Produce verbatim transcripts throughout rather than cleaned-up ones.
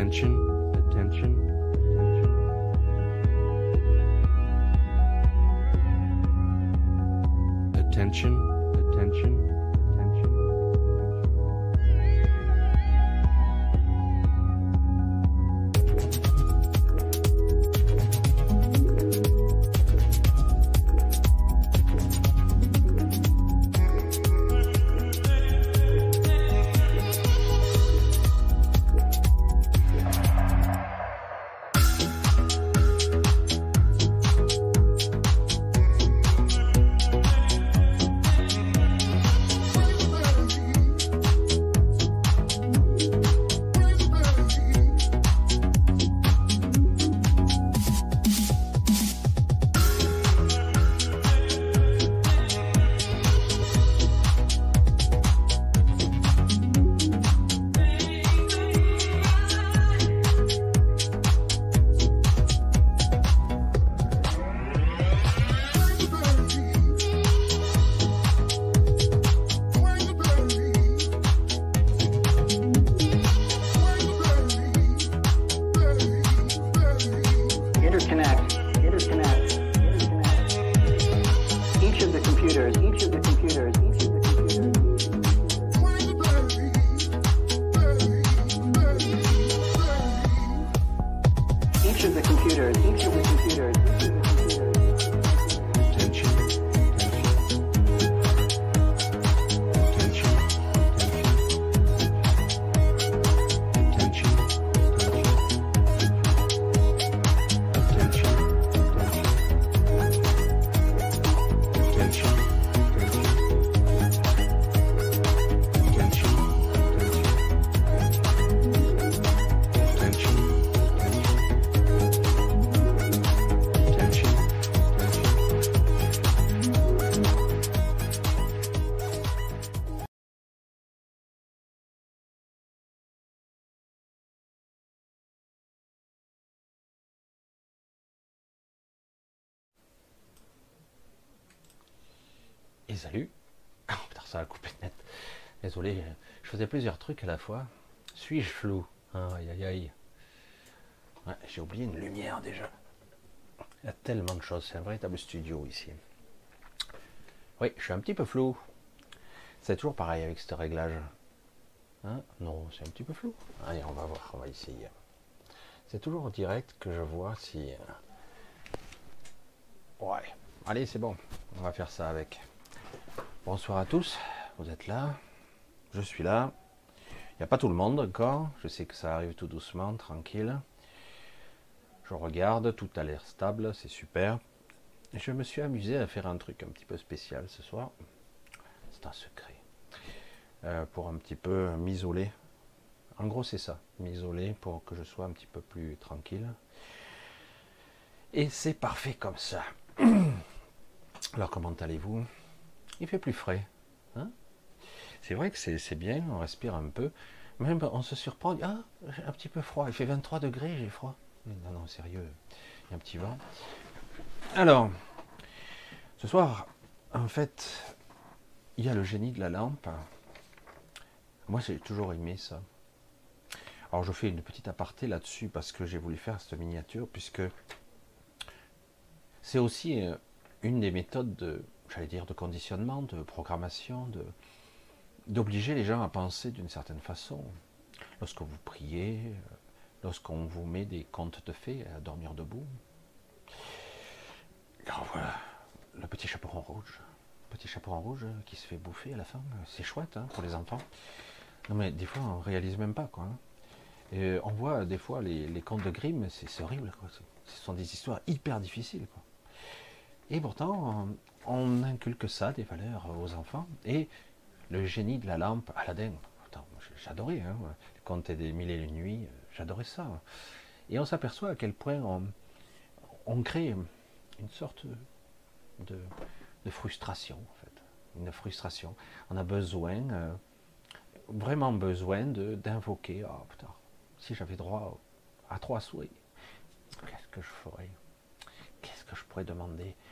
Attention, attention, attention. Attention, attention, attention. Interconnect, interconnect, interconnect. Each of the computers, each of the computers, each of the computers. Each of the computers, each of the computers, each of the computers. Attention, attention, attention, attention, attention, Et salut. Oh putain, ça a coupé net. Désolé, je faisais plusieurs trucs à la fois. Suis-je flou? Aïe aïe aïe. Ouais, j'ai oublié une lumière déjà. Il y a tellement de choses, c'est un véritable studio ici. Oui, je suis un petit peu flou. C'est toujours pareil avec ce réglage. Hein? Non, c'est un petit peu flou. Allez, on va voir, on va essayer. C'est toujours en direct que je vois si... Ouais, allez, c'est bon. On va faire ça avec. Bonsoir à tous, vous êtes là. Je suis là. Il n'y a pas tout le monde encore. Je sais que ça arrive tout doucement, tranquille. Je regarde, tout a l'air stable, c'est super. Et je me suis amusé à faire un truc un petit peu spécial ce soir. C'est un secret. Euh, pour un petit peu m'isoler. En gros, c'est ça. M'isoler pour que je sois un petit peu plus tranquille. Et c'est parfait comme ça. Alors, comment allez-vous? Il fait plus frais. Hein, c'est vrai que c'est bien, on respire un peu. Même on se surprend. Ah, j'ai un petit peu froid. Il fait vingt-trois degrés, j'ai froid. Non, non, sérieux. Il y a un petit vent. Alors, ce soir, en fait, il y a le génie de la lampe. Moi, j'ai toujours aimé ça. Alors, je fais une petite aparté là-dessus parce que j'ai voulu faire cette miniature, puisque c'est aussi une des méthodes de, j'allais dire, de conditionnement, de programmation, de d'obliger les gens à penser d'une certaine façon. Lorsque vous priez, lorsqu'on vous met des contes de fées à dormir debout. Alors voilà, le petit chaperon rouge. Petit chaperon rouge qui se fait bouffer à la fin. C'est chouette hein, pour les enfants. Non mais des fois on réalise même pas quoi. Hein. Et on voit des fois les, les contes de Grimm, c'est horrible quoi. Ce sont des histoires hyper difficiles quoi. Et pourtant on, on inculque ça, des valeurs aux enfants. Et le génie de la lampe, Aladdin, j'adorais, hein, le conte des mille et une nuits, j'adorais ça. Et on s'aperçoit à quel point on, on crée une sorte de, de frustration, en fait. Une frustration. On a besoin, euh, vraiment besoin d'invoquer, oh putain, si j'avais droit à trois souhaits, qu'est-ce que je ferais? Qu'est-ce que je pourrais demander?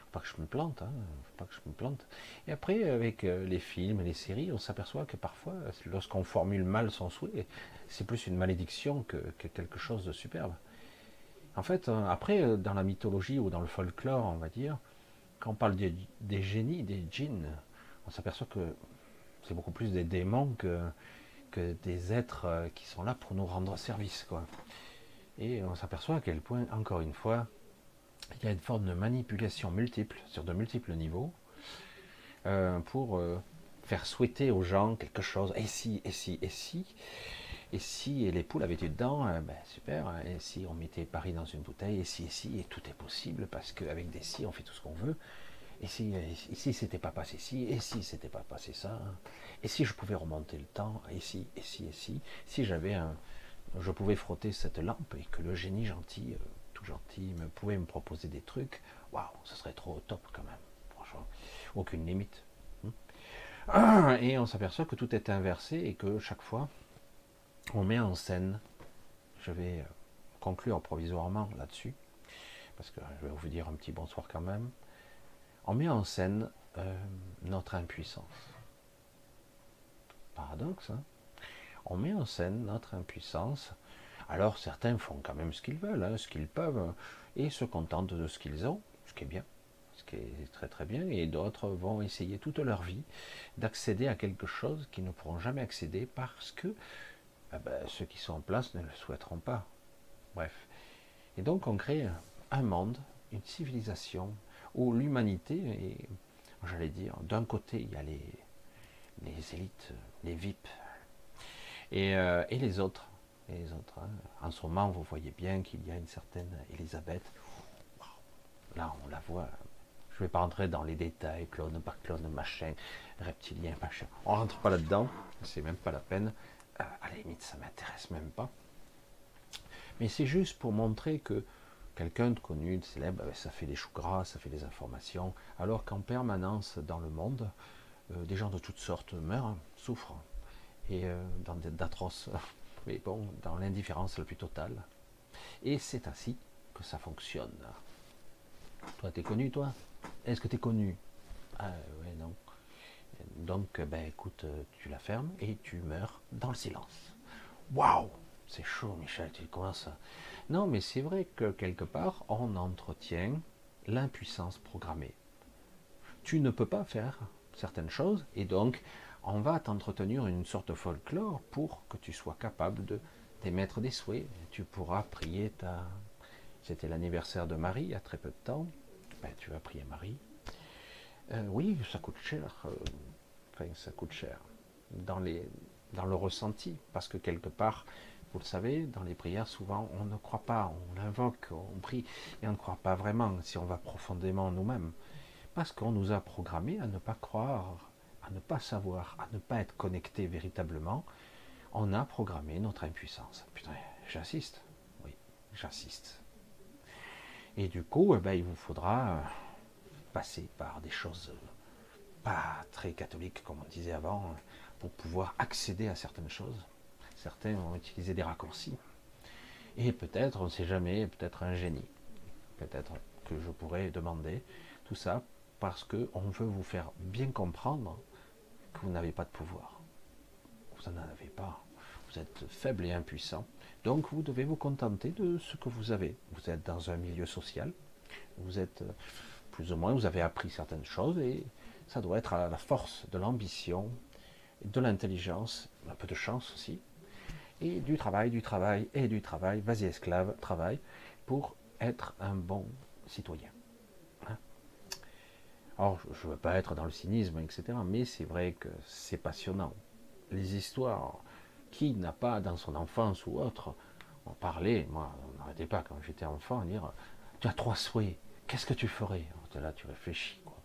faut pas que je me plante, hein, faut pas que je me plante. Et après, avec euh, les films et les séries, on s'aperçoit que parfois, lorsqu'on formule mal son souhait, c'est plus une malédiction que, que quelque chose de superbe. En fait, euh, après, euh, dans la mythologie ou dans le folklore, on va dire, quand on parle des, des génies, des djinns, on s'aperçoit que c'est beaucoup plus des démons que, que des êtres euh, qui sont là pour nous rendre service, quoi. Et on s'aperçoit à quel point, encore une fois, il y a une forme de manipulation multiple, sur de multiples niveaux, euh, pour euh, faire souhaiter aux gens quelque chose. Et si, et si, et si, et si, et les poules avaient été dedans, euh, ben super, hein, et si on mettait Paris dans une bouteille, et si, et si, et tout est possible, parce qu'avec des si, on fait tout ce qu'on veut. Et si, et si c'était pas passé ci, et si c'était pas passé ça, hein, et si je pouvais remonter le temps, et si, et si, et si, si j'avais un, je pouvais frotter cette lampe et que le génie gentil, euh, tout gentil, me pouvait me proposer des trucs, waouh, ce serait trop top quand même, franchement, aucune limite. Et on s'aperçoit que tout est inversé et que chaque fois, on met en scène, je vais conclure provisoirement là-dessus, parce que je vais vous dire un petit bonsoir quand même, on met en scène euh, notre impuissance. Paradoxe, hein? On met en scène notre impuissance. Alors certains font quand même ce qu'ils veulent, hein, ce qu'ils peuvent, et se contentent de ce qu'ils ont, ce qui est bien, ce qui est très très bien, et d'autres vont essayer toute leur vie d'accéder à quelque chose qu'ils ne pourront jamais accéder parce que eh ben, ceux qui sont en place ne le souhaiteront pas. Bref. Et donc on crée un monde, une civilisation, où l'humanité est, j'allais dire, d'un côté il y a les, les élites, les V I P, et, euh, et les autres. Et les autres hein. En ce moment, vous voyez bien qu'il y a une certaine Elisabeth. Là, on la voit. Je ne vais pas rentrer dans les détails, clone par clone, machin, reptilien, machin. On ne rentre pas là-dedans, c'est même pas la peine. Euh, à la limite, ça m'intéresse même pas. Mais c'est juste pour montrer que quelqu'un de connu, de célèbre, ça fait des choux gras, ça fait des informations, alors qu'en permanence dans le monde, euh, des gens de toutes sortes meurent, souffrent, et euh, dans d'atroces, mais bon, dans l'indifférence la plus totale. Et c'est ainsi que ça fonctionne. Toi, t'es connu, toi? Est-ce que t'es connu? Ah ouais, non. Donc, ben écoute, tu la fermes et tu meurs dans le silence. Waouh! C'est chaud, Michel, tu commences à... Non, mais c'est vrai que quelque part, on entretient l'impuissance programmée. Tu ne peux pas faire certaines choses, et donc, on va t'entretenir une sorte de folklore pour que tu sois capable de d'émettre des souhaits. Tu pourras prier ta... C'était l'anniversaire de Marie, il y a très peu de temps. Ben, tu vas prier Marie. Euh, oui, ça coûte cher. Euh, enfin, ça coûte cher. Dans, les, dans le ressenti, parce que quelque part... Vous le savez, dans les prières, souvent, on ne croit pas, on l'invoque, on prie, et on ne croit pas vraiment si on va profondément en nous-mêmes. Parce qu'on nous a programmés à ne pas croire, à ne pas savoir, à ne pas être connecté véritablement. On a programmé notre impuissance. Putain, j'insiste. Oui, j'insiste. Et du coup, eh ben, il vous faudra passer par des choses pas très catholiques, comme on disait avant, pour pouvoir accéder à certaines choses. Certains vont utiliser des raccourcis. Et peut-être, on ne sait jamais, peut-être un génie. Peut-être que je pourrais demander tout ça parce qu'on veut vous faire bien comprendre que vous n'avez pas de pouvoir. Vous n'en avez pas. Vous êtes faible et impuissant. Donc vous devez vous contenter de ce que vous avez. Vous êtes dans un milieu social. Vous êtes plus ou moins, vous avez appris certaines choses et ça doit être à la force de l'ambition, de l'intelligence, un peu de chance aussi, et du travail, du travail et du travail, vas-y esclave, travail, pour être un bon citoyen. Hein? Alors, je ne veux pas être dans le cynisme, et cetera, mais c'est vrai que c'est passionnant. Les histoires, qui n'a pas dans son enfance ou autre, on parlait, moi, on n'arrêtait pas quand j'étais enfant, à dire, tu as trois souhaits, qu'est-ce que tu ferais? Là, tu réfléchis, quoi.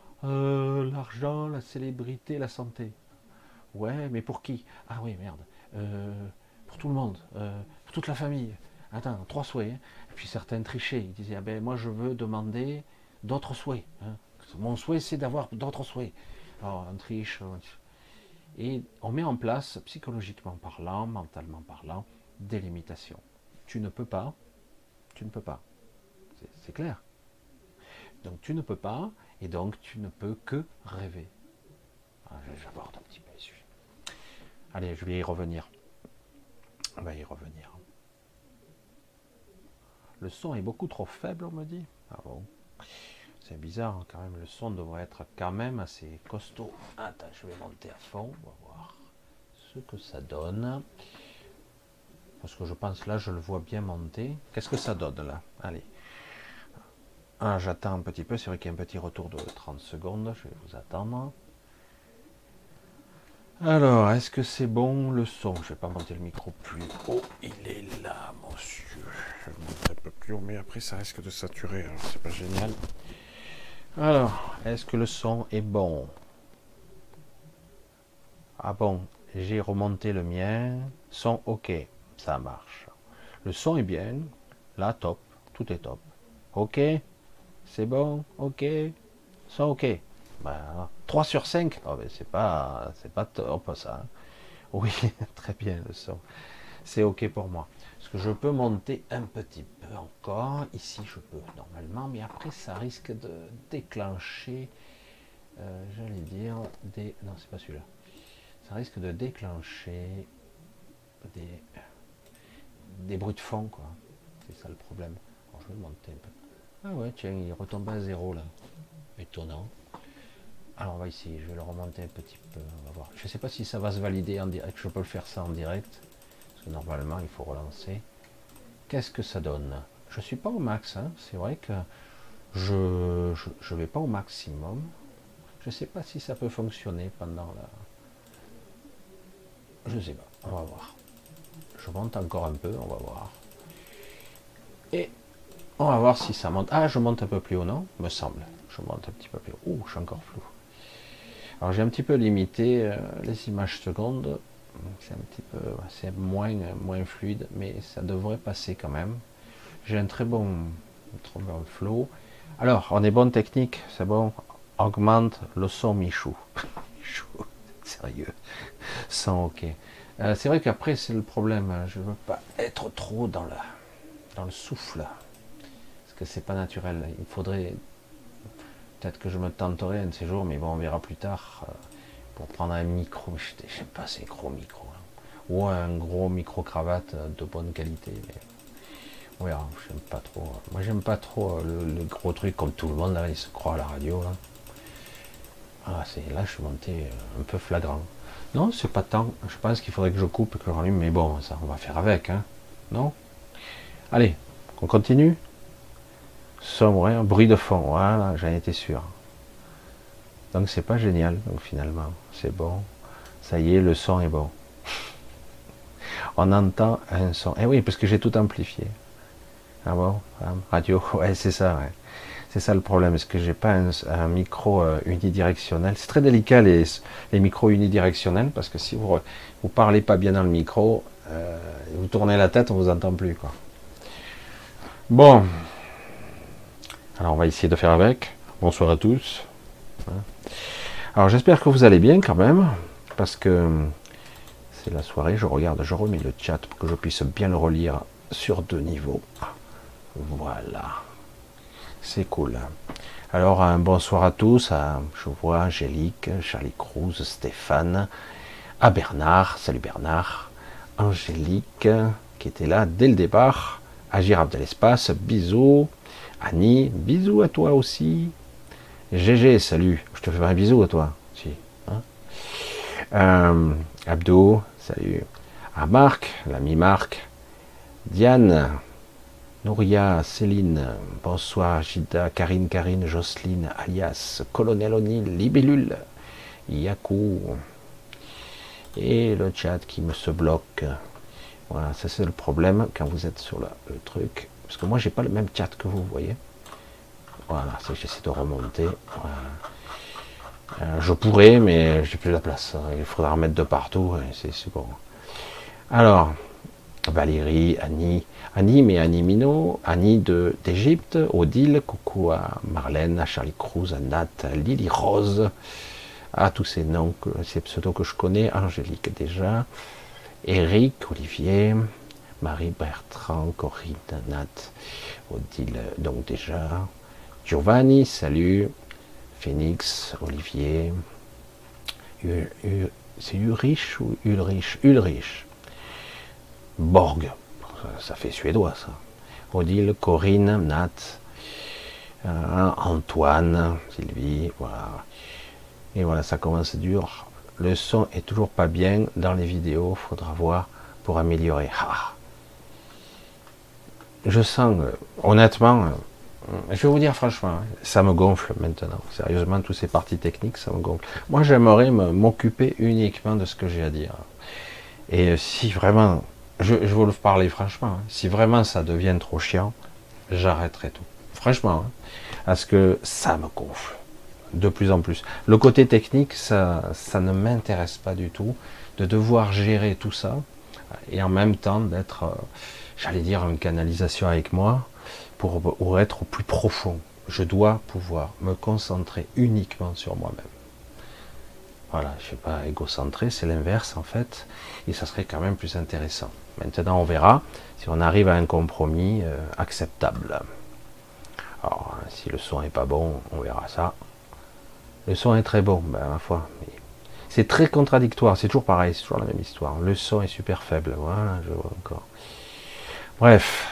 Euh, l'argent, la célébrité, la santé. Ouais, mais pour qui? Ah oui, merde. Euh, pour tout le monde, euh, pour toute la famille. Attends, trois souhaits. Hein. Et puis certains trichaient. Ils disaient, ah ben moi je veux demander d'autres souhaits. Hein. Mon souhait c'est d'avoir d'autres souhaits. Alors on triche. Et on met en place, psychologiquement parlant, mentalement parlant, des limitations. Tu ne peux pas, tu ne peux pas. C'est clair. Donc tu ne peux pas, et donc tu ne peux que rêver. Ah, j'aborde un petit peu les sujets. Allez, je vais y revenir. On va y revenir. Le son est beaucoup trop faible, on me dit. Ah bon. C'est bizarre, quand même. Le son devrait être quand même assez costaud. Attends, je vais monter à fond. On va voir ce que ça donne. Parce que je pense là, je le vois bien monter. Qu'est-ce que ça donne là? Allez. Ah, j'attends un petit peu. C'est vrai qu'il y a un petit retour de trente secondes. Je vais vous attendre. Alors, est-ce que c'est bon le son? Je vais pas monter le micro plus haut. Il est là, monsieur. Je vais monter un peu plus haut, mais après ça risque de saturer. Alors, c'est pas génial. Alors, est-ce que le son est bon? Ah bon, j'ai remonté le mien. Son ok, ça marche. Le son est bien. Là, top. Tout est top. Ok, c'est bon. Ok, son ok. Ben, trois sur cinq. Oh, ben, c'est pas, c'est pas top ça. Oui, très bien le son. C'est ok pour moi. Parce que je peux monter un petit peu encore. Ici, je peux normalement, mais après, ça risque de déclencher. Euh, J'allais dire des. Non, c'est pas celui-là. Ça risque de déclencher des des bruits de fond, quoi. C'est ça le problème. Alors, je vais monter un peu. Ah ouais, tiens, il retombe à zéro là. Étonnant. Alors on va essayer, je vais le remonter un petit peu, on va voir. Je ne sais pas si ça va se valider en direct, je peux le faire ça en direct, parce que normalement il faut relancer. Qu'est-ce que ça donne? Je suis pas au max, hein. C'est vrai que je, je je vais pas au maximum. Je sais pas si ça peut fonctionner pendant la... Je sais pas, on va voir. Je monte encore un peu, on va voir. Et on va voir si ça monte. Ah, je monte un peu plus haut, non? Me semble. Je monte un petit peu plus haut. Ouh, je suis encore flou. Alors j'ai un petit peu limité euh, les images secondes, c'est un petit peu, c'est moins, moins fluide, mais ça devrait passer quand même. J'ai un très bon, très bon flow. Alors, on est bon technique, c'est bon. Augmente le son Michou. Michou, sérieux. Son ok. Euh, c'est vrai qu'après c'est le problème, je veux pas être trop dans la, dans le souffle, parce que c'est pas naturel. Il faudrait peut-être que je me tenterai un de ces jours, mais bon, on verra plus tard. Euh, pour prendre un micro, je sais pas, c'est gros micro. Hein. Ou un gros micro-cravate de bonne qualité. Mais on verra, j'aime pas trop. Moi, j'aime pas trop le, le gros truc comme tout le monde, là, il se croit à la radio. Là, ah, c'est, là je suis monté un peu flagrant. Non, c'est pas tant. Je pense qu'il faudrait que je coupe et que je rallume, mais bon, ça, on va faire avec. Hein. Non? Allez, on continue? Sombre, un bruit de fond, voilà, j'en étais sûr. Donc c'est pas génial, donc finalement, c'est bon. Ça y est, le son est bon. On entend un son. Eh oui, parce que j'ai tout amplifié. Ah bon, radio, ouais, c'est ça, ouais. C'est ça le problème, est-ce que j'ai pas un, un micro euh, unidirectionnel? C'est très délicat les, les micros unidirectionnels, parce que si vous vous parlez pas bien dans le micro, euh, vous tournez la tête, on vous entend plus, quoi. Bon. Alors on va essayer de faire avec. Bonsoir à tous. Alors j'espère que vous allez bien quand même, parce que c'est la soirée, je regarde, je remets le chat pour que je puisse bien le relire sur deux niveaux. Voilà. C'est cool. Alors un bonsoir à tous, à, je vois Angélique, Charlie Cruz, Stéphane, à Bernard, salut Bernard, Angélique, qui était là dès le départ, à Girafe de l'espace, bisous, Annie, bisous à toi aussi. G G, salut, je te fais un bisou à toi. Si, hein euh, Abdo, salut. À Marc, l'ami Marc. Diane, Nouria, Céline, bonsoir. Gida, Karine, Karine, Jocelyne, alias Colonel O'Neill, Libellule, Yaku. Et le chat qui me se bloque. Voilà, ça c'est le problème quand vous êtes sur le, le truc. Parce que moi j'ai pas le même chat que vous, vous voyez. Voilà, c'est que j'essaie de remonter. Voilà. Euh, je pourrais, mais j'ai plus la place. Il faudra remettre de partout. C'est bon. Alors, Valérie, Annie, Annie, mais Annie Minot, Annie de d'Égypte, Odile, coucou à Marlène, à Charlie Cruz, à Nat, à Lily Rose, à tous ces noms, ces pseudos que je connais, Angélique déjà, Eric, Olivier, Marie Bertrand, Corinne, Nat, Odile, donc déjà. Giovanni, salut. Phoenix, Olivier. U- U- c'est Ulrich ou Ulrich Ulrich. Borg, ça fait suédois ça. Odile, Corinne, Nat, euh, Antoine, Sylvie, voilà. Et voilà, ça commence dur. Le son est toujours pas bien dans les vidéos, faudra voir pour améliorer. Ah. Je sens, euh, honnêtement, euh, je vais vous dire franchement, hein, ça me gonfle maintenant. Sérieusement, toutes ces parties techniques, ça me gonfle. Moi, j'aimerais m'occuper uniquement de ce que j'ai à dire. Et si vraiment, je, je vais vous le parler franchement, hein, si vraiment ça devient trop chiant, j'arrêterai tout. Franchement, hein, parce que ça me gonfle de plus en plus. Le côté technique, ça, ça ne m'intéresse pas du tout, de devoir gérer tout ça, et en même temps d'être, euh, j'allais dire, une canalisation avec moi, pour, pour être au plus profond. Je dois pouvoir me concentrer uniquement sur moi-même. Voilà, je ne suis pas égocentré, c'est l'inverse en fait, et ça serait quand même plus intéressant. Maintenant, on verra si on arrive à un compromis euh, acceptable. Alors, si le son est pas bon, on verra ça. Le son est très bon, ben, à la fois. Mais c'est très contradictoire, c'est toujours pareil, c'est toujours la même histoire. Le son est super faible, voilà, je vois encore. Bref.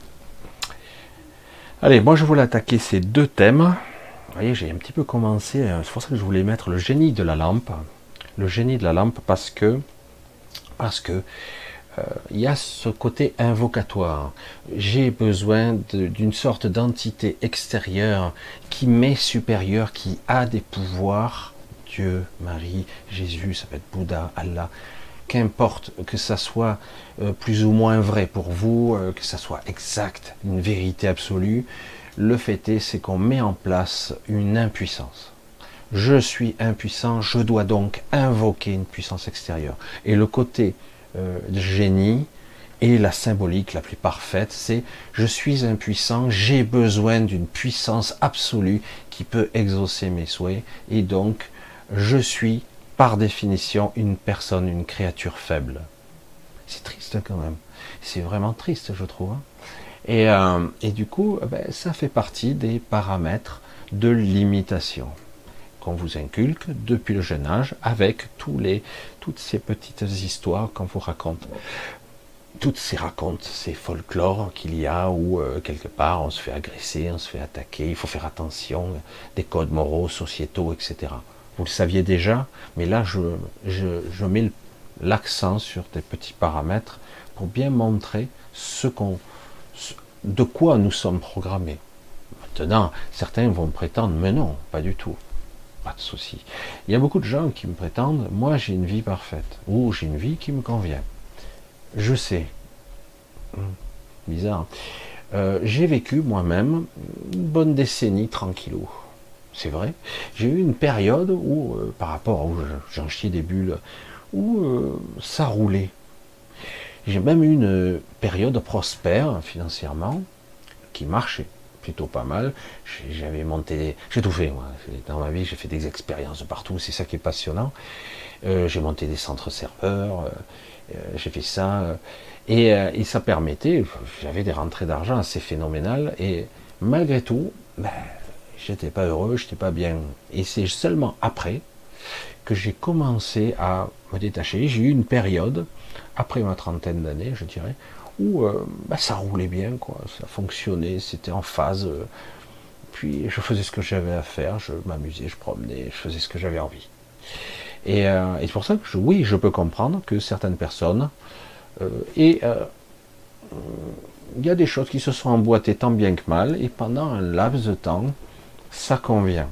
Allez, moi je voulais attaquer ces deux thèmes. Vous voyez, j'ai un petit peu commencé, c'est pour ça que je voulais mettre le génie de la lampe. Le génie de la lampe parce que, parce que, euh, il y a ce côté invocatoire. J'ai besoin d'une sorte d'entité extérieure qui m'est supérieure, qui a des pouvoirs. Dieu, Marie, Jésus, ça peut être Bouddha, Allah. Qu'importe que ça soit euh, plus ou moins vrai pour vous, euh, que ça soit exact, une vérité absolue, le fait est, c'est qu'on met en place une impuissance. Je suis impuissant, je dois donc invoquer une puissance extérieure. Et le côté euh, génie et la symbolique la plus parfaite, c'est je suis impuissant, j'ai besoin d'une puissance absolue qui peut exaucer mes souhaits, et donc je suis par définition une personne, une créature faible. C'est triste quand même. C'est vraiment triste, je trouve. Hein. Et, euh, et du coup, ben, ça fait partie des paramètres de l'imitation qu'on vous inculque depuis le jeune âge, avec tous les, toutes ces petites histoires qu'on vous raconte. Toutes ces racontes, ces folklores qu'il y a où euh, quelque part on se fait agresser, on se fait attaquer, il faut faire attention, des codes moraux, sociétaux, et cetera. Vous le saviez déjà, mais là je, je, je mets l'accent sur des petits paramètres pour bien montrer ce qu'on, de quoi nous sommes programmés. Maintenant, certains vont prétendre, mais non, pas du tout, pas de souci. Il y a beaucoup de gens qui me prétendent, moi j'ai une vie parfaite, ou j'ai une vie qui me convient. Je sais, bizarre, euh, j'ai vécu moi-même une bonne décennie tranquillou. C'est vrai. J'ai eu une période où, euh, par rapport à où j'en chiais des bulles, où euh, ça roulait. J'ai même eu une période prospère financièrement, qui marchait plutôt pas mal. J'avais monté, j'ai tout fait moi. Dans ma vie, j'ai fait des expériences de partout. C'est ça qui est passionnant. Euh, j'ai monté des centres serveurs, euh, j'ai fait ça, euh, et, euh, et ça permettait. J'avais des rentrées d'argent assez phénoménales, et malgré tout, ben, j'étais pas heureux, j'étais pas bien. Et c'est seulement après que j'ai commencé à me détacher. J'ai eu une période, après ma trentaine d'années, je dirais, où euh, bah, ça roulait bien, quoi. Ça fonctionnait, c'était en phase. Euh, puis je faisais ce que j'avais à faire, je m'amusais, je promenais, je faisais ce que j'avais envie. Et, euh, et c'est pour ça que je, oui, je peux comprendre que certaines personnes, euh, et euh, il y a des choses qui se sont emboîtées tant bien que mal, et pendant un laps de temps, ça convient.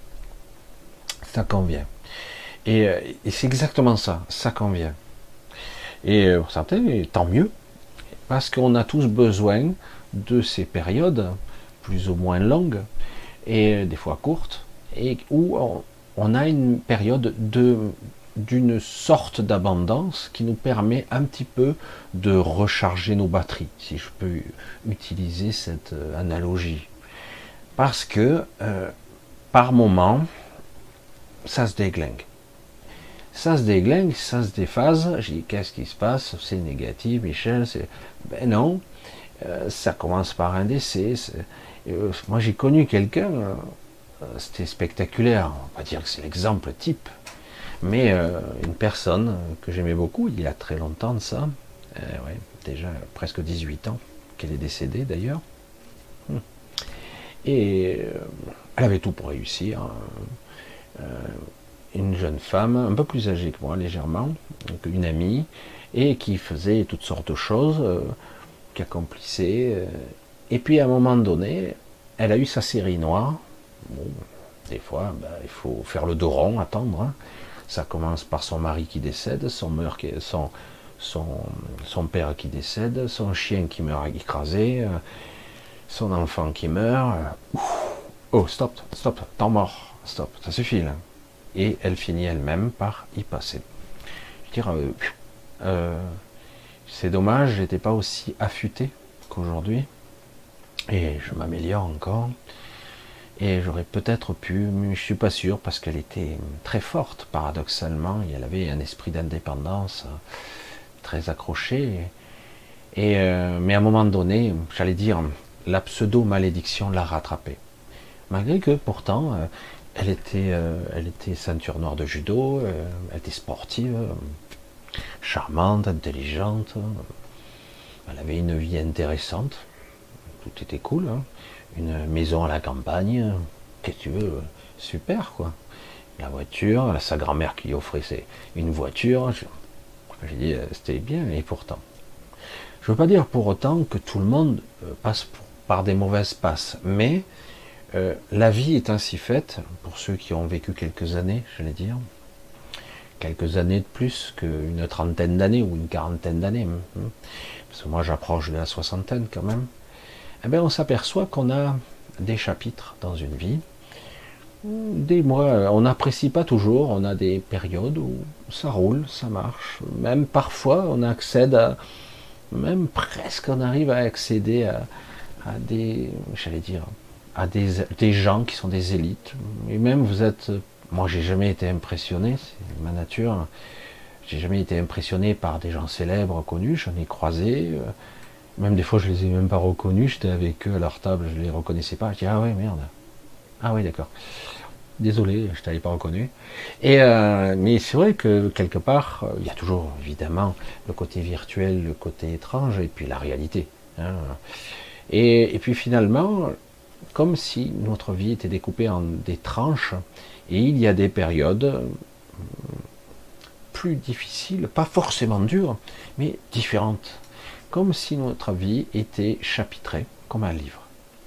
Ça convient. Et, et c'est exactement ça, ça convient. Et pour certains, tant mieux, parce qu'on a tous besoin de ces périodes, plus ou moins longues, et des fois courtes, et où on, on a une période de d'une sorte d'abondance qui nous permet un petit peu de recharger nos batteries, si je peux utiliser cette analogie. Parce que euh, par moment, ça se déglingue. Ça se déglingue, ça se déphase. J'ai dit, qu'est-ce qui se passe? C'est négatif, Michel. Ben non. Euh, ça commence par un décès. Euh, moi, j'ai connu quelqu'un, euh, c'était spectaculaire. On va pas dire que c'est l'exemple type, mais euh, une personne que j'aimais beaucoup, il y a très longtemps de ça, euh, ouais, déjà presque dix-huit ans qu'elle est décédée d'ailleurs. Et euh, elle avait tout pour réussir. Euh, une jeune femme, un peu plus âgée que moi, légèrement, donc une amie, et qui faisait toutes sortes de choses, euh, qui accomplissait. Euh, et puis à un moment donné, elle a eu sa série noire. Bon, des fois, ben, il faut faire le dos rond, attendre. Hein. Ça commence par son mari qui décède, son, meurt, son, son, son père qui décède, son chien qui meurt écrasé, euh, son enfant qui meurt. Euh, oh, stop, stop, temps mort, stop, ça suffit là. Et elle finit elle-même par y passer. Je veux dire, euh, euh, c'est dommage, j'étais pas aussi affûté qu'aujourd'hui. Et je m'améliore encore. Et j'aurais peut-être pu, mais je suis pas sûr, parce qu'elle était très forte, paradoxalement, et elle avait un esprit d'indépendance très accroché. Et, euh, mais à un moment donné, j'allais dire, la pseudo-malédiction l'a rattrapée. Malgré que pourtant, euh, elle, était, euh, elle était ceinture noire de judo, euh, elle était sportive, euh, charmante, intelligente, elle avait une vie intéressante, tout était cool, hein. Une maison à la campagne, qu'est-ce que tu veux, super quoi. La voiture, sa grand-mère qui lui offrait une voiture, j'ai dit c'était bien, et pourtant. Je ne veux pas dire pour autant que tout le monde passe par des mauvaises passes, mais euh, la vie est ainsi faite, pour ceux qui ont vécu quelques années, j'allais dire, quelques années de plus qu'une trentaine d'années ou une quarantaine d'années, parce que moi j'approche de la soixantaine quand même. Eh bien, on s'aperçoit qu'on a des chapitres dans une vie, des mois, on n'apprécie pas toujours, on a des périodes où ça roule, ça marche, même parfois on accède à, même presque on arrive à accéder à, à des, j'allais dire, à des, des gens qui sont des élites, et même vous êtes, moi j'ai jamais été impressionné, c'est ma nature, j'ai jamais été impressionné par des gens célèbres, connus, j'en ai croisé, même des fois je les ai même pas reconnus, j'étais avec eux à leur table, je les reconnaissais pas, je dis ah ouais merde, ah oui d'accord, désolé, je t'avais pas reconnu. Et euh, mais c'est vrai que quelque part, il y a toujours évidemment le côté virtuel, le côté étrange, et puis la réalité. Hein. Et, et puis finalement, comme si notre vie était découpée en des tranches, et il y a des périodes plus difficiles, pas forcément dures, mais différentes. Comme si notre vie était chapitrée, comme un livre.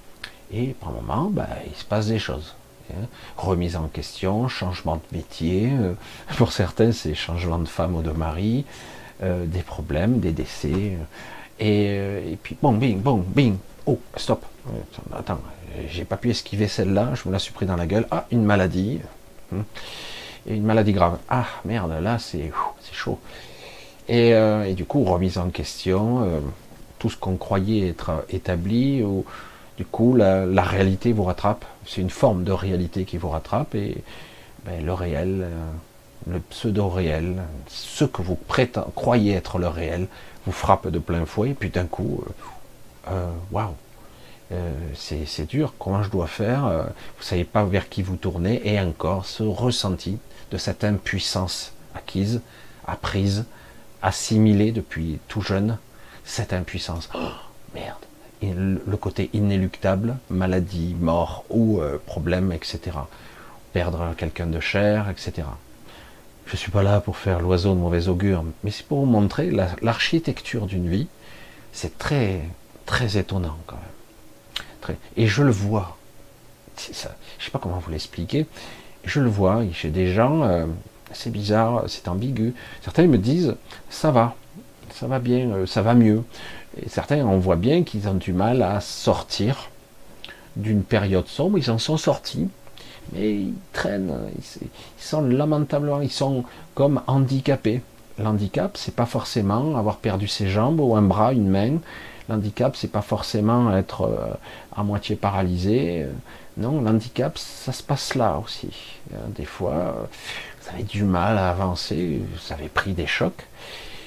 Et par moments, ben, il se passe des choses. Hein. Remise en question, changement de métier, euh, pour certains c'est changement de femme ou de mari, euh, des problèmes, des décès, euh, et, euh, et puis bon, bing, bon, bing, oh, stop, attends, j'ai pas pu esquiver celle-là, je me la suis pris dans la gueule, ah, une maladie, hein. Et une maladie grave, ah, merde, là c'est chaud. Et, euh, et du coup, remise en question, euh, tout ce qu'on croyait être établi, ou du coup, la, la réalité vous rattrape. C'est une forme de réalité qui vous rattrape, et ben, le réel, euh, le pseudo-réel, ce que vous croyez être le réel, vous frappe de plein fouet, et puis d'un coup, waouh, wow, euh, c'est dur, comment je dois faire, euh, vous savez pas vers qui vous tournez, et encore ce ressenti de cette impuissance acquise, apprise, assimilée depuis tout jeune, cette impuissance. Oh, merde. Et le côté inéluctable, maladie, mort ou euh, problème, et cetera. Perdre quelqu'un de cher, et cetera. Je suis pas là pour faire l'oiseau de mauvais augure, mais c'est pour vous montrer l'architecture d'une vie. C'est très, très étonnant quand même. Très, et je le vois. Ça, je sais pas comment vous l'expliquer. Je le vois. J'ai des gens. Euh, c'est bizarre, c'est ambigu. Certains me disent, ça va, ça va bien, ça va mieux. Et certains, on voit bien qu'ils ont du mal à sortir d'une période sombre, ils en sont sortis, mais ils traînent, ils, ils sont lamentablement, ils sont comme handicapés. L'handicap, c'est pas forcément avoir perdu ses jambes ou un bras, une main. L'handicap, c'est pas forcément être euh, à moitié paralysé. Non, l'handicap, ça se passe là aussi. Des fois, vous avez du mal à avancer, vous avez pris des chocs,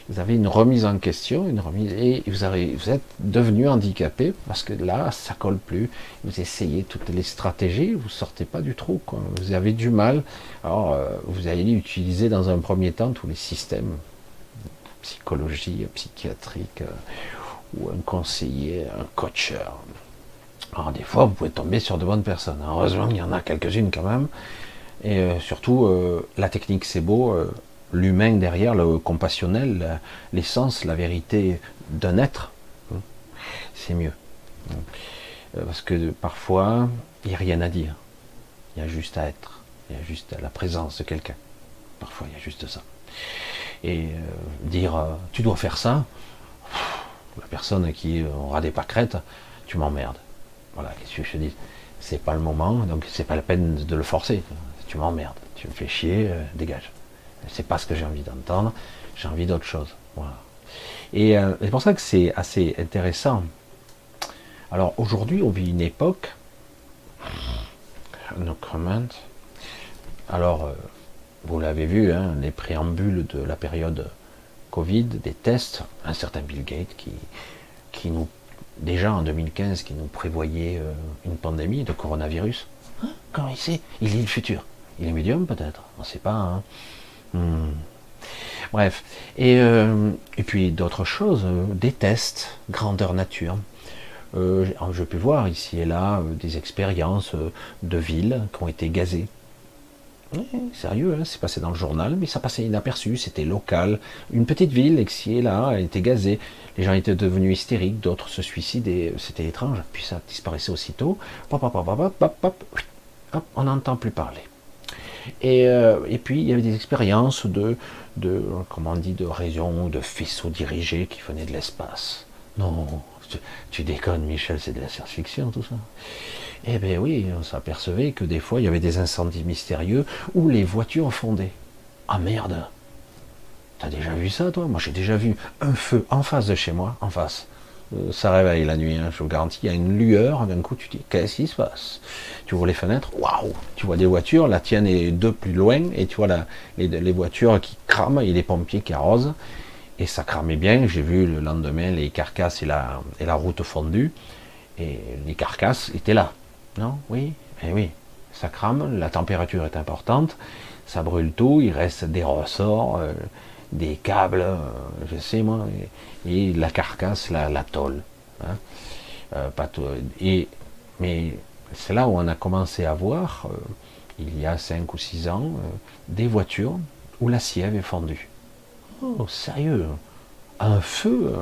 vous avez une remise en question, une remise, et vous, avez, vous êtes devenu handicapé parce que là, ça colle plus. Vous essayez toutes les stratégies, vous sortez pas du trou, quoi. Vous avez du mal. Alors, euh, vous allez utiliser dans un premier temps tous les systèmes, psychologie, psychiatrique, euh, ou un conseiller, un coacheur. Alors, des fois, vous pouvez tomber sur de bonnes personnes. Heureusement, il y en a quelques-unes quand même. Et euh, surtout, euh, la technique, c'est beau. Euh, l'humain derrière, le compassionnel, l'essence, la vérité d'un être, c'est mieux. Parce que parfois, il n'y a rien à dire. Il y a juste à être. Il y a juste la présence de quelqu'un. Parfois, il y a juste ça. Et euh, dire, euh, tu dois faire ça, la personne qui aura des pâquerettes, tu m'emmerdes. Voilà, qu'est-ce que je te dis? C'est pas le moment, donc c'est pas la peine de le forcer. Tu m'emmerdes, tu me fais chier, euh, dégage. C'est pas ce que j'ai envie d'entendre, j'ai envie d'autre chose. Voilà. Et euh, c'est pour ça que c'est assez intéressant. Alors aujourd'hui, on vit une époque. No comment. Alors, euh, vous l'avez vu, hein, les préambules de la période Covid, des tests, un certain Bill Gates qui, qui nous, déjà en deux mille quinze, qui nous prévoyait euh, une pandémie de coronavirus. Hein, comment il sait? Il lit le futur. Il est médium peut-être, on ne sait pas. Hein. Hmm. Bref, et, euh, et puis d'autres choses, euh, des tests, grandeur nature. Euh, je peux voir ici et là euh, des expériences euh, de villes qui ont été gazées. Ouais, sérieux, hein, c'est passé dans le journal, mais ça passait inaperçu, c'était local. Une petite ville, ici et là, a été gazée. Les gens étaient devenus hystériques, d'autres se suicidaient, c'était étrange, puis ça disparaissait aussitôt. Pop, pop, pop, pop, pop, pop, hop, on n'entend plus parler. Et, euh, et puis il y avait des expériences de, de, comment on dit, de régions, de faisceaux dirigés qui venaient de l'espace. Non, tu, tu déconnes, Michel, c'est de la science-fiction tout ça. Eh bien oui, on s'apercevait que des fois il y avait des incendies mystérieux où les voitures fondaient. Ah merde! T'as déjà vu ça toi? Moi j'ai déjà vu un feu en face de chez moi, en face. Ça réveille la nuit, hein, je vous garantis, il y a une lueur, d'un coup tu dis, qu'est-ce qui se passe? Tu vois les fenêtres, waouh! Tu vois des voitures, la tienne est deux plus loin, et tu vois la, les, les voitures qui crament, et les pompiers qui arrosent, et ça cramait bien, j'ai vu le lendemain les carcasses et la, et la route fondue, et les carcasses étaient là. Non? Oui? Eh oui, ça crame, la température est importante, ça brûle tout, il reste des ressorts, euh, des câbles, euh, je sais moi, et, et la carcasse, la, la tôle. Hein, euh, pas tout, et, mais c'est là où on a commencé à voir, euh, il y a cinq ou six ans, euh, des voitures où la siève est fondue. Oh, sérieux? Un feu?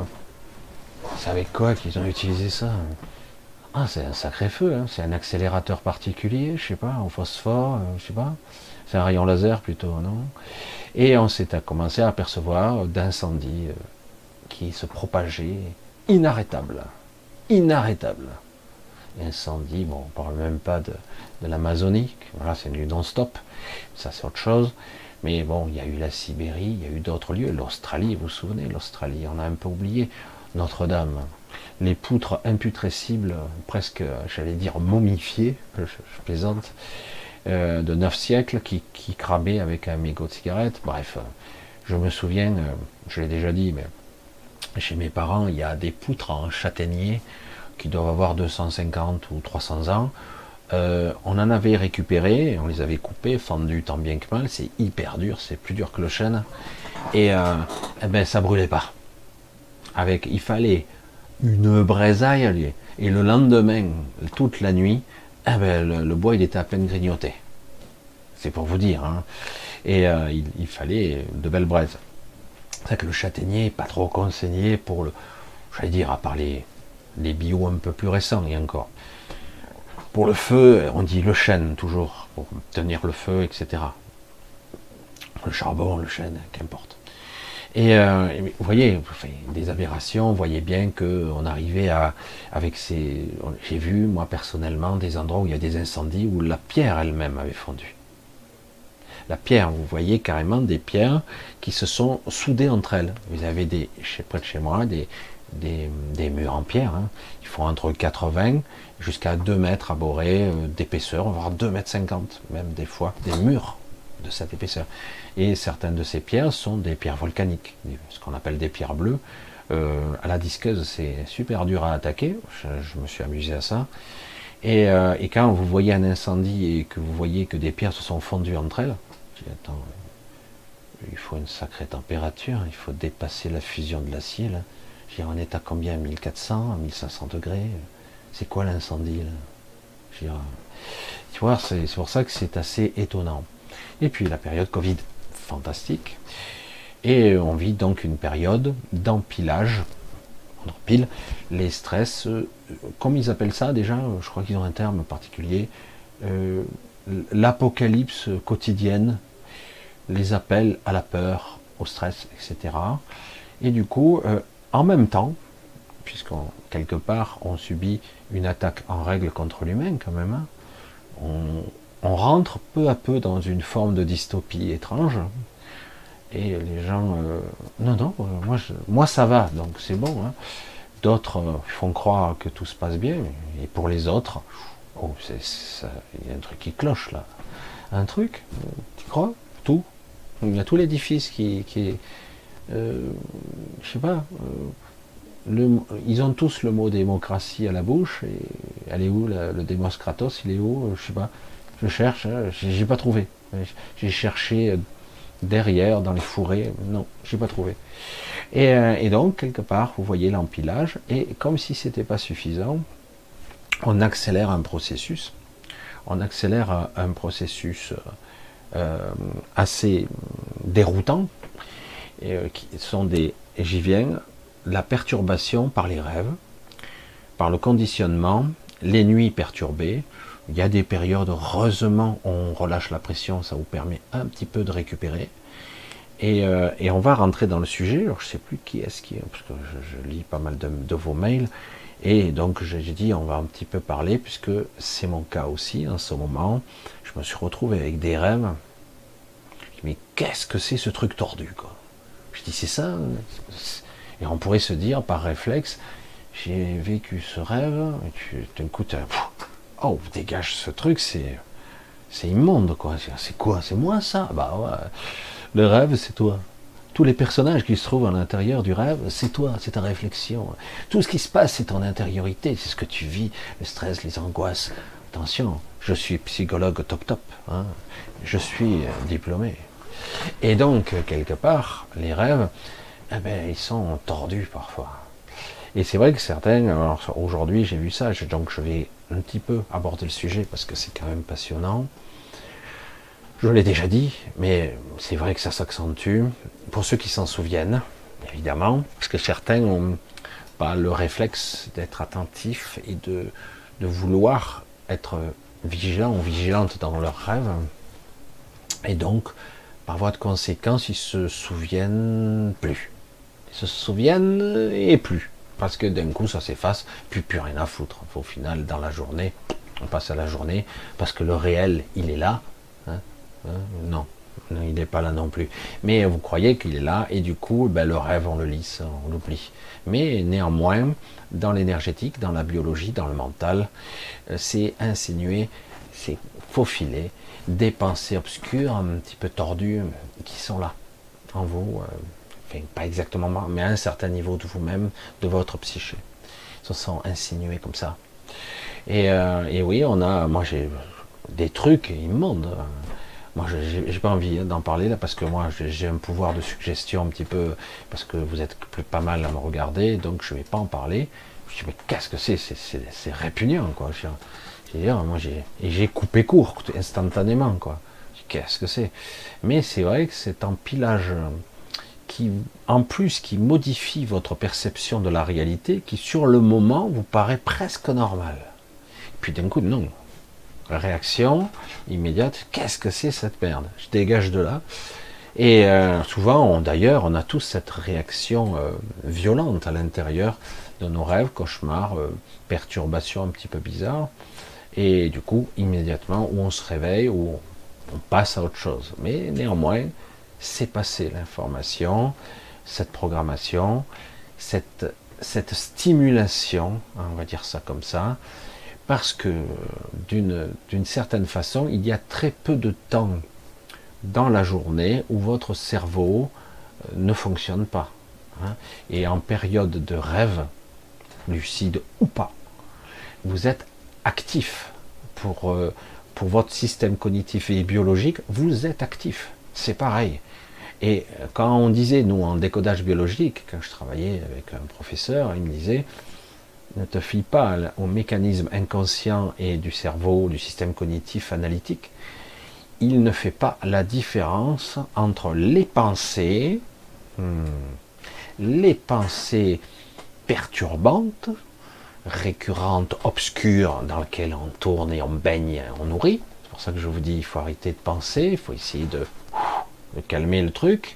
C'est avec quoi qu'ils ont utilisé ça? Ah, c'est un sacré feu, hein. C'est un accélérateur particulier, je sais pas, au phosphore, euh, je sais pas. C'est un rayon laser plutôt, non? Et on s'est commencé à apercevoir d'incendies euh, qui se propageaient, inarrêtables, inarrêtables. Incendie, bon, on parle même pas de, de l'Amazonie, voilà, c'est du non-stop, ça c'est autre chose. Mais bon, il y a eu la Sibérie, il y a eu d'autres lieux, l'Australie, vous vous souvenez, l'Australie, on a un peu oublié, Notre-Dame, les poutres imputrescibles, presque, j'allais dire momifiées, je, je plaisante, euh, de neuf siècles, qui, qui cramaient avec un mégot de cigarette. Bref, je me souviens, euh, je l'ai déjà dit, mais chez mes parents, il y a des poutres en châtaignier qui doivent avoir deux cent cinquante ou trois cents ans. Euh, on en avait récupéré, on les avait coupés, fendus tant bien que mal, c'est hyper dur, c'est plus dur que le chêne, et, euh, eh ben ça brûlait pas. Avec, il fallait une braisaille, et le lendemain, toute la nuit, eh ben, le, le bois il était à peine grignoté. C'est pour vous dire, hein. Et euh, il, il fallait de belles braises. C'est vrai que le châtaignier, pas trop conseillé pour le, j'allais dire, à part les, les bio un peu plus récents, et encore. Pour le feu, on dit le chêne toujours, pour tenir le feu, et cetera. Le charbon, le chêne, qu'importe. Et euh, vous voyez, enfin, des aberrations, vous voyez bien qu'on arrivait à, avec ces... J'ai vu, moi, personnellement, des endroits où il y a des incendies où la pierre elle-même avait fondu. La pierre, vous voyez carrément des pierres qui se sont soudées entre elles. Vous avez des, chez, près de chez moi, des, des, des murs en pierre, hein. Ils font entre quatre-vingts jusqu'à deux mètres à borer euh, d'épaisseur, voire deux mètres cinquante, même des fois, des murs de cette épaisseur. Et certaines de ces pierres sont des pierres volcaniques, ce qu'on appelle des pierres bleues. Euh, à la disqueuse, c'est super dur à attaquer, je, je me suis amusé à ça. Et, euh, et quand vous voyez un incendie et que vous voyez que des pierres se sont fondues entre elles, je dis, attends, il faut une sacrée température, il faut dépasser la fusion de l'acier, là. Je dis, on est à combien, mille quatre cents, mille cinq cents degrés? C'est quoi l'incendie, là? Je dis, tu vois, c'est pour ça que c'est assez étonnant. Et puis la période Covid, fantastique. Et on vit donc une période d'empilage. On empile les stress, euh, comme ils appellent ça déjà, je crois qu'ils ont un terme particulier, euh, l'apocalypse quotidienne, les appels à la peur, au stress, et cetera. Et du coup, euh, en même temps, puisqu'on quelque part on subit une attaque en règle contre l'humain quand même, hein, on, on rentre peu à peu dans une forme de dystopie étrange. Et les gens, euh, non, non, moi, je, moi ça va, donc c'est bon. Hein. D'autres euh, font croire que tout se passe bien, et pour les autres, oh, il y a un truc qui cloche là. Un truc, tu crois? Tout. Il y a tout l'édifice qui, qui est, euh, je sais pas, euh, le, ils ont tous le mot démocratie à la bouche, et elle est où, la, le Demos Kratos, il est où? Je sais pas, je cherche, hein, j'ai pas trouvé. J'ai cherché derrière, dans les fourrés, non, j'ai pas trouvé. Et, euh, et donc, quelque part, vous voyez l'empilage, et comme si c'était pas suffisant, on accélère un processus, on accélère un, un processus euh, assez déroutant, et, euh, qui sont des, et j'y viens, la perturbation par les rêves, par le conditionnement, les nuits perturbées. Il y a des périodes, heureusement, on relâche la pression, ça vous permet un petit peu de récupérer. Et, euh, et on va rentrer dans le sujet. Alors, je ne sais plus qui est-ce qui est, parce que je, je lis pas mal de, de vos mails. Et donc, j'ai dit, on va un petit peu parler, puisque c'est mon cas aussi, en ce moment. Je me suis retrouvé avec des rêves. Je dis, mais qu'est-ce que c'est ce truc tordu, quoi? Je dis, c'est ça. Et on pourrait se dire, par réflexe, j'ai vécu ce rêve, et tu t'écoutes, oh, dégage ce truc, c'est c'est immonde, quoi. C'est quoi? C'est moi, ça? Bah ouais. Le rêve, c'est toi. Tous les personnages qui se trouvent à l'intérieur du rêve, c'est toi, c'est ta réflexion. Tout ce qui se passe, c'est ton intériorité, c'est ce que tu vis, le stress, les angoisses. Attention, je suis psychologue top top, hein. Je suis diplômé. Et donc, quelque part, les rêves, eh ben, ils sont tordus parfois. Et c'est vrai que certains, alors aujourd'hui j'ai vu ça, donc je vais un petit peu aborder le sujet parce que c'est quand même passionnant. Je l'ai déjà dit, mais c'est vrai que ça s'accentue. Pour ceux qui s'en souviennent, évidemment, parce que certains ont pas le réflexe d'être attentifs et de, de vouloir être vigilants ou vigilantes dans leurs rêves. Et donc, par voie de conséquence, ils se souviennent plus. Ils se souviennent et plus. Parce que d'un coup, ça s'efface, puis plus rien à foutre. Au final, dans la journée, on passe à la journée, parce que le réel, il est là. Hein, hein, non, non, il n'est pas là non plus. Mais vous croyez qu'il est là, et du coup, ben, le rêve, on le lisse, on l'oublie. Mais néanmoins, dans l'énergétique, dans la biologie, dans le mental, c'est insinué, c'est faufilé, des pensées obscures, un petit peu tordues, qui sont là, en vous. Euh, Enfin, pas exactement, mais à un certain niveau de vous-même, de votre psyché. Ils se sont insinués comme ça. Et, euh, et oui, on a, moi j'ai des trucs immondes. Moi, j'ai pas envie d'en parler là parce que moi, j'ai un pouvoir de suggestion un petit peu, parce que vous êtes pas mal à me regarder, donc je vais pas en parler. Je dis mais qu'est-ce que c'est? C'est répugnant, quoi. Je veux dire, moi j'ai et j'ai coupé court instantanément, quoi. Qu'est-ce que c'est? Mais c'est vrai que cet empilage qui, en plus, qui modifie votre perception de la réalité, qui sur le moment vous paraît presque normal. Puis d'un coup, non. Réaction immédiate, qu'est-ce que c'est cette merde? Je dégage de là. Et euh, souvent, d'ailleurs, on a tous cette réaction euh, violente à l'intérieur de nos rêves, cauchemars, euh, perturbations un petit peu bizarres. Et du coup, immédiatement, où on se réveille, où on passe à autre chose. Mais néanmoins, c'est passé l'information, cette programmation, cette, cette stimulation, on va dire ça comme ça, parce que d'une d'une certaine façon, il y a très peu de temps dans la journée où votre cerveau euh, ne fonctionne pas. Hein, et en période de rêve, lucide ou pas, vous êtes actif pour, euh, pour votre système cognitif et biologique, vous êtes actif. C'est pareil. Et quand on disait, nous, en décodage biologique, quand je travaillais avec un professeur, il me disait, ne te fie pas au mécanisme inconscient et du cerveau, du système cognitif analytique. Il ne fait pas la différence entre les pensées, hmm, les pensées perturbantes, récurrentes, obscures, dans lesquelles on tourne et on baigne, on nourrit. C'est pour ça que je vous dis, il faut arrêter de penser, il faut essayer de, de calmer le truc.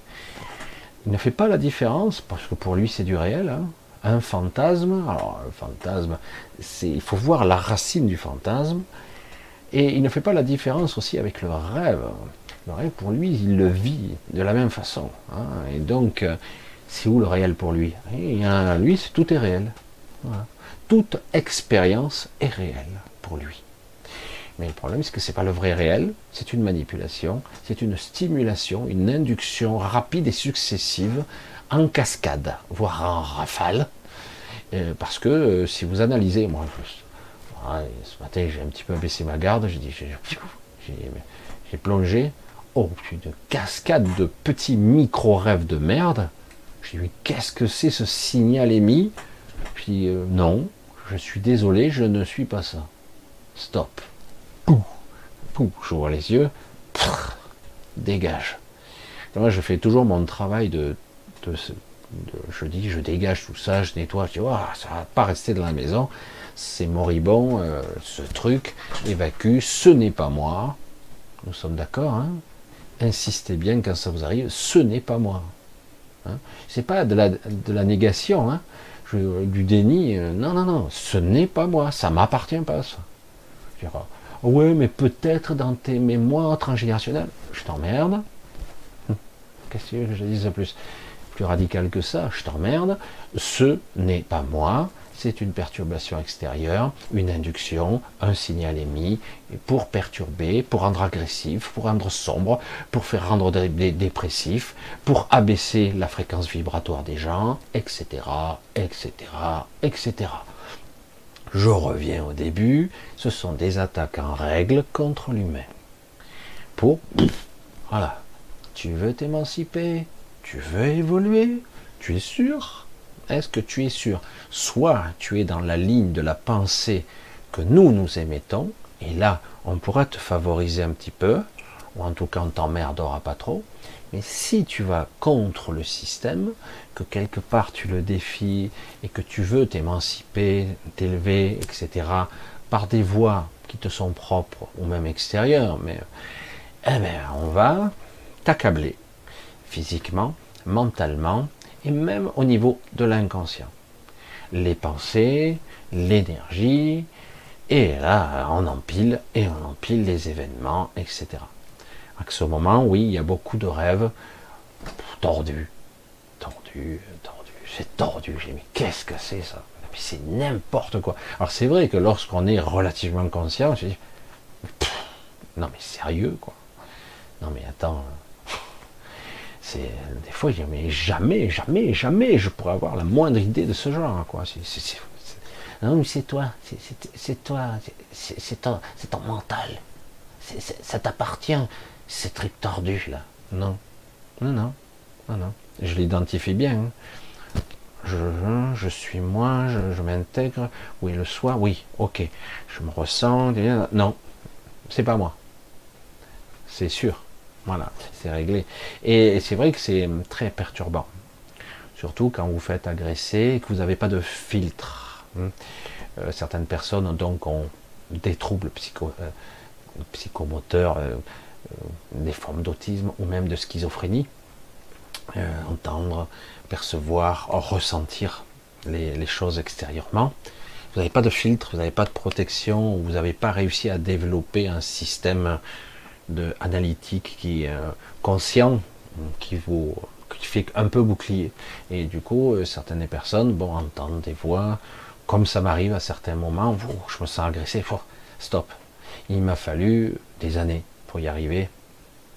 Il ne fait pas la différence, parce que pour lui c'est du réel, hein. Un fantasme, alors un fantasme, c'est, il faut voir la racine du fantasme, et il ne fait pas la différence aussi avec le rêve. Le rêve, pour lui, il le vit de la même façon. Hein, et donc, c'est où le réel pour lui? Et lui, c'est, tout est réel. Voilà. Toute expérience est réelle pour lui. Mais le problème, c'est que c'est pas le vrai réel, c'est une manipulation, c'est une stimulation, une induction rapide et successive, en cascade, voire en rafale, euh, parce que euh, si vous analysez, moi, je, ouais, ce matin, j'ai un petit peu baissé ma garde, j'ai dit, j'ai, j'ai, j'ai plongé, oh, une cascade de petits micro-rêves de merde. J'ai dit, qu'est-ce que c'est ce signal émis? Puis euh, non, je suis désolé, je ne suis pas ça. Stop. Pouf, pouf, j'ouvre les yeux, pff, dégage. Et moi, je fais toujours mon travail de, de, de, je dis, je dégage tout ça, je nettoie, je dis, oh, ça va pas rester dans la maison, c'est moribond, euh, ce truc, évacue, ce n'est pas moi. Nous sommes d'accord, hein? Insistez bien quand ça vous arrive, ce n'est pas moi. Hein, c'est pas de la, de la négation, hein, je, du déni, euh, non, non, non, ce n'est pas moi, ça m'appartient pas, ça. Je dirais, oui, mais peut-être dans tes mémoires transgénérationnelles, je t'emmerde. Qu'est-ce que je dis de plus? Plus radical que ça, je t'emmerde. Ce n'est pas moi, c'est une perturbation extérieure, une induction, un signal émis pour perturber, pour rendre agressif, pour rendre sombre, pour faire rendre dé dé dépressif, pour abaisser la fréquence vibratoire des gens, et cetera, et cetera, et cetera. Je reviens au début, ce sont des attaques en règle contre l'humain. Pour, voilà, tu veux t'émanciper, tu veux évoluer, tu es sûr? Est-ce que tu es sûr? Soit tu es dans la ligne de la pensée que nous, nous émettons, et là, on pourra te favoriser un petit peu, ou en tout cas, on t'emmerdera pas trop. Mais si tu vas contre le système, que quelque part tu le défies, et que tu veux t'émanciper, t'élever, et cetera, par des voies qui te sont propres, ou même extérieures, mais eh bien, on va t'accabler, physiquement, mentalement, et même au niveau de l'inconscient. Les pensées, l'énergie, et là, on empile, et on empile les événements, et cetera. À ce moment, oui, il y a beaucoup de rêves tordus, tordus, tordus, c'est tordu, j'ai dit, mais qu'est-ce que c'est ça? Mais c'est n'importe quoi. Alors c'est vrai que lorsqu'on est relativement conscient, je dis, non mais sérieux, quoi. Non mais attends, c'est des fois je dis mais jamais, jamais, jamais je pourrais avoir la moindre idée de ce genre, quoi. C'est, c'est, c'est, c'est... Non mais c'est toi, c'est, c'est, c'est toi, c'est, c'est, ton, c'est ton mental, c'est, c'est, ça t'appartient, ces trucs tordus là. Non, non, non, non, non. Je l'identifie bien. Hein. Je, je, je suis moi, je, je m'intègre. Oui, le soi, oui, ok. Je me ressens. Non, c'est pas moi. C'est sûr. Voilà, c'est réglé. Et c'est vrai que c'est très perturbant. Surtout quand vous faites agresser et que vous n'avez pas de filtre. Euh, certaines personnes donc ont des troubles psycho, euh, psychomoteurs, euh, euh, des formes d'autisme ou même de schizophrénie. Euh, entendre, percevoir, ressentir les, les choses extérieurement. Vous n'avez pas de filtre, vous n'avez pas de protection, vous n'avez pas réussi à développer un système de analytique qui est euh, conscient, qui vous qui fait un peu bouclier. Et du coup, euh, certaines personnes bon, entendent des voix, comme ça m'arrive à certains moments, oh, je me sens agressé, faut, stop. Il m'a fallu des années pour y arriver.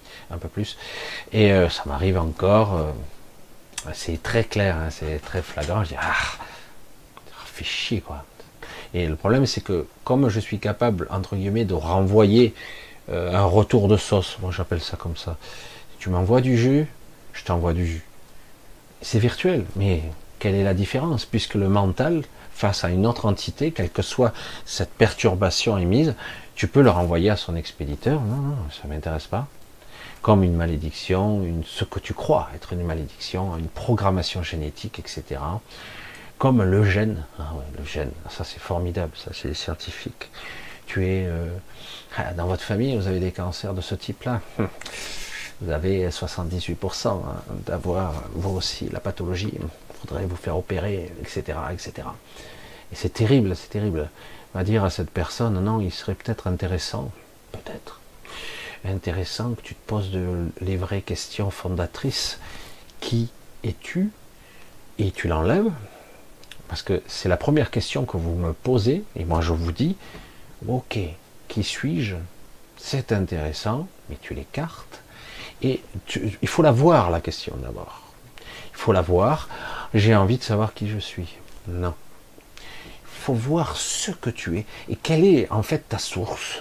un peu plus. Et euh, ça m'arrive encore, euh, c'est très clair, hein, c'est très flagrant. Je dis, ah, fais chier quoi. Et le problème, c'est que comme je suis capable, entre guillemets, de renvoyer euh, un retour de sauce, moi j'appelle ça comme ça. Tu m'envoies du jus, je t'envoie du jus. C'est virtuel, mais quelle est la différence? Puisque le mental, face à une autre entité, quelle que soit cette perturbation émise, tu peux le renvoyer à son expéditeur. Non, non, ça m'intéresse pas. Comme une malédiction, une, ce que tu crois être une malédiction, une programmation génétique, et cetera. Comme le gène. Ah ouais, le gène, ça c'est formidable, ça c'est scientifique. Tu es euh, dans votre famille, vous avez des cancers de ce type-là. Vous avez soixante-dix-huit pour cent hein, d'avoir vous aussi la pathologie. Il faudrait vous faire opérer, et cetera, et cetera. Et c'est terrible, c'est terrible. On va dire à cette personne, non, il serait peut-être intéressant, peut-être intéressant que tu te poses de, les vraies questions fondatrices. Qui es-tu? Et tu l'enlèves. Parce que c'est la première question que vous me posez, et moi je vous dis, ok, qui suis-je? C'est intéressant, mais tu l'écartes, et tu, il faut la voir la question d'abord. Il faut la voir, j'ai envie de savoir qui je suis. Non. Il faut voir ce que tu es, et quelle est en fait ta source.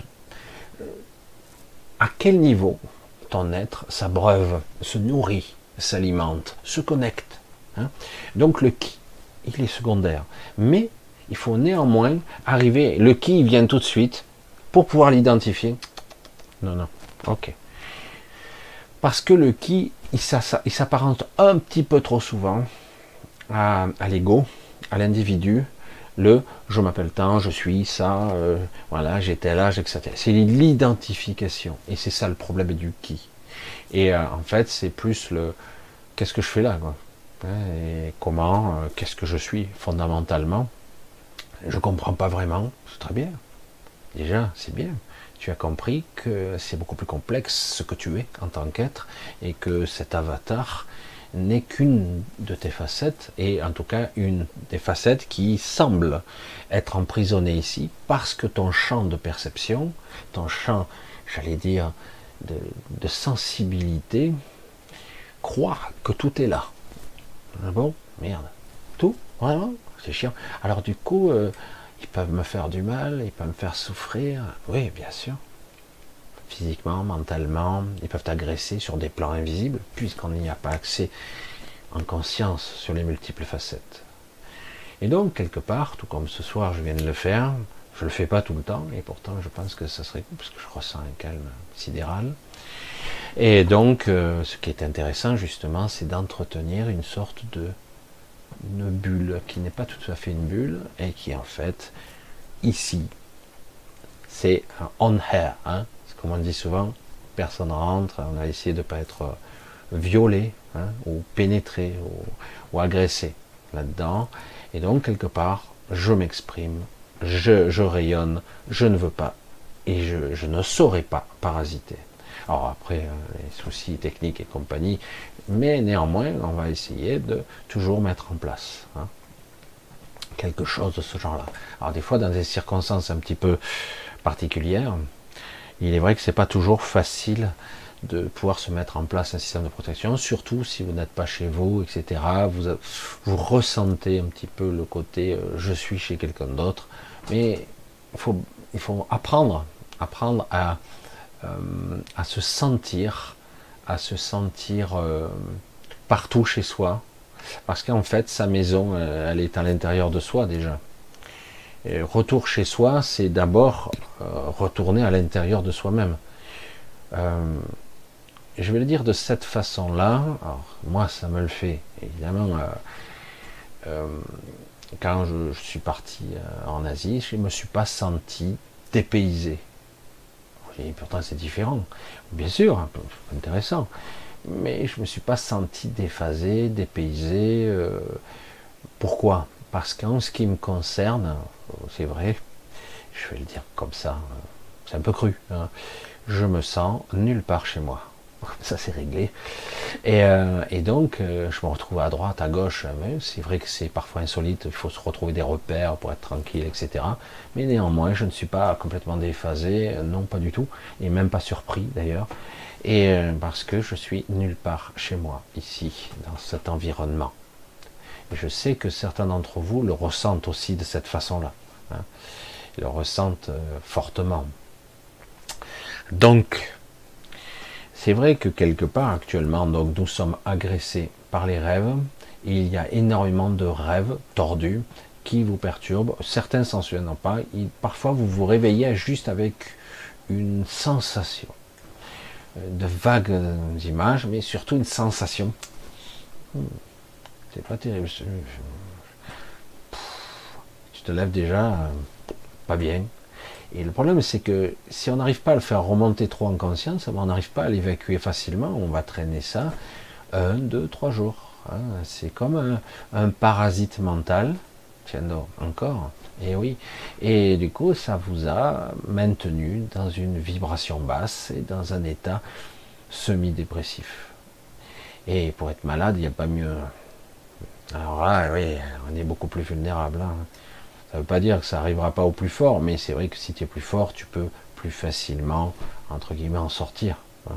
À quel niveau ton être s'abreuve, se nourrit, s'alimente, se connecte. Hein. Donc le qui, il est secondaire. Mais il faut néanmoins arriver, le qui vient tout de suite, pour pouvoir l'identifier. Non, non, ok. Parce que le qui, il s'apparente un petit peu trop souvent à, à l'ego, à l'individu. Le je m'appelle tant, je suis ça, euh, voilà, j'ai tel âge, et cetera. C'est l'identification. Et c'est ça le problème du qui. Et euh, en fait, c'est plus le qu'est-ce que je fais là, quoi. Et comment, euh, qu'est-ce que je suis fondamentalement? Je comprends pas vraiment, c'est très bien. Déjà, c'est bien. Tu as compris que c'est beaucoup plus complexe ce que tu es en tant qu'être et que cet avatar n'est qu'une de tes facettes et en tout cas une des facettes qui semble être emprisonnée ici parce que ton champ de perception, ton champ, j'allais dire, de, de sensibilité croit que tout est là. Ah bon, merde. Tout? Vraiment? C'est chiant. Alors du coup, euh, ils peuvent me faire du mal, ils peuvent me faire souffrir. Oui, bien sûr. Physiquement, mentalement, ils peuvent t'agresser sur des plans invisibles, puisqu'on n'y a pas accès en conscience sur les multiples facettes. Et donc, quelque part, tout comme ce soir je viens de le faire, je le fais pas tout le temps, et pourtant je pense que ça serait cool, parce que je ressens un calme sidéral. Et donc, euh, ce qui est intéressant, justement, c'est d'entretenir une sorte de une bulle, qui n'est pas tout à fait une bulle, et qui, en fait, ici, c'est un on-air, hein. Comme on dit souvent, personne rentre, on a essayé de ne pas être violé, hein, ou pénétré, ou, ou agressé là-dedans. Et donc, quelque part, je m'exprime, je, je rayonne, je ne veux pas, et je, je ne saurais pas parasiter. Alors après, euh, les soucis techniques et compagnie, mais néanmoins, on va essayer de toujours mettre en place hein, quelque chose de ce genre-là. Alors des fois, dans des circonstances un petit peu particulières, il est vrai que c'est pas toujours facile de pouvoir se mettre en place un système de protection, surtout si vous n'êtes pas chez vous, et cetera. Vous, vous ressentez un petit peu le côté euh, je suis chez quelqu'un d'autre, mais il faut, il faut apprendre, apprendre à, euh, à se sentir, à se sentir euh, partout chez soi, parce qu'en fait sa maison, elle est à l'intérieur de soi déjà. Et retour chez soi, c'est d'abord euh, retourner à l'intérieur de soi-même. Euh, je vais le dire de cette façon-là. Alors, moi, ça me le fait, évidemment. Euh, euh, quand je, je suis parti euh, en Asie, je ne me suis pas senti dépaysé. Et pourtant, c'est différent. Bien sûr, un peu intéressant. Mais je ne me suis pas senti déphasé, dépaysé. Euh, pourquoi ? Parce qu'en ce qui me concerne, c'est vrai, je vais le dire comme ça, c'est un peu cru, hein, je me sens nulle part chez moi. Ça c'est réglé. Et, euh, et donc, euh, je me retrouve à droite, à gauche, mais c'est vrai que c'est parfois insolite, il faut se retrouver des repères pour être tranquille, et cetera. Mais néanmoins, je ne suis pas complètement déphasé, non pas du tout, et même pas surpris d'ailleurs. Et euh, parce que je suis nulle part chez moi, ici, dans cet environnement. Et je sais que certains d'entre vous le ressentent aussi de cette façon-là. Hein. Ils le ressentent euh, fortement. Donc, c'est vrai que quelque part actuellement, donc, nous sommes agressés par les rêves. Et il y a énormément de rêves tordus qui vous perturbent. Certains s'en souviennent pas. Et parfois, vous vous réveillez juste avec une sensation de vagues images, mais surtout une sensation. C'est pas terrible. Tu te lèves déjà euh, pas bien. Et le problème, c'est que si on n'arrive pas à le faire remonter trop en conscience, on n'arrive pas à l'évacuer facilement, on va traîner ça un, deux, trois jours. Hein. C'est comme un, un parasite mental. Tiens donc, encore. Et oui. Et du coup, ça vous a maintenu dans une vibration basse et dans un état semi-dépressif. Et pour être malade, il n'y a pas mieux. Alors là, oui, on est beaucoup plus vulnérable. Hein. Ça ne veut pas dire que ça n'arrivera pas au plus fort, mais c'est vrai que si tu es plus fort, tu peux plus facilement, entre guillemets, en sortir. Hein.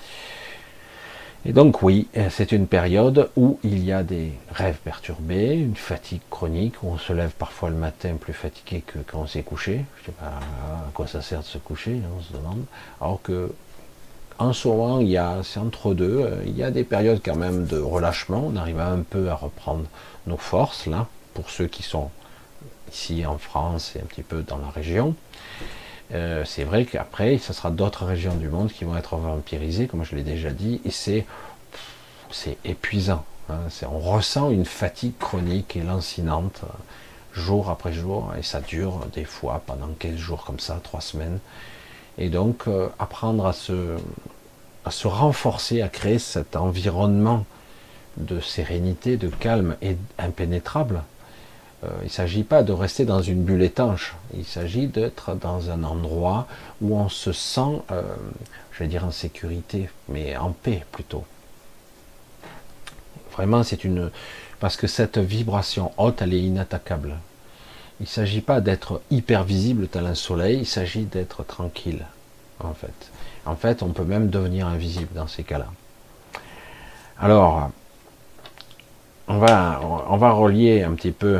Et donc oui, c'est une période où il y a des rêves perturbés, une fatigue chronique, où on se lève parfois le matin plus fatigué que quand on s'est couché. Je ne sais pas à quoi ça sert de se coucher, on se demande. Alors que en ce moment, il y a, c'est entre deux, il y a des périodes quand même de relâchement, on arrive un peu à reprendre nos forces, là, pour ceux qui sont ici en France et un petit peu dans la région. Euh, c'est vrai qu'après, ce sera d'autres régions du monde qui vont être vampirisées, comme je l'ai déjà dit, et c'est, c'est épuisant. Hein, c'est, on ressent une fatigue chronique et lancinante, jour après jour, et ça dure des fois pendant quinze jours comme ça, trois semaines. Et donc, euh, apprendre à se, à se renforcer, à créer cet environnement de sérénité, de calme et impénétrable. Euh, il ne s'agit pas de rester dans une bulle étanche, il s'agit d'être dans un endroit où on se sent, euh, je vais dire en sécurité, mais en paix plutôt. Vraiment, c'est une... Parce que cette vibration haute, elle est inattaquable. Il ne s'agit pas d'être hyper visible tel un soleil, il s'agit d'être tranquille, en fait. En fait, on peut même devenir invisible dans ces cas-là. Alors, on va, on va relier un petit peu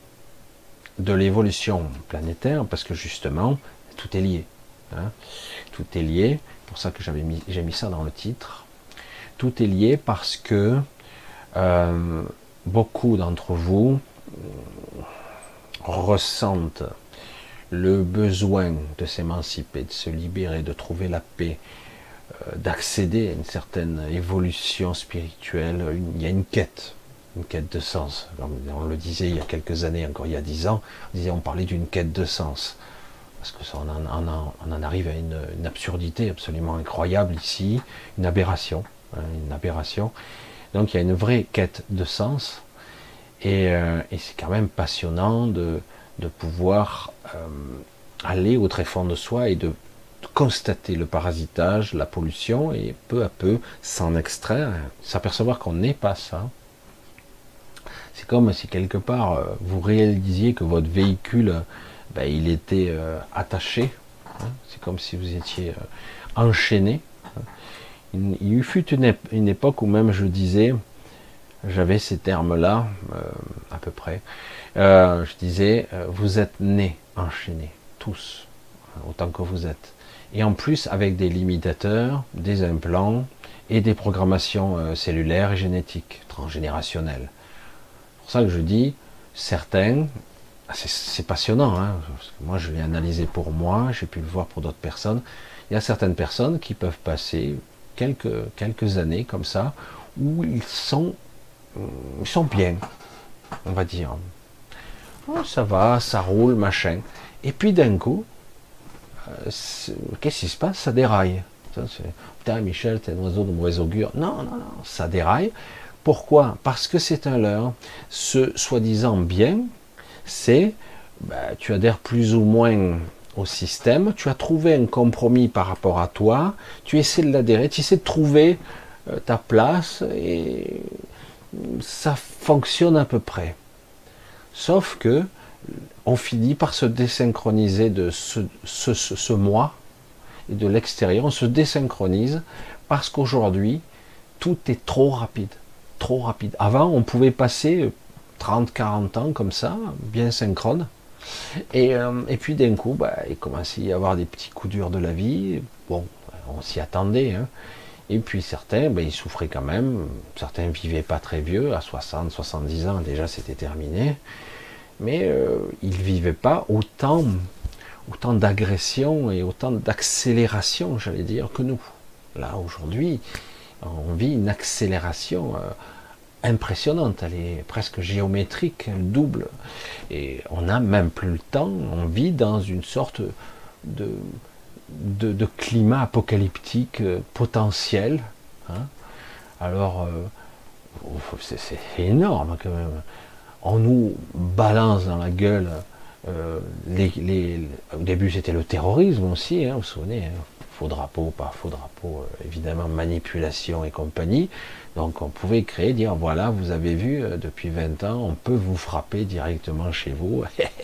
de l'évolution planétaire, parce que justement, tout est lié. Hein. Tout est lié, c'est pour ça que j'avais mis, j'ai mis ça dans le titre. Tout est lié parce que euh, beaucoup d'entre vous ressentent le besoin de s'émanciper, de se libérer, de trouver la paix, euh, d'accéder à une certaine évolution spirituelle. Une, il y a une quête, une quête de sens. On le disait il y a quelques années, encore il y a dix ans, on, disait, on parlait d'une quête de sens. Parce que ça, on, en, on, en, on en arrive à une, une absurdité absolument incroyable ici, une aberration, hein, une aberration. Donc il y a une vraie quête de sens. Et, euh, et c'est quand même passionnant de, de pouvoir euh, aller au tréfonds de soi et de, de constater le parasitage, la pollution, et peu à peu s'en extraire, s'apercevoir qu'on n'est pas ça. C'est comme si quelque part euh, vous réalisiez que votre véhicule, ben, il était euh, attaché. Hein, c'est comme si vous étiez euh, enchaîné. Il, il fut une, ép une époque où même je disais, j'avais ces termes-là, euh, à peu près. Euh, je disais, euh, vous êtes nés enchaînés, tous, autant que vous êtes. Et en plus, avec des limitateurs, des implants et des programmations euh, cellulaires et génétiques, transgénérationnelles. C'est pour ça que je dis, certains, c'est passionnant, hein, parce que moi je l'ai analysé pour moi, j'ai pu le voir pour d'autres personnes. Il y a certaines personnes qui peuvent passer quelques, quelques années comme ça, où ils sont ils sont bien, on va dire. Oh, ça va, ça roule, machin. Et puis d'un coup, euh, qu'est-ce qui se passe? Ça déraille. Putain, Michel, t'es un oiseau de mauvais augure. Non, non, non, ça déraille. Pourquoi? Parce que c'est un leurre. Ce soi-disant bien, c'est, bah, tu adhères plus ou moins au système, tu as trouvé un compromis par rapport à toi, tu essaies de l'adhérer, tu essaies de trouver euh, ta place et ça fonctionne à peu près. Sauf que on finit par se désynchroniser de ce, ce, ce, ce moi et de l'extérieur. On se désynchronise Parce qu'aujourd'hui, tout est trop rapide. Trop rapide. Avant, on pouvait passer trente, quarante ans comme ça, bien synchrone. Et, euh, et puis d'un coup, bah, il commençait à y avoir des petits coups durs de la vie. Bon, on s'y attendait. Hein. Et puis certains, bah, ils souffraient quand même. Certains vivaient pas très vieux, à soixante, soixante-dix ans, déjà c'était terminé. Mais euh, ils vivaient pas autant, autant d'agression et autant d'accélération, j'allais dire, que nous. Là, aujourd'hui, on vit une accélération euh, impressionnante, elle est presque géométrique, elle double. Et on n'a même plus le temps, on vit dans une sorte de, de, de climat apocalyptique euh, potentiel. Hein. Alors, euh, c'est, c'est énorme quand même. On nous balance dans la gueule. Euh, les, les, au début, c'était le terrorisme aussi, hein, vous vous souvenez, hein, faux drapeau, pas faux drapeau, euh, évidemment, manipulation et compagnie. Donc, on pouvait créer, dire voilà, vous avez vu, euh, depuis vingt ans, on peut vous frapper directement chez vous.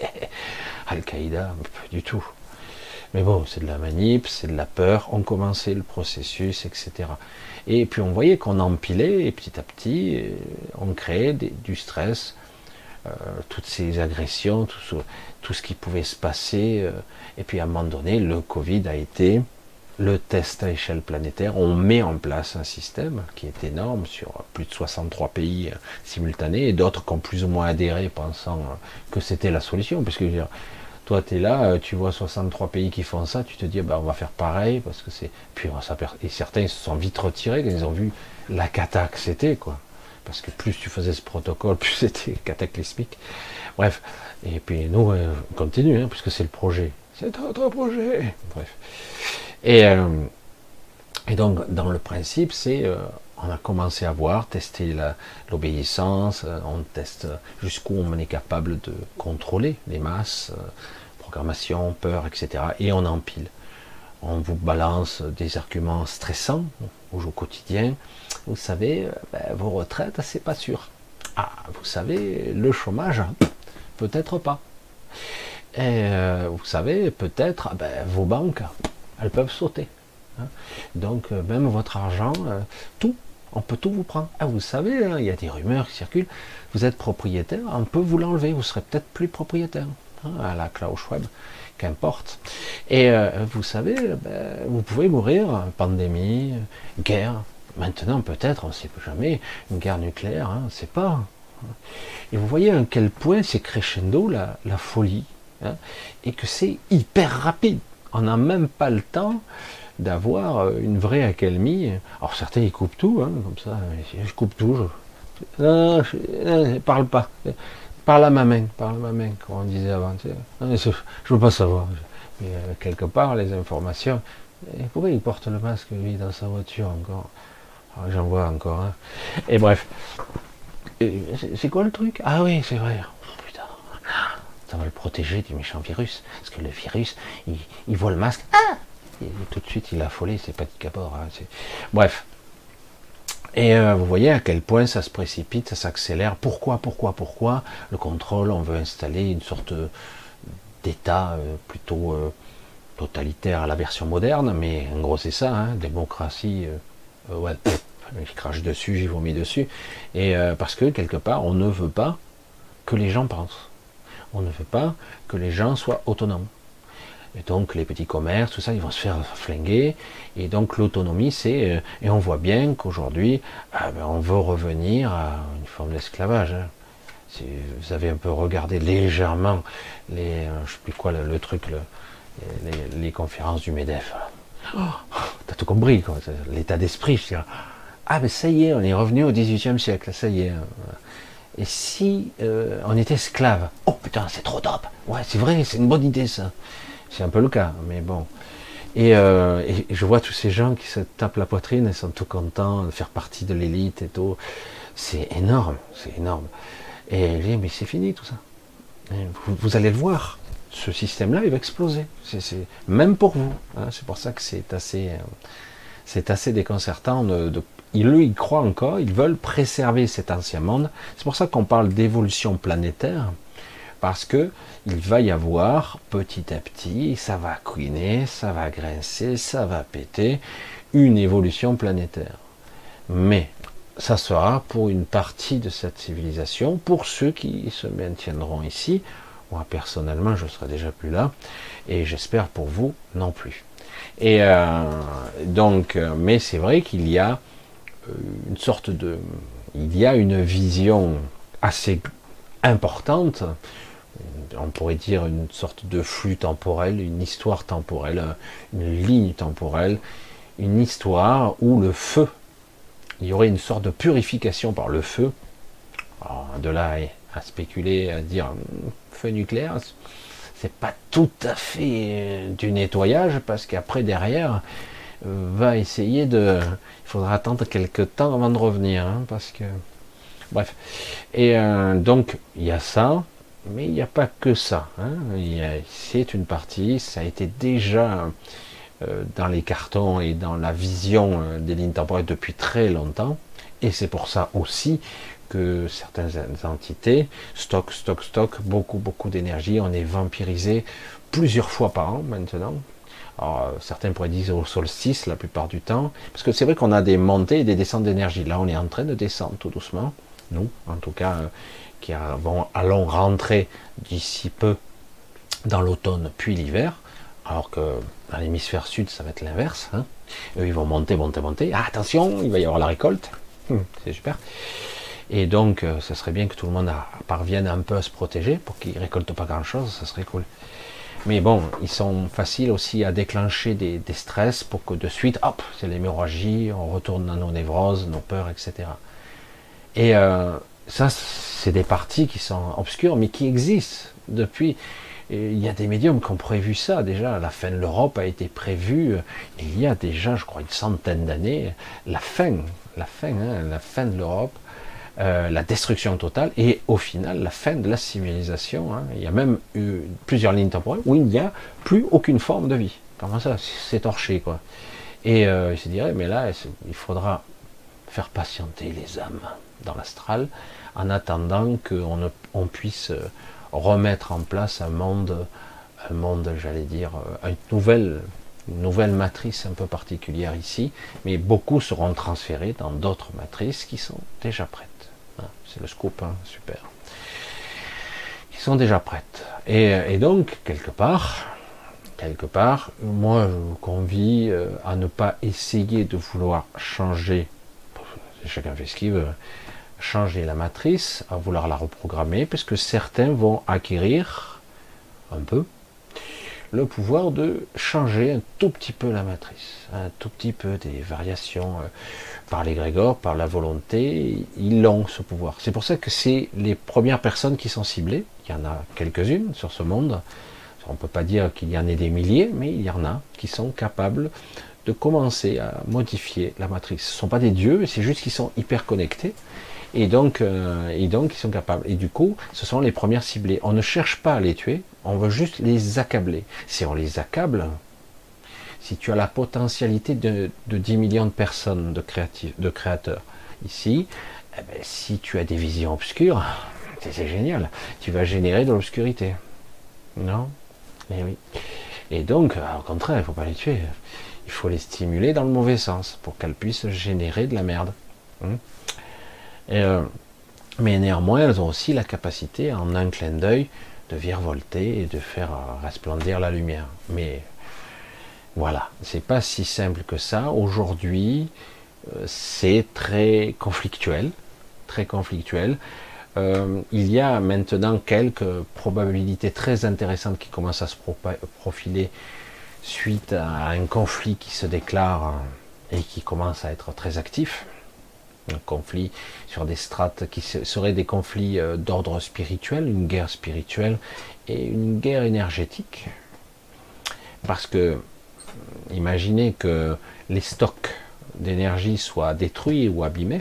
Al-Qaïda, pas du tout. Mais bon, c'est de la manip, c'est de la peur, on commençait le processus, et cetera. Et puis, on voyait qu'on empilait, et petit à petit, euh, on créait des, du stress. Euh, toutes ces agressions, tout ce, tout ce qui pouvait se passer. Euh, et puis à un moment donné, le Covid a été le test à échelle planétaire. On met en place un système qui est énorme sur plus de soixante-trois pays euh, simultanés et d'autres qui ont plus ou moins adhéré pensant euh, que c'était la solution. Parce que je veux dire, toi tu es là, euh, tu vois soixante-trois pays qui font ça, tu te dis bah, on va faire pareil parce que c'est. Puis on et certains se sont vite retirés quand ils ont vu la cata que c'était quoi. Parce que plus tu faisais ce protocole, plus c'était cataclysmique. Bref, et puis nous, euh, on continue, hein, puisque c'est le projet. C'est notre projet. Bref. Et, euh, et donc, dans le principe, c'est, euh, on a commencé à voir, tester la, l'obéissance, euh, on teste jusqu'où on est capable de contrôler les masses, euh, programmation, peur, et cetera. Et on empile. On vous balance des arguments stressants au quotidien. Vous savez, ben, vos retraites, c'est pas sûr. Ah, vous savez, le chômage, peut-être pas. Et euh, vous savez, peut-être, ben, vos banques, elles peuvent sauter. Hein. Donc, euh, même votre argent, euh, tout, on peut tout vous prendre. Ah, vous savez, hein, il y a des rumeurs qui circulent. Vous êtes propriétaire, on peut vous l'enlever. Vous serez peut-être plus propriétaire. Hein, à la Klaus Schwab. Qu'importe. Et euh, vous savez, ben, vous pouvez mourir, pandémie, guerre. Maintenant, peut-être, on ne sait jamais, une guerre nucléaire, hein, on ne sait pas. Et vous voyez à quel point c'est crescendo la, la folie, hein, et que c'est hyper rapide. On n'a même pas le temps d'avoir une vraie accalmie. Alors certains, ils coupent tout, hein, comme ça. Je coupe tout. Je... Non, non, je... non, parle pas. Parle à ma main, parle à ma main, comme on disait avant. Tu sais. Non, je ne veux pas savoir. Mais euh, quelque part, les informations. Et pourquoi il porte le masque, lui, dans sa voiture encore? J'en vois encore. Hein. Et bref. C'est quoi le truc? Ah oui, c'est vrai. Oh, putain. Ça va le protéger du méchant virus. Parce que le virus, il, il voit le masque. Ah et tout de suite, il a affolé. C'est pas de cabord. Hein. Bref. Et euh, vous voyez à quel point ça se précipite, ça s'accélère. Pourquoi, pourquoi, pourquoi le contrôle, on veut installer une sorte d'état euh, plutôt euh, totalitaire à la version moderne, mais en gros c'est ça, hein, démocratie, euh, euh, ouais, pff, je crache dessus, j'y vomis dessus. Et euh, parce que quelque part, on ne veut pas que les gens pensent. On ne veut pas que les gens soient autonomes. Et donc les petits commerces, tout ça, ils vont se faire flinguer. Et donc l'autonomie, c'est... Euh, et on voit bien qu'aujourd'hui, ah ben, on veut revenir à une forme d'esclavage. Hein. Si vous avez un peu regardé légèrement les... Euh, je sais plus quoi, le, le truc, le, les, les conférences du MEDEF. Oh, t'as tout compris, quoi. L'état d'esprit, je dirais. Ah ben ça y est, on est revenu au dix-huitième siècle, ça y est. Et si euh, on était esclave? Oh putain, c'est trop top. Ouais, c'est vrai, c'est une bonne idée ça. C'est un peu le cas, mais bon. Et, euh, et je vois tous ces gens qui se tapent la poitrine et sont tout contents de faire partie de l'élite et tout. C'est énorme, c'est énorme. Et je dis, mais c'est fini tout ça. Vous, vous allez le voir. Ce système-là, il va exploser. C'est, c'est, même pour vous. Hein, c'est pour ça que c'est assez, euh, c'est assez déconcertant. De, de, ils, eux, ils croient encore, ils veulent préserver cet ancien monde. C'est pour ça qu'on parle d'évolution planétaire. Parce que il va y avoir petit à petit, ça va couiner, ça va grincer, ça va péter, une évolution planétaire. Mais ça sera pour une partie de cette civilisation, pour ceux qui se maintiendront ici. Moi personnellement, je serai déjà plus là, et j'espère pour vous non plus. Et euh, donc, mais c'est vrai qu'il y a une sorte de, il y a une vision assez importante. On pourrait dire une sorte de flux temporel, une histoire temporelle, une ligne temporelle, une histoire où le feu, il y aurait une sorte de purification par le feu. Alors, de là à spéculer, à dire feu nucléaire, c'est pas tout à fait du nettoyage, parce qu'après derrière va essayer de, il faudra attendre quelques temps avant de revenir, hein, parce que bref. Et euh, donc il y a ça. Mais il n'y a pas que ça, hein. C'est une partie, ça a été déjà euh, dans les cartons et dans la vision euh, des lignes temporelles depuis très longtemps, et c'est pour ça aussi que certaines entités stockent, stockent, stockent beaucoup, beaucoup d'énergie. On est vampirisé plusieurs fois par an maintenant. Alors, certains pourraient dire au solstice la plupart du temps, parce que c'est vrai qu'on a des montées et des descentes d'énergie. Là, on est en train de descendre tout doucement, nous, en tout cas, euh, qui vont, allons rentrer d'ici peu dans l'automne puis l'hiver, alors que dans l'hémisphère sud, ça va être l'inverse. Hein. Eux, ils vont monter, monter, monter. Ah, attention, il va y avoir la récolte. Hum, c'est super. Et donc, euh, ça serait bien que tout le monde a, parvienne un peu à se protéger pour qu'ils ne récoltent pas grand-chose, ça serait cool. Mais bon, ils sont faciles aussi à déclencher des, des stress pour que de suite, hop, c'est l'hémorragie, on retourne dans nos névroses, nos peurs, et cetera. Et euh, ça, c'est des parties qui sont obscures, mais qui existent depuis. Et il y a des médiums qui ont prévu ça déjà. La fin de l'Europe a été prévue il y a déjà, je crois, une centaine d'années. La fin, la fin, hein, la fin de l'Europe, euh, la destruction totale, et au final, la fin de la civilisation. Hein. Il y a même eu plusieurs lignes temporelles où il n'y a plus aucune forme de vie. Comment ça, c'est torché, quoi. Et euh, il se dirait, mais là, il faudra faire patienter les âmes dans l'astral, en attendant qu'on on puisse remettre en place un monde, un monde, j'allais dire, une nouvelle, une nouvelle matrice un peu particulière ici, mais beaucoup seront transférés dans d'autres matrices qui sont déjà prêtes. C'est le scoop, hein, super. Qui sont déjà prêtes. Et, et donc, quelque part, quelque part, moi je vous convie à ne pas essayer de vouloir changer, chacun fait ce qu'il veut, changer la matrice, à vouloir la reprogrammer, parce que certains vont acquérir un peu le pouvoir de changer un tout petit peu la matrice, un tout petit peu des variations euh, par l'égrégore, par la volonté, ils ont ce pouvoir. C'est pour ça que c'est les premières personnes qui sont ciblées, il y en a quelques-unes sur ce monde, on ne peut pas dire qu'il y en ait des milliers, mais il y en a qui sont capables de commencer à modifier la matrice. Ce ne sont pas des dieux, c'est juste qu'ils sont hyper connectés, et donc, euh, et donc ils sont capables. Et du coup, ce sont les premières ciblées. On ne cherche pas à les tuer, on veut juste les accabler. Si on les accable, si tu as la potentialité de, de dix millions de personnes, de, créatifs, de créateurs ici, eh ben, si tu as des visions obscures, c'est génial, tu vas générer de l'obscurité. Non? Eh oui. Et donc, au contraire, il ne faut pas les tuer. Il faut les stimuler dans le mauvais sens pour qu'elles puissent générer de la merde. Hum. Et, euh, mais néanmoins, elles ont aussi la capacité, en un clin d'œil, de virevolter et de faire euh, resplendir la lumière. Mais voilà, c'est pas si simple que ça. Aujourd'hui, euh, c'est très conflictuel, très conflictuel. Euh, il y a maintenant quelques probabilités très intéressantes qui commencent à se pro profiler suite à un conflit qui se déclare et qui commence à être très actif. Un conflit sur des strates qui seraient des conflits d'ordre spirituel, une guerre spirituelle et une guerre énergétique. Parce que, imaginez que les stocks d'énergie soient détruits ou abîmés,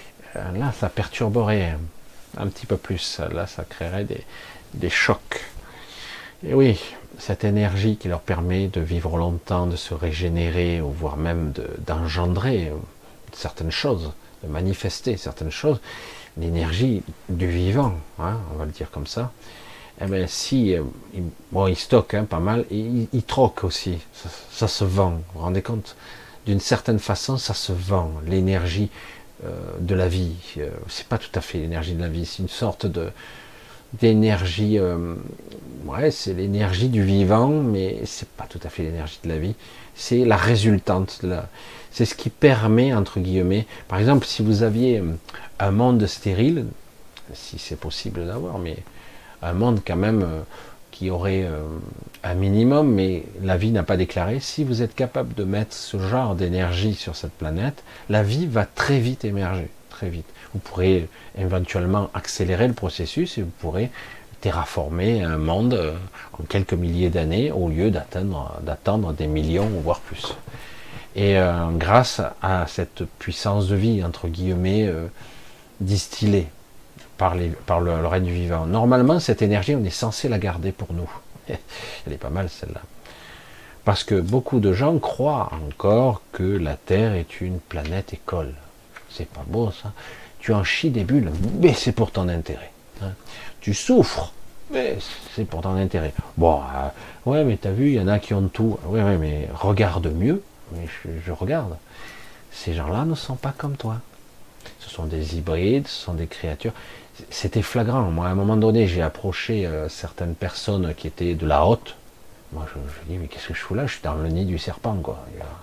là ça perturberait un petit peu plus, là ça créerait des, des chocs. Et oui, cette énergie qui leur permet de vivre longtemps, de se régénérer, ou voire même d'engendrer certaines choses, de manifester certaines choses, l'énergie du vivant, hein, on va le dire comme ça, eh bien si, il, bon, ils stockent hein, pas mal, et ils, ils troquent aussi, ça, ça se vend, vous vous rendez compte d'une certaine façon, ça se vend. L'énergie euh, de la vie, euh, c'est pas tout à fait l'énergie de la vie, c'est une sorte de d'énergie. Euh, ouais, c'est l'énergie du vivant, mais c'est pas tout à fait l'énergie de la vie. C'est la résultante. La, c'est ce qui permet, entre guillemets, par exemple, si vous aviez un monde stérile, si c'est possible d'avoir, mais un monde quand même euh, qui aurait euh, un minimum, mais la vie n'a pas déclaré, si vous êtes capable de mettre ce genre d'énergie sur cette planète, la vie va très vite émerger, très vite. Vous pourrez éventuellement accélérer le processus et vous pourrez terraformer un monde euh, en quelques milliers d'années au lieu d'attendre, d'attendre des millions, voire plus. Et euh, grâce à cette puissance de vie, entre guillemets, euh, distillée par, les, par le, le règne du vivant. Normalement, cette énergie, on est censé la garder pour nous. Elle est pas mal, celle-là. Parce que beaucoup de gens croient encore que la Terre est une planète école. C'est pas beau, ça. Tu en chies des bulles, mais c'est pour ton intérêt. Hein. Tu souffres, mais c'est pour ton intérêt. Bon, euh, ouais, mais t'as vu, il y en a qui ont tout. Oui, oui, mais regarde mieux. Mais je, je regarde. Ces gens-là ne sont pas comme toi. Ce sont des hybrides, ce sont des créatures. C'était flagrant. Moi, à un moment donné, j'ai approché euh, certaines personnes qui étaient de la haute. Moi, je, je dis, mais qu'est-ce que je fous là? Je suis dans le nid du serpent, quoi.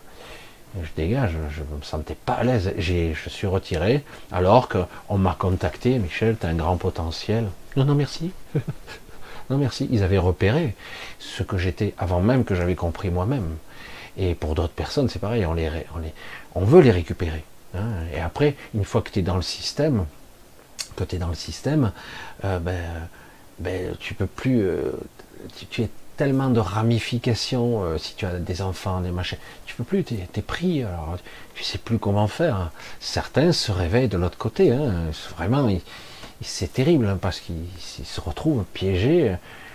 Je dégage, je ne me sentais pas à l'aise. J'ai, je suis retiré, alors qu'on m'a contacté. Michel, tu as un grand potentiel. Non, non, merci. Non, merci. Ils avaient repéré ce que j'étais avant même que j'avais compris moi-même. Et pour d'autres personnes, c'est pareil, on, les, on, les, on veut les récupérer. Hein. Et après, une fois que tu es dans le système, que tu es dans le système, euh, ben, ben, tu peux plus, euh, tu, tu es tellement de ramifications, euh, si tu as des enfants, des machins, tu peux plus, tu es pris, alors tu sais plus comment faire. Certains se réveillent de l'autre côté, hein. Vraiment, il, c'est terrible, hein, parce qu'ils se retrouvent piégés.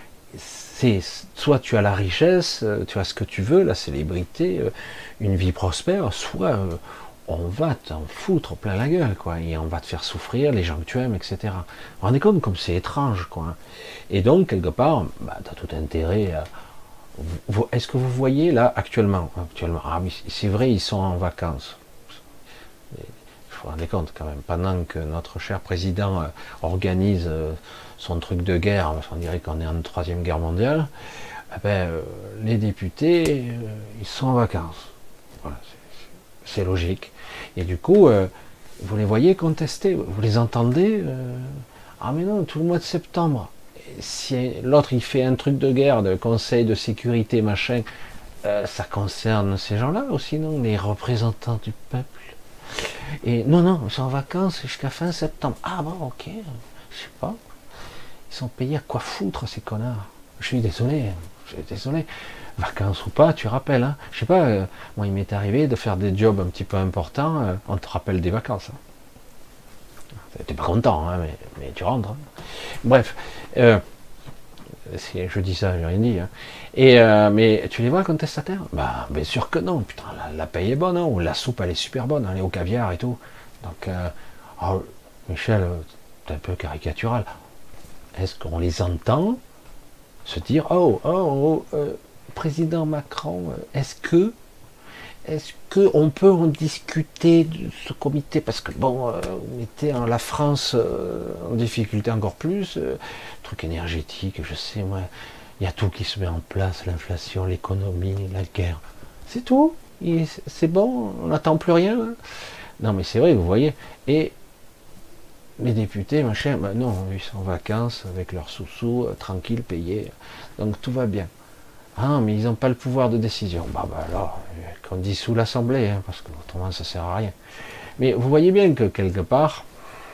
C'est soit tu as la richesse, tu as ce que tu veux, la célébrité, une vie prospère, soit euh, on va t'en foutre plein la gueule, quoi, et on va te faire souffrir, les gens que tu aimes, et cetera. Vous vous rendez compte comme c'est étrange, quoi. Et donc, quelque part, bah, tu as tout intérêt à... Est-ce que vous voyez, là, actuellement, actuellement, ah oui, c'est vrai, ils sont en vacances. Vous vous rendez compte, quand même, pendant que notre cher président euh, organise euh, son truc de guerre, parce qu'on dirait qu'on est en troisième guerre mondiale, eh ben, euh, les députés, euh, ils sont en vacances. Voilà, c'est logique. Et du coup, euh, vous les voyez contester, vous les entendez. Euh, ah mais non, tout le mois de septembre. Et si l'autre il fait un truc de guerre, de conseil de sécurité, machin, euh, ça concerne ces gens-là aussi, non? Les représentants du peuple. Et non, non, ils sont en vacances jusqu'à fin septembre. Ah bon, ok, je sais pas. Ils sont payés à quoi foutre, ces connards? Je suis désolé, je suis désolé. Vacances ou pas, tu rappelles, hein. Je sais pas, euh, moi il m'est arrivé de faire des jobs un petit peu importants, euh, on te rappelle des vacances. Hein. T'es pas content, hein, mais, mais tu rentres. Hein. Bref, euh, si je dis ça, j'ai rien dit. Hein. Et, euh, mais tu les vois contestataires? Bah, bien sûr que non, putain, la, la paye est bonne, hein, ou la soupe elle est super bonne, hein, elle est au caviar et tout. Donc, euh, oh, Michel, t'es un peu caricatural. Est-ce qu'on les entend se dire, oh, oh, oh, euh, président Macron, est-ce que, est-ce que on peut en discuter de ce comité, parce que bon, euh, vous mettez en la France euh, en difficulté encore plus, euh, truc énergétique, je sais moi, il y a tout qui se met en place, l'inflation, l'économie, la guerre, c'est tout, c'est bon, on n'attend plus rien. Hein. Non mais c'est vrai, vous voyez, et les députés, machin, ben non, ils sont en vacances avec leurs sous-sous, euh, tranquilles, payés, donc tout va bien. Ah, mais ils n'ont pas le pouvoir de décision. Bah, bah alors, qu'on dissout l'Assemblée, hein, parce que autrement ça sert à rien. Mais vous voyez bien que quelque part,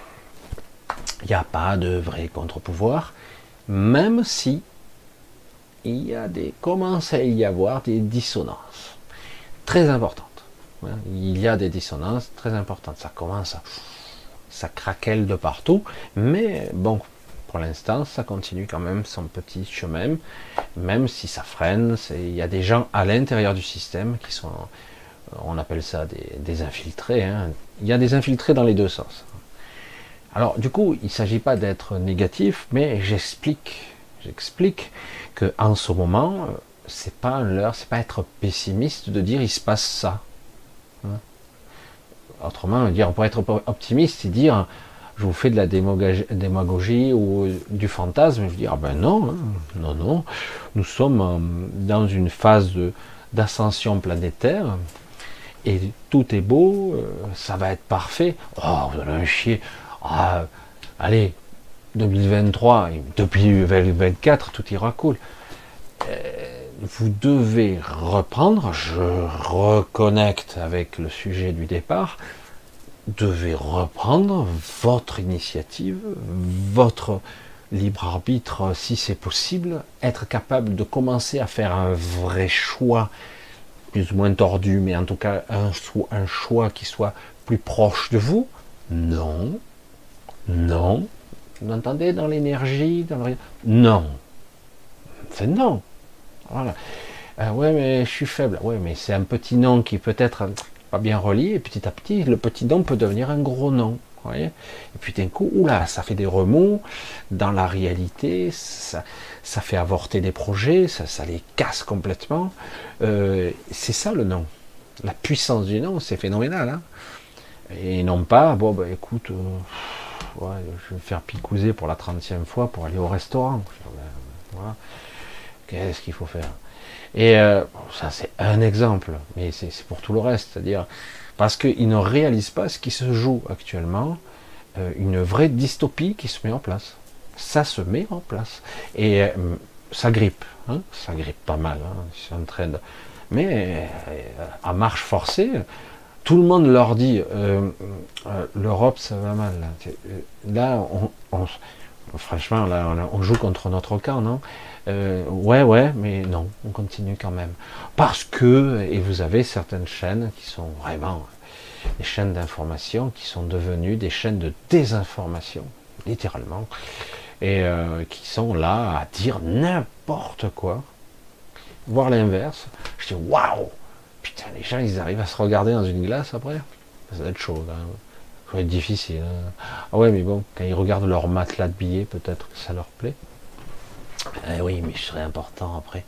il n'y a pas de vrai contre-pouvoir, même si il y a des, commence à y avoir des dissonances très importantes. Il y a des dissonances très importantes. Ça commence à, ça craquelle de partout, mais bon. Pour l'instant, ça continue quand même son petit chemin, même si ça freine. Il y a des gens à l'intérieur du système qui sont, on appelle ça des, des infiltrés. Hein. Il y a des infiltrés dans les deux sens. Alors, du coup, il ne s'agit pas d'être négatif, mais j'explique, j'explique que en ce moment, c'est pas l'heure, c'est pas être pessimiste de dire il se passe ça. Hein. Autrement, dire, pour être optimiste, c'est dire, je vous fais de la démagogie, démagogie ou du fantasme. Je dis, ah ben non, hein, non, non. Nous sommes dans une phase de, d'ascension planétaire et tout est beau, ça va être parfait. Oh, vous allez en chier. Ah, allez, deux mille vingt-trois, depuis deux mille vingt-quatre, tout ira cool. Vous devez reprendre, je reconnecte avec le sujet du départ, devez reprendre votre initiative, votre libre arbitre si c'est possible, être capable de commencer à faire un vrai choix, plus ou moins tordu, mais en tout cas un, un choix qui soit plus proche de vous. Non, non, vous entendez dans l'énergie, dans le... non, c'est non. Voilà. Euh, ouais, mais je suis faible. Ouais, mais c'est un petit nom qui peut être pas bien relié, et petit à petit, le petit nom peut devenir un gros nom. Vous voyez, et puis d'un coup, oula, ça fait des remous dans la réalité, ça, ça fait avorter des projets, ça, ça les casse complètement. Euh, c'est ça le nom. La puissance du nom, c'est phénoménal. Hein, et non pas, bon, bah écoute, euh, ouais, je vais me faire picouser pour la trentième fois pour aller au restaurant. Voilà. Qu'est-ce qu'il faut faire? Et euh, ça c'est un exemple, mais c'est pour tout le reste, c'est-à-dire parce qu'ils ne réalisent pas ce qui se joue actuellement, euh, une vraie dystopie qui se met en place. Ça se met en place et euh, ça grippe, hein, ça grippe pas mal. Hein, ils sont en train de... mais euh, à marche forcée, tout le monde leur dit euh, euh, l'Europe ça va mal. Là, là on, on, franchement, là on, on joue contre notre camp, non? Euh, ouais, ouais, mais non, on continue quand même. Parce que, et vous avez certaines chaînes qui sont vraiment des chaînes d'information qui sont devenues des chaînes de désinformation, littéralement, et euh, qui sont là à dire n'importe quoi, voire l'inverse. Je dis waouh, putain, les gens ils arrivent à se regarder dans une glace après, ça va être chaud, hein. Ça va être difficile. Hein. Ah ouais, mais bon, quand ils regardent leur matelas de billets, peut-être que ça leur plaît. Eh oui, mais je serai important après.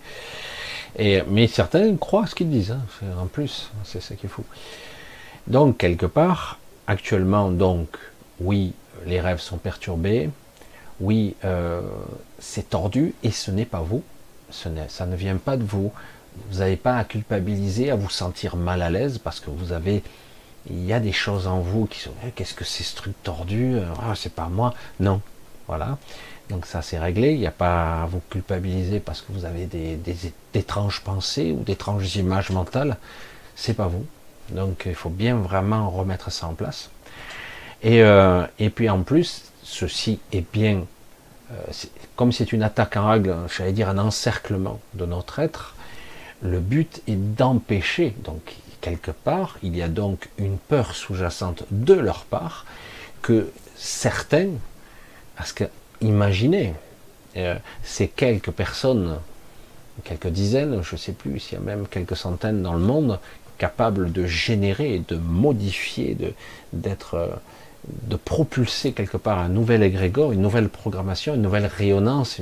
Et, mais certains croient ce qu'ils disent, hein, en plus, c'est ça qui est fou. Donc, quelque part, actuellement, donc, oui, les rêves sont perturbés, oui, euh, c'est tordu, et ce n'est pas vous, ce ça ne vient pas de vous. Vous n'avez pas à culpabiliser, à vous sentir mal à l'aise, parce que vous avez, il y a des choses en vous qui sont, eh, qu'est-ce que c'est ce truc tordu, ah, c'est pas moi, non, voilà. Donc ça c'est réglé, il n'y a pas à vous culpabiliser parce que vous avez des, des, d'étranges pensées ou d'étranges images mentales, c'est pas vous. Donc il faut bien vraiment remettre ça en place. Et, euh, et puis en plus, ceci est bien, euh, c'est, comme c'est une attaque en règle, j'allais dire un encerclement de notre être, le but est d'empêcher, donc quelque part, il y a donc une peur sous-jacente de leur part, que certains, parce que imaginez, euh, ces quelques personnes, quelques dizaines, je ne sais plus s'il y a même quelques centaines dans le monde, capables de générer, de modifier, de, d'être, euh, de propulser quelque part un nouvel égrégore, une nouvelle programmation, une nouvelle rayonnance.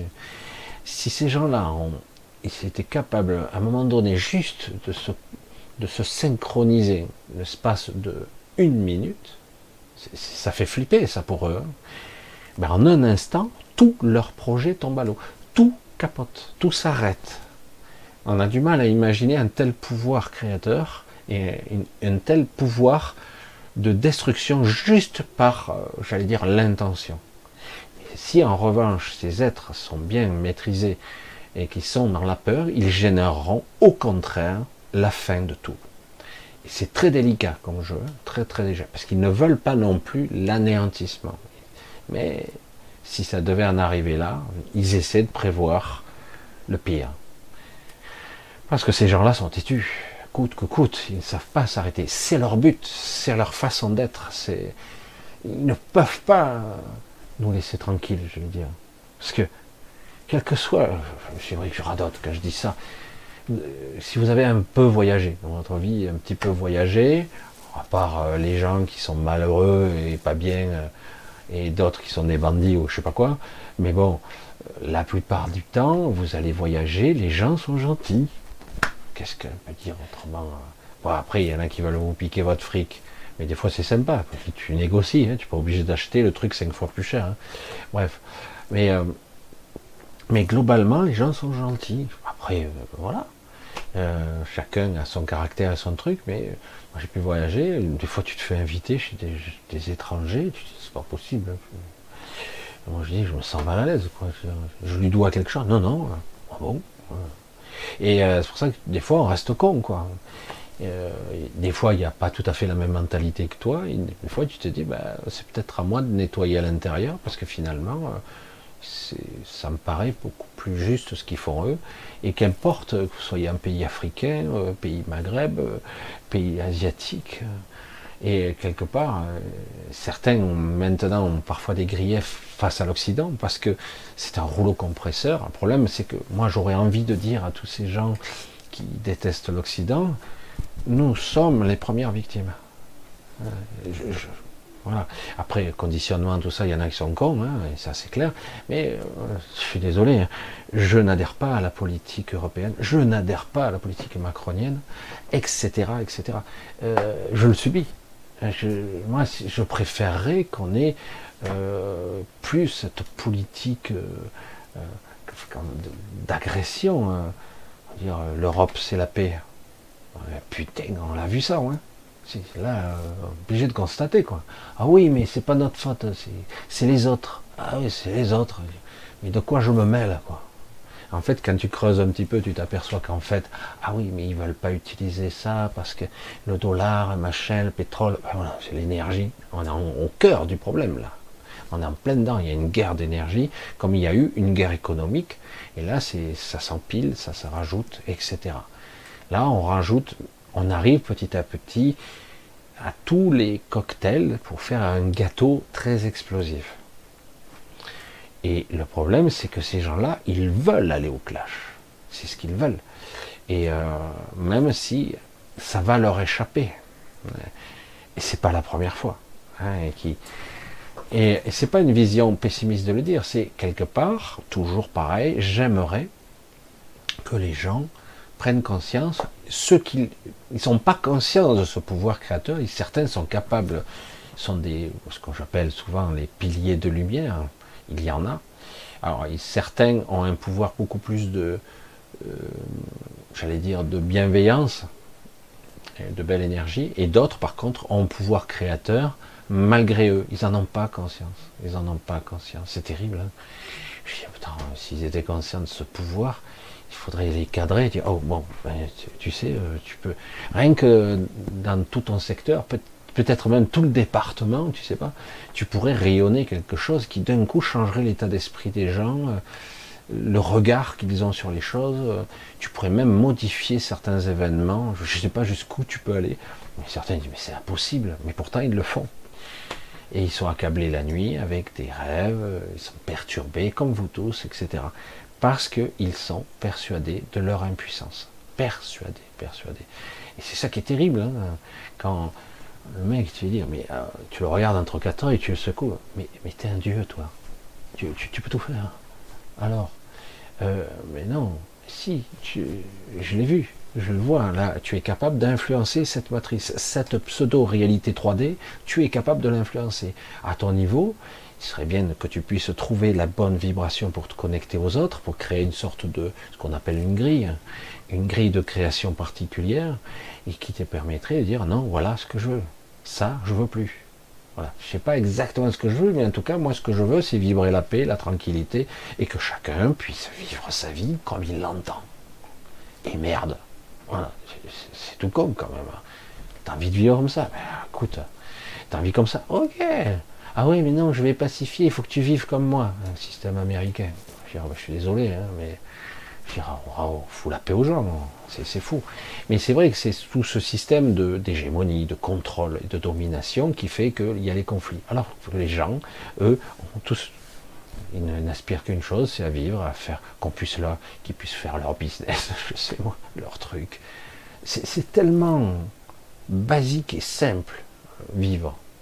Si ces gens-là ont, ils étaient capables, à un moment donné, juste de se, de se synchroniser l'espace de une minute, c'est, ça fait flipper ça pour eux. Hein. Ben en un instant, tout leur projet tombe à l'eau. Tout capote, tout s'arrête. On a du mal à imaginer un tel pouvoir créateur et un tel pouvoir de destruction juste par, euh, j'allais dire, l'intention. Si en revanche ces êtres sont bien maîtrisés et qui sont dans la peur, ils généreront au contraire la fin de tout. Et c'est très délicat comme jeu, très très délicat, parce qu'ils ne veulent pas non plus l'anéantissement. Mais si ça devait en arriver là, ils essaient de prévoir le pire. Parce que ces gens-là sont têtus, coûte que coûte, ils ne savent pas s'arrêter. C'est leur but, c'est leur façon d'être. C'est... Ils ne peuvent pas nous laisser tranquilles, je veux dire. Parce que, quel que soit, c'est vrai que je radote quand je dis ça, si vous avez un peu voyagé dans votre vie, un petit peu voyagé, à part les gens qui sont malheureux et pas bien, et d'autres qui sont des bandits ou je sais pas quoi, mais bon, la plupart du temps, vous allez voyager, les gens sont gentils. Qu'est-ce qu'on peut dire autrement? Bon, après, il y en a qui veulent vous piquer votre fric. Mais des fois, c'est sympa. Tu négocies. Hein, tu n'es pas obligé d'acheter le truc cinq fois plus cher. Hein. Bref. Mais, euh, mais globalement, les gens sont gentils. Après, euh, voilà. Euh, chacun a son caractère et son truc. Mais euh, moi, j'ai pu voyager. Des fois, tu te fais inviter chez des, des étrangers. Tu te dis, c'est pas possible. Moi, je dis, je me sens mal à l'aise. Quoi. Je, je lui dois quelque chose. Non, non. Ah bon. Et euh, c'est pour ça que des fois, on reste con, quoi. Euh, des fois, il n'y a pas tout à fait la même mentalité que toi. Et des fois, tu te dis, bah, c'est peut-être à moi de nettoyer à l'intérieur, parce que finalement, euh, ça me paraît beaucoup plus juste ce qu'ils font eux. Et qu'importe que vous soyez un pays africain, euh, pays Maghreb, euh, pays asiatique, euh, et quelque part, euh, certains ont maintenant ont parfois des griefs face à l'Occident, parce que c'est un rouleau compresseur. Le problème, c'est que moi, j'aurais envie de dire à tous ces gens qui détestent l'Occident, nous sommes les premières victimes. Euh, je, je, voilà. Après, conditionnement, tout ça, il y en a qui sont cons, hein, et ça c'est clair, mais euh, je suis désolé, hein, je n'adhère pas à la politique européenne, je n'adhère pas à la politique macronienne, et cetera, et cetera. Euh, je le subis. Je, moi, je préférerais qu'on ait euh, plus cette politique euh, euh, d'agression. Euh, dire l'Europe, c'est la paix. Putain, on l'a vu ça, hein. C'est là, euh, obligé de constater, quoi. Ah oui, mais c'est pas notre faute, c'est les autres. Ah oui, c'est les autres. Mais de quoi je me mêle, quoi. En fait, quand tu creuses un petit peu, tu t'aperçois qu'en fait, ah oui, mais ils veulent pas utiliser ça parce que le dollar, machin, le pétrole, ben voilà, c'est l'énergie. On est en, au cœur du problème, là. On est en plein dedans. Il y a une guerre d'énergie, comme il y a eu une guerre économique. Et là, c'est, ça s'empile, ça se rajoute, et cetera. Là, on rajoute, on arrive petit à petit à tous les cocktails pour faire un gâteau très explosif. Et le problème, c'est que ces gens-là, ils veulent aller au clash. C'est ce qu'ils veulent. Et euh, même si ça va leur échapper. Et c'est pas la première fois. Hein, et qui, et, et c'est pas une vision pessimiste de le dire. C'est quelque part, toujours pareil, j'aimerais que les gens prennent conscience, ceux qui ne sont pas conscients de ce pouvoir créateur, et certains sont capables, sont des, ce que j'appelle souvent les piliers de lumière, il y en a. Alors certains ont un pouvoir beaucoup plus de, euh, j'allais dire, de bienveillance, de belle énergie, et d'autres par contre ont un pouvoir créateur, malgré eux, ils n'en ont pas conscience, ils n'en ont pas conscience, c'est terrible. Hein. Je dis, putain, s'ils étaient conscients de ce pouvoir, il faudrait les cadrer et dire, oh bon, ben, tu, tu sais, tu peux, rien que dans tout ton secteur, peut, peut-être même tout le département, tu sais pas, tu pourrais rayonner quelque chose qui d'un coup changerait l'état d'esprit des gens, le regard qu'ils ont sur les choses, tu pourrais même modifier certains événements, je ne sais pas jusqu'où tu peux aller, mais certains disent, mais c'est impossible, mais pourtant ils le font. Et ils sont accablés la nuit avec des rêves, ils sont perturbés comme vous tous, et cetera. Parce qu'ils sont persuadés de leur impuissance. Persuadés, persuadés. Et c'est ça qui est terrible, hein, quand le mec, tu vas dire, mais euh, tu le regardes entre quatre ans et tu le secoues. Mais, mais t'es un dieu, toi. Tu, tu, tu peux tout faire. Alors, euh, mais non, si, tu, je l'ai vu, je le vois, là, tu es capable d'influencer cette matrice, cette pseudo-réalité trois D, tu es capable de l'influencer. À ton niveau, il serait bien que tu puisses trouver la bonne vibration pour te connecter aux autres, pour créer une sorte de, ce qu'on appelle une grille, une grille de création particulière, et qui te permettrait de dire, non, voilà ce que je veux. Ça, je veux plus. Voilà. Je sais pas exactement ce que je veux, mais en tout cas, moi, ce que je veux, c'est vibrer la paix, la tranquillité, et que chacun puisse vivre sa vie comme il l'entend. Et merde. Voilà. C'est tout con, quand même. T'as envie de vivre comme ça? Ben, écoute, t'as envie comme ça? Ok. Ah oui, mais non, je vais pacifier, il faut que tu vives comme moi. Un système américain. Je, dire, je suis désolé, hein, mais je dire, oh, fout la paix aux gens, c'est fou. Mais c'est vrai que c'est tout ce système d'hégémonie, de, de contrôle et de domination qui fait qu'il y a les conflits. Alors que les gens, eux, ont tous, ils n'aspirent qu'une chose, c'est à vivre, à faire, qu'on puisse là, qu'ils puissent faire leur business, je sais moi, leur truc. C'est tellement basique et simple, vivre.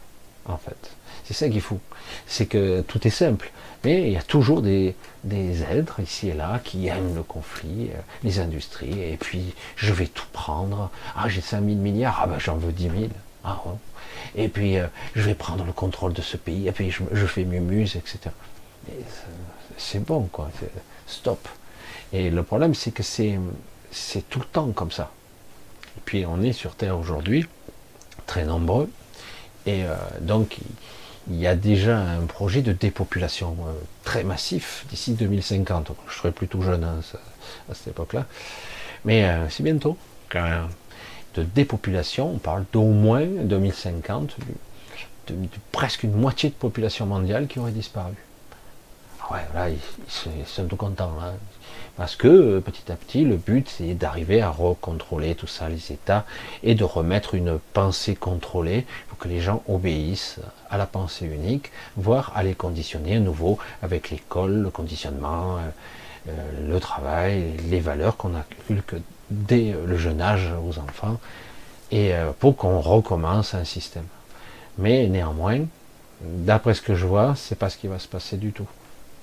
en fait. C'est ça qu'il faut. C'est que tout est simple. Mais il y a toujours des, des êtres ici et là qui aiment le conflit, euh, les industries, et puis je vais tout prendre. Ah, j'ai cinq mille milliards, ah ben j'en veux dix mille. Ah ouais. Et puis euh, je vais prendre le contrôle de ce pays, et puis je, je fais mumuse, et cetera. C'est bon, quoi. Stop. Et le problème, c'est que c'est c'est tout le temps comme ça. Et puis on est sur Terre aujourd'hui, très nombreux, et euh, donc il y a déjà un projet de dépopulation euh, très massif d'ici deux mille cinquante. Je serai plutôt jeune hein, à cette époque-là, mais euh, c'est bientôt. Quand même. De dépopulation, on parle d'au moins deux mille cinquante, de, de, de presque une moitié de population mondiale qui aurait disparu. Ah ouais, là, ils, ils, sont tout contents, là. Parce que petit à petit, le but, c'est d'arriver à recontrôler tout ça, les États, et de remettre une pensée contrôlée pour que les gens obéissent à la pensée unique, voire à les conditionner à nouveau avec l'école, le conditionnement, euh, le travail, les valeurs qu'on inculque dès le jeune âge aux enfants, et euh, pour qu'on recommence un système. Mais néanmoins, d'après ce que je vois, c'est pas ce qui va se passer du tout.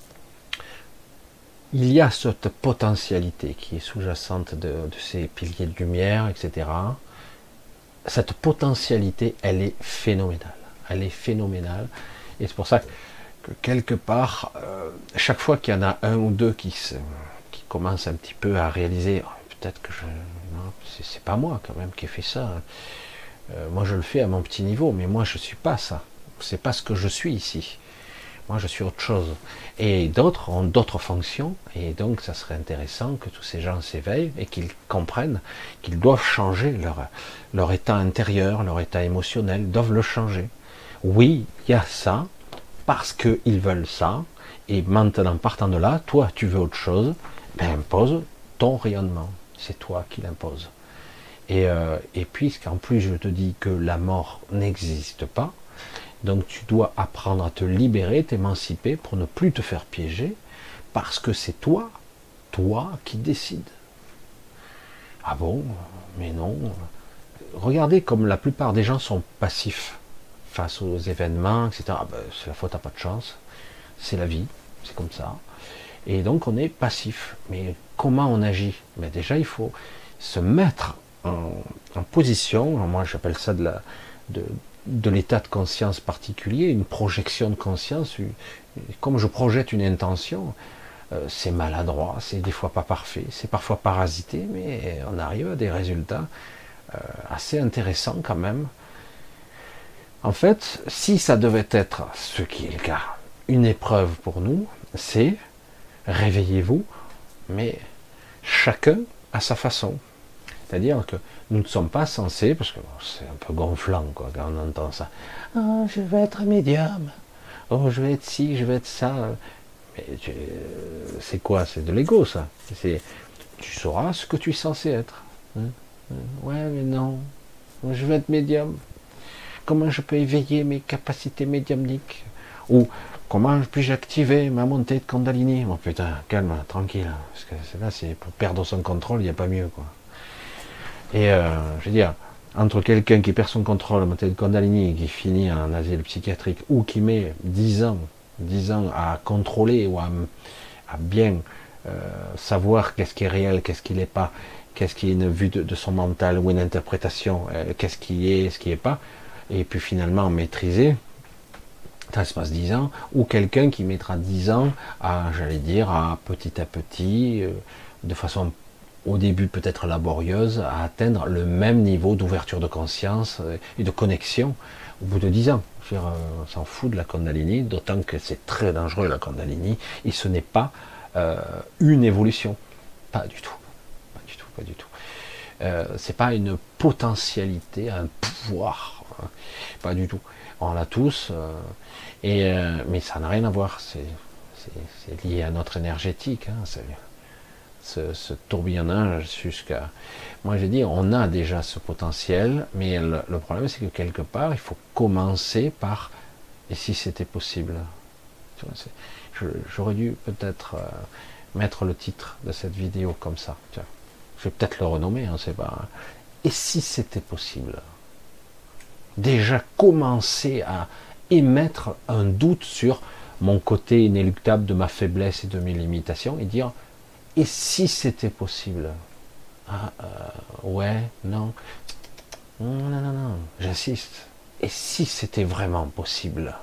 Il y a cette potentialité qui est sous-jacente de, de ces piliers de lumière, et cetera. Cette potentialité, elle est phénoménale. Elle est phénoménale. Et c'est pour ça que quelque part, euh, chaque fois qu'il y en a un ou deux qui, se, qui commencent un petit peu à réaliser, oh, peut-être que je, non, c'est pas moi quand même qui ai fait ça. Euh, moi, je le fais à mon petit niveau, mais moi, je suis pas ça. C'est pas ce que je suis ici. Moi, je suis autre chose. Et d'autres ont d'autres fonctions. Et donc, ça serait intéressant que tous ces gens s'éveillent et qu'ils comprennent qu'ils doivent changer leur, leur état intérieur, leur état émotionnel, ils doivent le changer. Oui, il y a ça, parce qu'ils veulent ça. Et maintenant, partant de là, toi, tu veux autre chose, ben, impose ton rayonnement. C'est toi qui l'impose. Et, euh, et puisqu'en plus, je te dis que la mort n'existe pas, donc tu dois apprendre à te libérer, t'émanciper pour ne plus te faire piéger, parce que c'est toi, toi qui décides. Ah bon? Mais non. Regardez comme la plupart des gens sont passifs face aux événements, et cetera. Ah ben, c'est la faute à pas de chance. C'est la vie, c'est comme ça. Et donc on est passif. Mais comment on agit? Ben déjà il faut se mettre en, en position. Alors moi j'appelle ça de la de, de l'état de conscience particulier, une projection de conscience. Comme je projette une intention, euh, c'est maladroit, c'est des fois pas parfait, c'est parfois parasité, mais on arrive à des résultats euh, assez intéressants quand même. En fait, si ça devait être, ce qui est le cas, une épreuve pour nous, c'est réveillez-vous, mais chacun à sa façon. C'est-à-dire que nous ne sommes pas censés, parce que bon, c'est un peu gonflant quoi, quand on entend ça. Oh, je vais être médium. Oh, je vais être ci, je vais être ça. Mais c'est quoi? C'est de l'ego, ça. C'est, tu sauras ce que tu es censé être. Hein? Ouais, mais non. Je vais être médium. Comment je peux éveiller mes capacités médiumniques? Ou comment puis-je activer ma montée de Kundalini? Bon putain, calme, tranquille. Parce que là, c'est pour perdre son contrôle, il n'y a pas mieux, quoi. Et euh, je veux dire, entre quelqu'un qui perd son contrôle, la montée de Kundalini, et qui finit en asile psychiatrique, ou qui met dix ans, dix ans à contrôler ou à, à bien euh, savoir qu'est-ce qui est réel, qu'est-ce qui n'est pas, qu'est-ce qui est une vue de, de son mental ou une interprétation, euh, qu'est-ce qui est, ce qui n'est pas, et puis finalement maîtriser, ça se passe dix ans, ou quelqu'un qui mettra dix ans à, j'allais dire, à petit à petit, euh, de façon au début peut-être laborieuse, à atteindre le même niveau d'ouverture de conscience et de connexion au bout de dix ans. Je veux dire, on s'en fout de la Kundalini, d'autant que c'est très dangereux la Kundalini, et ce n'est pas euh, une évolution. Pas du tout. Pas du tout, pas du tout. Euh, c'est pas une potentialité, un pouvoir. Hein. Pas du tout. On l'a tous, euh, et, euh, mais ça n'a rien à voir. C'est, c'est, c'est lié à notre énergétique. Hein, c'est, Ce, ce tourbillonnage jusqu'à... Moi j'ai dit, on a déjà ce potentiel, mais le, le problème c'est que quelque part, il faut commencer par... Et si c'était possible? J'aurais dû peut-être euh, mettre le titre de cette vidéo comme ça. Tiens, je vais peut-être le renommer, on ne sait pas. Et si c'était possible? Déjà commencer à émettre un doute sur mon côté inéluctable de ma faiblesse et de mes limitations et dire, et si c'était possible? Ah, euh, ouais, non, non, non, non, non, j'insiste. Et si c'était vraiment possible?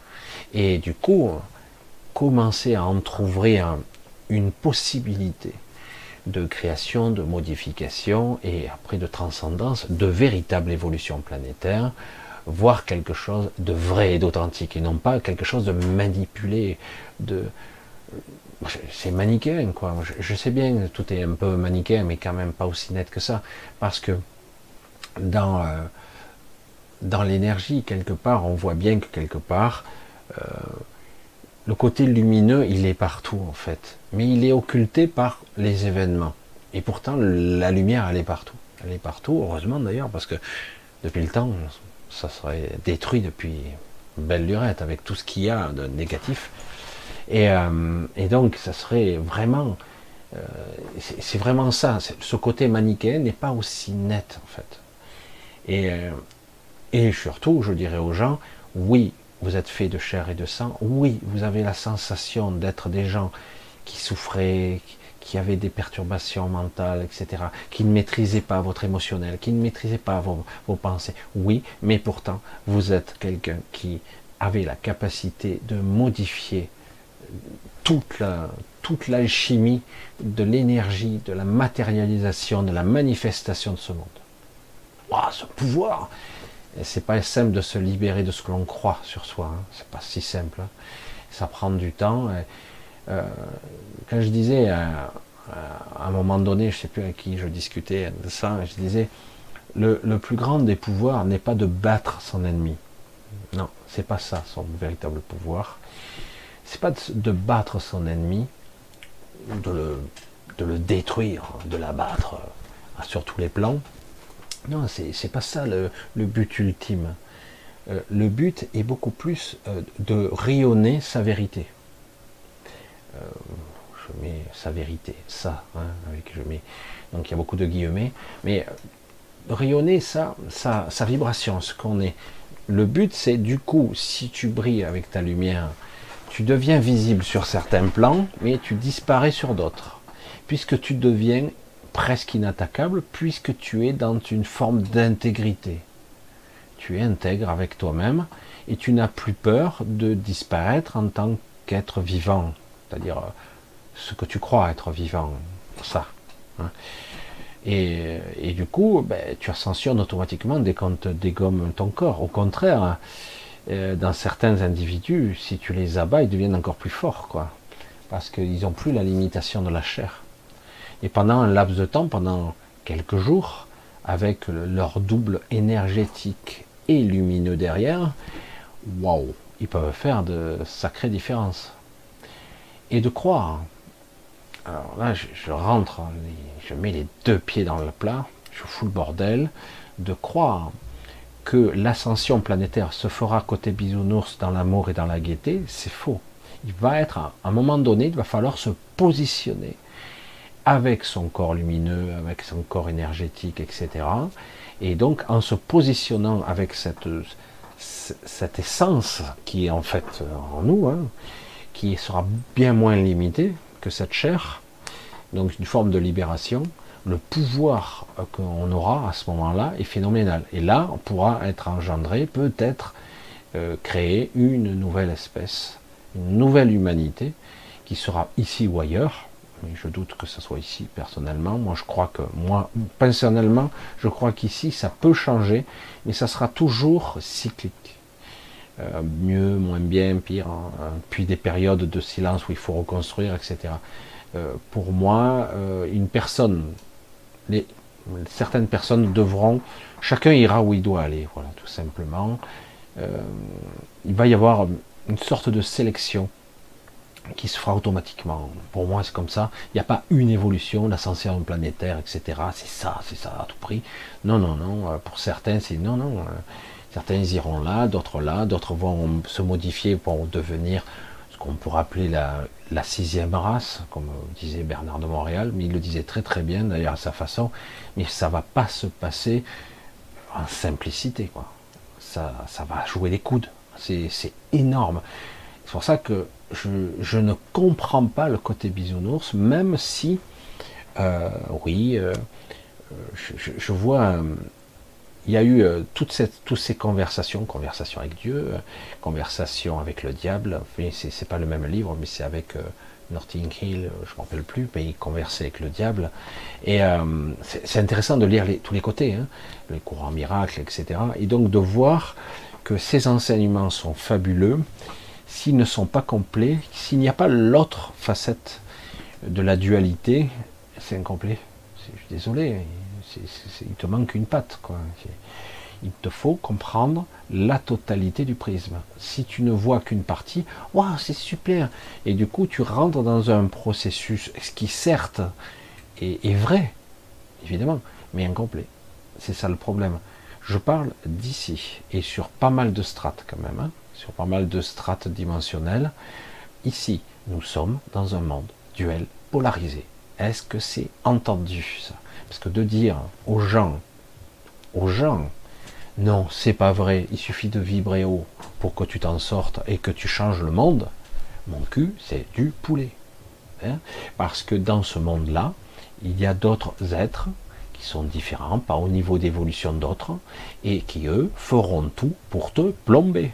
Et du coup, commencer à entrouvrir une possibilité de création, de modification et après de transcendance, de véritable évolution planétaire, voir quelque chose de vrai et d'authentique et non pas quelque chose de manipulé, de c'est manichéen quoi. Je, je sais bien, tout est un peu manichéen, mais quand même pas aussi net que ça, parce que dans euh, dans l'énergie quelque part, on voit bien que quelque part euh, le côté lumineux, il est partout en fait, mais il est occulté par les événements. Et pourtant, la lumière, elle est partout. Elle est partout, heureusement d'ailleurs, parce que depuis le temps, ça serait détruit depuis belle lurette avec tout ce qu'il y a de négatif. Et, euh, et donc, ça serait vraiment, euh, c'est vraiment ça. Ce côté manichéen n'est pas aussi net en fait. Et, euh, et surtout, je dirais aux gens, oui, vous êtes fait de chair et de sang. Oui, vous avez la sensation d'être des gens qui souffraient, qui avaient des perturbations mentales, et cetera, qui ne maîtrisaient pas votre émotionnel, qui ne maîtrisaient pas vos, vos pensées. Oui, mais pourtant, vous êtes quelqu'un qui avait la capacité de modifier toute la, toute l'alchimie de l'énergie, de la matérialisation, de la manifestation de ce monde. Waouh, ce pouvoir! Et c'est pas simple de se libérer de ce que l'on croit sur soi. Hein. C'est pas si simple. Hein. Ça prend du temps. Et, euh, quand je disais à, à un moment donné, je sais plus avec qui je discutais de ça, je disais le, le plus grand des pouvoirs n'est pas de battre son ennemi. Non, c'est pas ça son véritable pouvoir. C'est pas de, de battre son ennemi, de le, de le détruire, de l'abattre euh, sur tous les plans. Non, c'est pas ça le, le but ultime. Euh, le but est beaucoup plus euh, de rayonner sa vérité. Euh, je mets sa vérité, ça, hein, avec je mets. Donc il y a beaucoup de guillemets, mais euh, rayonner ça, sa, sa vibration, ce qu'on est. Le but, c'est du coup, si tu brilles avec ta lumière, tu deviens visible sur certains plans, mais tu disparais sur d'autres, puisque tu deviens presque inattaquable, puisque tu es dans une forme d'intégrité. Tu es intègre avec toi-même et tu n'as plus peur de disparaître en tant qu'être vivant, c'est-à-dire ce que tu crois être vivant, ça. Hein. Et, et du coup, ben, tu ascensionnes automatiquement dès qu'on te dégomme ton corps. Au contraire, euh, dans certains individus, si tu les abats, ils deviennent encore plus forts, quoi, parce qu'ils n'ont plus la limitation de la chair. Et pendant un laps de temps, pendant quelques jours, avec leur double énergétique et lumineux derrière, waouh, ils peuvent faire de sacrées différences. Et de croire, alors là je, je rentre, je mets les deux pieds dans le plat, je fous le bordel, de croire que l'ascension planétaire se fera côté bisounours dans l'amour et dans la gaieté, c'est faux. Il va être, à un moment donné, il va falloir se positionner avec son corps lumineux, avec son corps énergétique, et cetera. Et donc, en se positionnant avec cette, cette essence qui est en fait en nous, hein, qui sera bien moins limitée que cette chair, donc une forme de libération, le pouvoir qu'on aura à ce moment-là est phénoménal. Et là, on pourra être engendré, peut-être euh, créer une nouvelle espèce, une nouvelle humanité, qui sera ici ou ailleurs. Mais je doute que ce soit ici, personnellement. Moi, je crois que, moi, personnellement, je crois qu'ici, ça peut changer, mais ça sera toujours cyclique. Euh, mieux, moins bien, pire, hein, puis des périodes de silence où il faut reconstruire, et cetera. Euh, pour moi, euh, une personne, les, certaines personnes devront, chacun ira où il doit aller, voilà, tout simplement. Euh, il va y avoir une sorte de sélection qui se fera automatiquement. Pour moi, c'est comme ça. Il n'y a pas une évolution, l'ascension planétaire, et cetera. C'est ça, c'est ça à tout prix. Non, non, non. Pour certains, c'est non, non. Certains iront là, d'autres là, d'autres vont se modifier pour devenir ce qu'on pourrait appeler la, la sixième race, comme disait Bernard de Montréal, mais il le disait très très bien d'ailleurs à sa façon. Mais ça va pas se passer en simplicité, quoi. Ça, ça va jouer les coudes. C'est énorme. C'est pour ça que je, je ne comprends pas le côté bisounours, même si, euh, oui, euh, je, je, je vois, euh, il y a eu euh, toute cette, toutes ces conversations, conversations avec Dieu, euh, conversations avec le diable, enfin, c'est pas le même livre, mais c'est avec euh, Notting Hill, je ne me rappelle plus, mais il conversait avec le diable. Et euh, c'est intéressant de lire les, tous les côtés, hein, les courants miracles, et cetera. Et donc de voir que ces enseignements sont fabuleux, s'ils ne sont pas complets, s'il n'y a pas l'autre facette de la dualité, c'est incomplet. Je suis désolé, c est, c est, il te manque une patte, quoi. Il te faut comprendre la totalité du prisme. Si tu ne vois qu'une partie, waouh, c'est super. Et du coup, tu rentres dans un processus, ce qui certes est, est vrai, évidemment, mais incomplet. C'est ça le problème. Je parle d'ici, et sur pas mal de strates quand même, hein, sur pas mal de strates dimensionnelles. Ici, nous sommes dans un monde duel, polarisé. Est-ce que c'est entendu, ça? Parce que de dire aux gens, aux gens, non, c'est pas vrai, il suffit de vibrer haut pour que tu t'en sortes et que tu changes le monde, mon cul, c'est du poulet. Hein, parce que dans ce monde-là, il y a d'autres êtres qui sont différents, pas au niveau d'évolution d'autres, et qui, eux, feront tout pour te plomber.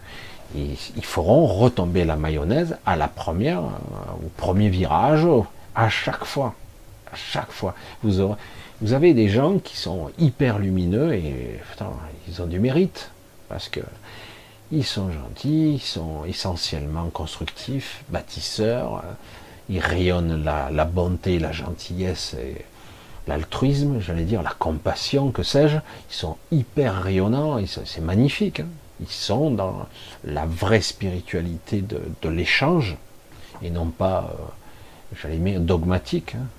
Et ils feront retomber la mayonnaise à la première, au premier virage, à chaque fois. À chaque fois. Vous aurez, vous avez des gens qui sont hyper lumineux et putain, ils ont du mérite parce que ils sont gentils, ils sont essentiellement constructifs, bâtisseurs, ils rayonnent la, la bonté, la gentillesse et l'altruisme, j'allais dire la compassion, que sais-je. Ils sont hyper rayonnants, c'est magnifique. Hein. Ils sont dans la vraie spiritualité de, de l'échange et non pas, euh, j'allais dire, dogmatique. Hein.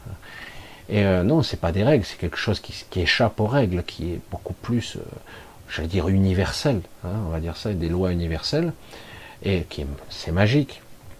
Et euh, non, c'est pas des règles, c'est quelque chose qui, qui échappe aux règles, qui est beaucoup plus, euh, j'allais dire, universel, hein, on va dire ça, des lois universelles, et qui c'est magique.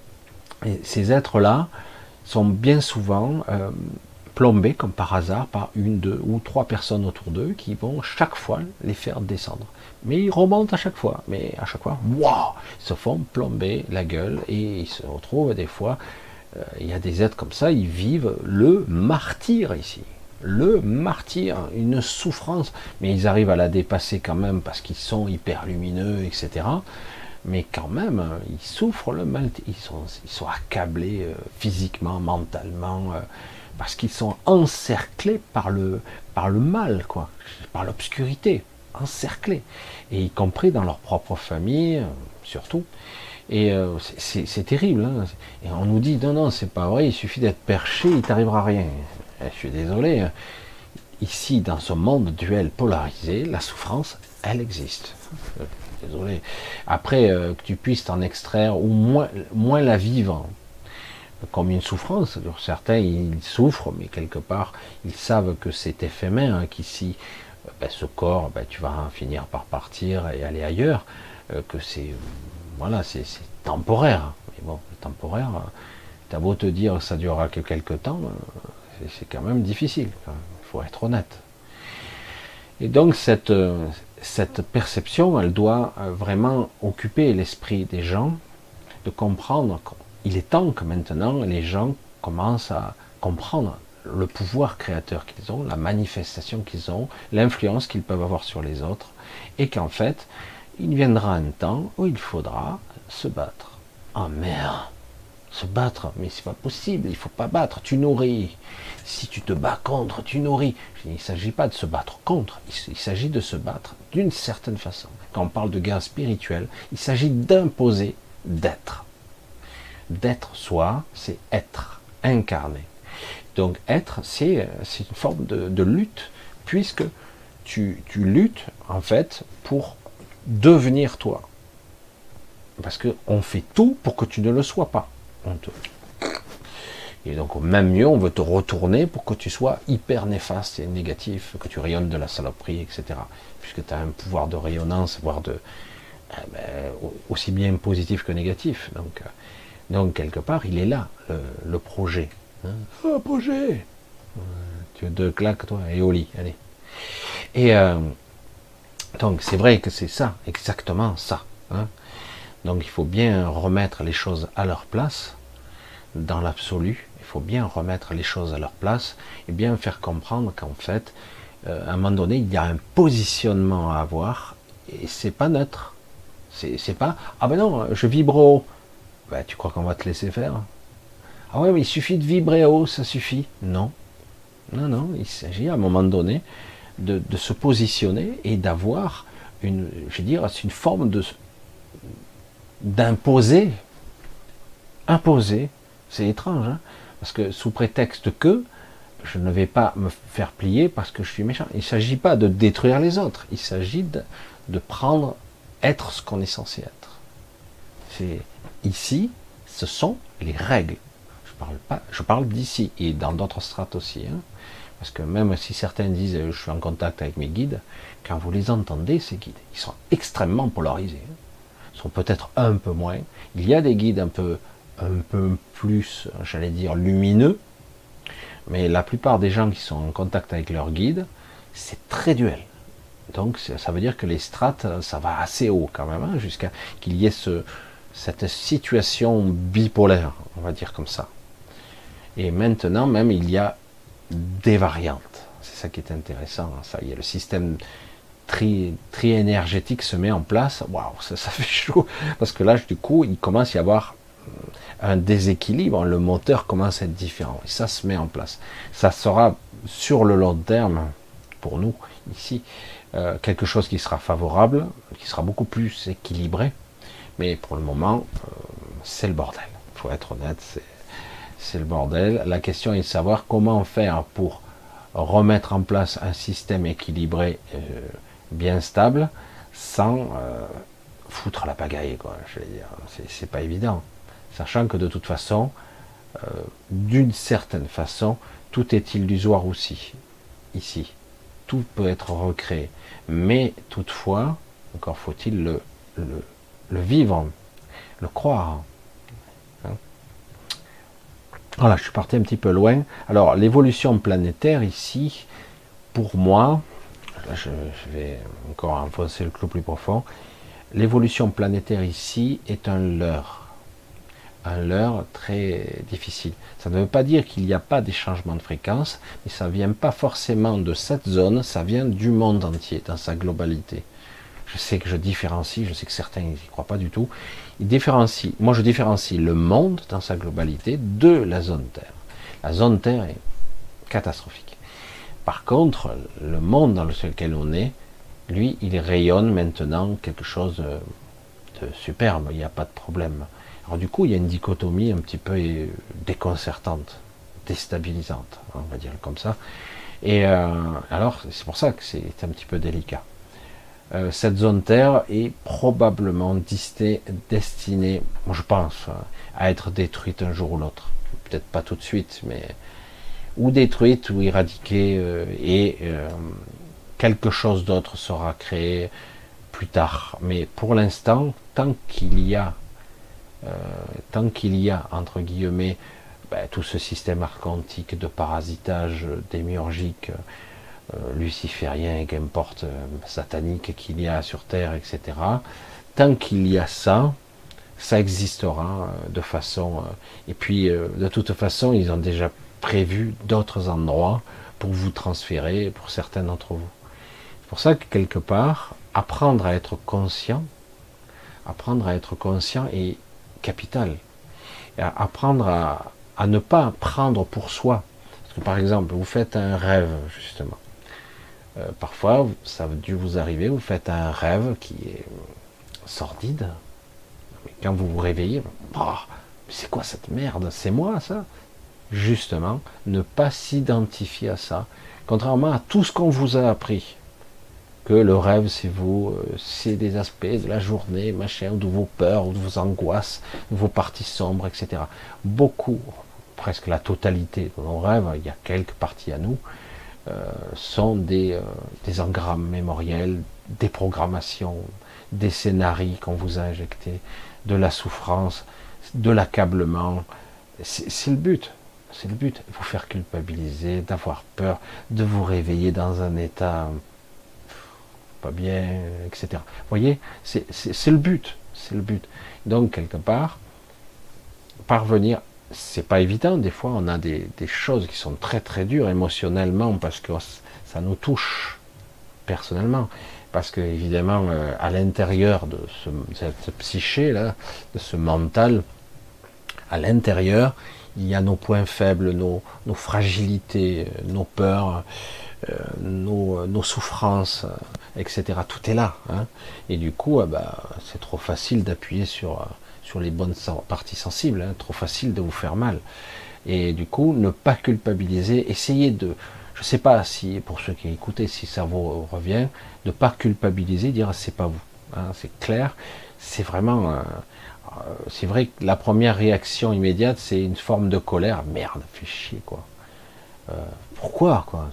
Et ces êtres-là sont bien souvent euh, plombés, comme par hasard, par une, deux ou trois personnes autour d'eux qui vont chaque fois les faire descendre. Mais ils remontent à chaque fois, mais à chaque fois, waouh, ils se font plomber la gueule et ils se retrouvent des fois. Il y a des êtres comme ça, ils vivent le martyr ici. Le martyr, une souffrance. Mais ils arrivent à la dépasser quand même parce qu'ils sont hyper lumineux, et cetera. Mais quand même, ils souffrent le mal. Ils sont, ils sont accablés euh, physiquement, mentalement, euh, parce qu'ils sont encerclés par le, par le mal, quoi, par l'obscurité, encerclés. Et y compris dans leur propre famille, euh, surtout. Et euh, c'est terrible. Hein. Et on nous dit non, non, c'est pas vrai, il suffit d'être perché, il t'arrivera rien. Et je suis désolé. Hein. Ici, dans ce monde duel polarisé, la souffrance, elle existe. Désolé. Après, euh, que tu puisses t'en extraire ou moins, moins la vivre comme une souffrance. Alors, certains, ils souffrent, mais quelque part, ils savent que c'est éphémère, hein, qu'ici, euh, ben, ce corps, ben, tu vas finir par partir et aller ailleurs, euh, que c'est voilà, c'est temporaire. Mais bon, temporaire, t'as beau te dire que ça durera que quelques temps, c'est quand même difficile. Il faut être honnête. Et donc cette, cette perception, elle doit vraiment occuper l'esprit des gens, de comprendre qu'il est temps que maintenant les gens commencent à comprendre le pouvoir créateur qu'ils ont, la manifestation qu'ils ont, l'influence qu'ils peuvent avoir sur les autres, et qu'en fait, il viendra un temps où il faudra se battre. Ah merde, se battre, mais c'est pas possible, il faut pas battre, tu nourris. Si tu te bats contre, tu nourris. Il ne s'agit pas de se battre contre, il s'agit de se battre d'une certaine façon. Quand on parle de guerre spirituelle, il s'agit d'imposer d'être. D'être soi, c'est être, incarné. Donc être, c'est une forme de, de lutte, puisque tu, tu luttes en fait pour devenir toi. Parce qu'on fait tout pour que tu ne le sois pas. On te... Et donc, même mieux, on veut te retourner pour que tu sois hyper néfaste et négatif, que tu rayonnes de la saloperie, et cetera. Puisque tu as un pouvoir de rayonnance, voire de eh ben, aussi bien positif que négatif. Donc, euh, donc quelque part, il est là, le, le projet. Hein. Oh, projet euh, Tu veux deux claques, toi, et au lit, allez. Et euh, donc, c'est vrai que c'est ça, exactement ça. Hein. Donc il faut bien remettre les choses à leur place, dans l'absolu, il faut bien remettre les choses à leur place, et bien faire comprendre qu'en fait, euh, à un moment donné, il y a un positionnement à avoir, et c'est pas neutre. C'est pas, ah ben non, je vibre haut. Ben, tu crois qu'on va te laisser faire? Ah ouais, mais il suffit de vibrer haut, ça suffit. Non, non, non, il s'agit à un moment donné de, de se positionner et d'avoir une, je veux dire, c'est une forme de d'imposer, imposer, c'est étrange, hein, parce que sous prétexte que je ne vais pas me faire plier parce que je suis méchant. Il ne s'agit pas de détruire les autres, il s'agit de, de prendre, être ce qu'on est censé être. C'est ici, ce sont les règles. Je parle pas, je parle d'ici et dans d'autres strates aussi, hein, parce que même si certains disent je suis en contact avec mes guides, quand vous les entendez, ces guides, ils sont extrêmement polarisés. Hein. Ils sont peut-être un peu moins. Il y a des guides un peu, un peu plus, j'allais dire, lumineux, mais la plupart des gens qui sont en contact avec leur guide, c'est très duel. Donc ça veut dire que les strates, ça va assez haut quand même, hein, jusqu'à qu'il y ait ce, cette situation bipolaire, on va dire comme ça. Et maintenant même, il y a des variantes. C'est ça qui est intéressant. Ça, il y a le système tri, tri-énergétique se met en place. Waouh, ça, ça fait chaud. Parce que là, du coup, il commence à y avoir un déséquilibre. Le moteur commence à être différent. Et ça se met en place. Ça sera sur le long terme, pour nous, ici, euh, quelque chose qui sera favorable, qui sera beaucoup plus équilibré. Mais pour le moment, euh, c'est le bordel. Il faut être honnête, c'est c'est le bordel. La question est de savoir comment faire pour remettre en place un système équilibré, euh, bien stable, sans euh, foutre la pagaille, quoi. Je vais dire, c'est pas évident. Sachant que de toute façon, euh, d'une certaine façon, tout est illusoire aussi, ici. Tout peut être recréé. Mais toutefois, encore faut-il le, le, le vivre, le croire. Voilà, je suis parti un petit peu loin. Alors, l'évolution planétaire ici, pour moi, là je, je vais encore enfoncer le clou plus profond, l'évolution planétaire ici est un leurre. Un leurre très difficile. Ça ne veut pas dire qu'il n'y a pas des changements de fréquence, mais ça ne vient pas forcément de cette zone, ça vient du monde entier, dans sa globalité. Je sais que je différencie, je sais que certains n'y croient pas du tout. Il différencie, moi je différencie le monde dans sa globalité de la zone Terre. La zone Terre est catastrophique. Par contre, le monde dans lequel on est, lui, il rayonne maintenant quelque chose de superbe, il n'y a pas de problème. Alors du coup, il y a une dichotomie un petit peu déconcertante, déstabilisante, on va dire comme ça. Et euh, alors, c'est pour ça que c'est un petit peu délicat. Euh, cette zone Terre est probablement destinée, je pense, à être détruite un jour ou l'autre. Peut-être pas tout de suite, mais ou détruite ou éradiquée, euh, et euh, quelque chose d'autre sera créé plus tard. Mais pour l'instant, tant qu'il y a, euh, tant qu'il y a entre guillemets, ben, tout ce système archontique de parasitage démiurgique, Euh, luciférien, qu'importe, euh, satanique qu'il y a sur Terre, et cetera. Tant qu'il y a ça, ça existera euh, de façon... Euh, et puis, euh, de toute façon, ils ont déjà prévu d'autres endroits pour vous transférer, pour certains d'entre vous. C'est pour ça que, quelque part, apprendre à être conscient, apprendre à être conscient est capital. Et à apprendre à, à ne pas prendre pour soi. Parce que, par exemple, vous faites un rêve, justement. Euh, parfois, ça a dû vous arriver, vous faites un rêve qui est sordide. Mais quand vous vous réveillez, oh, c'est quoi cette merde? C'est moi ça? Justement, ne pas s'identifier à ça. Contrairement à tout ce qu'on vous a appris. Que le rêve, c'est vous, euh, c'est des aspects de la journée, machin, de vos peurs, de vos angoisses, de vos parties sombres, et cetera. Beaucoup, presque la totalité de nos rêves, il y a quelques parties à nous, Euh, sont des, euh, des engrammes mémoriels, des programmations, des scénarios qu'on vous a injectés, de la souffrance, de l'accablement. C'est le but. C'est le but. Vous faire culpabiliser, d'avoir peur, de vous réveiller dans un état pas bien, et cetera. Vous voyez, c'est le but. c'est le but. Donc quelque part, parvenir, c'est pas évident, des fois on a des, des choses qui sont très très dures émotionnellement, parce que ça nous touche personnellement, parce que évidemment euh, à l'intérieur de ce, cette psyché là, de ce mental, à l'intérieur, il y a nos points faibles, nos, nos fragilités, nos peurs, euh, nos, nos souffrances, et cetera. Tout est là, hein. Et du coup, euh, bah, c'est trop facile d'appuyer sur, euh, sur les bonnes parties sensibles, hein, trop facile de vous faire mal. Et du coup, ne pas culpabiliser, essayez de, je sais pas si, pour ceux qui écoutent, si ça vous revient, de pas culpabiliser, dire c'est pas vous, hein, c'est clair, c'est vraiment, euh, c'est vrai que la première réaction immédiate, c'est une forme de colère, merde, fais chier quoi. Euh, pourquoi quoi?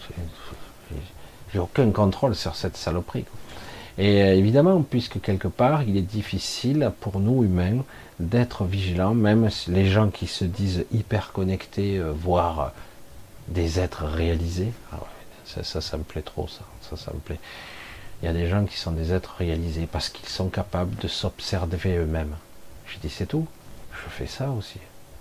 J'ai aucun contrôle sur cette saloperie, quoi. Et euh, évidemment, puisque quelque part, il est difficile pour nous humains d'être vigilants, même les gens qui se disent hyper connectés, euh, voire des êtres réalisés. Ah ouais, ça, ça, ça me plaît trop, ça. Ça, ça me plaît. Il y a des gens qui sont des êtres réalisés parce qu'ils sont capables de s'observer eux-mêmes. Je dis, c'est tout. Je fais ça aussi.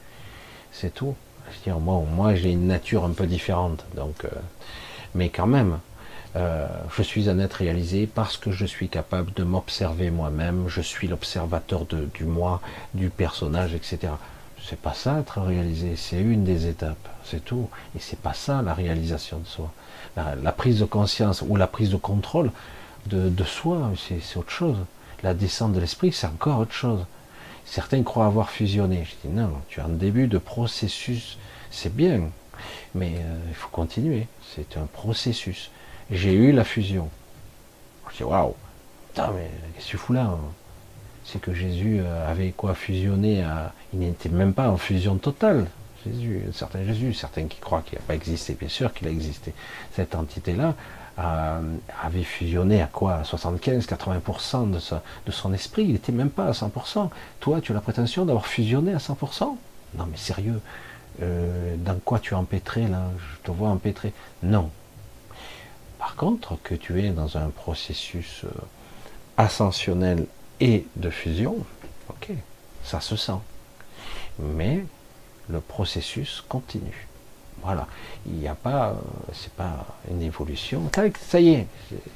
C'est tout. Je veux dire, moi, moi j'ai une nature un peu différente, donc, euh, mais quand même. Euh, je suis un être réalisé parce que je suis capable de m'observer moi-même, je suis l'observateur du moi, du personnage, et cetera. C'est pas ça être réalisé, c'est une des étapes, c'est tout. Et c'est pas ça la réalisation de soi. La, la prise de conscience ou la prise de contrôle de, de soi, c'est autre chose. La descente de l'esprit, c'est encore autre chose. Certains croient avoir fusionné. Je dis non, tu es en début de processus, c'est bien, mais euh, il faut continuer. C'est un processus. J'ai eu la fusion. Je dis waouh, putain, mais qu'est-ce que tu fous là? C'est que Jésus avait quoi fusionné à... Il n'était même pas en fusion totale. Jésus, un certain Jésus, certains qui croient qu'il n'a pas existé, bien sûr qu'il a existé. Cette entité-là euh, avait fusionné à quoi? À soixante-quinze à quatre-vingts pour cent de, sa, de son esprit. Il n'était même pas à cent pour cent. Toi, tu as la prétention d'avoir fusionné à cent pour cent? Non, mais sérieux, euh, dans quoi tu es empêtré là? Je te vois empêtré. Non. Par contre, que tu es dans un processus euh, ascensionnel et de fusion, ok, ça se sent. Mais le processus continue. Voilà. Il n'y a pas, euh, c'est pas une évolution. Ça y est,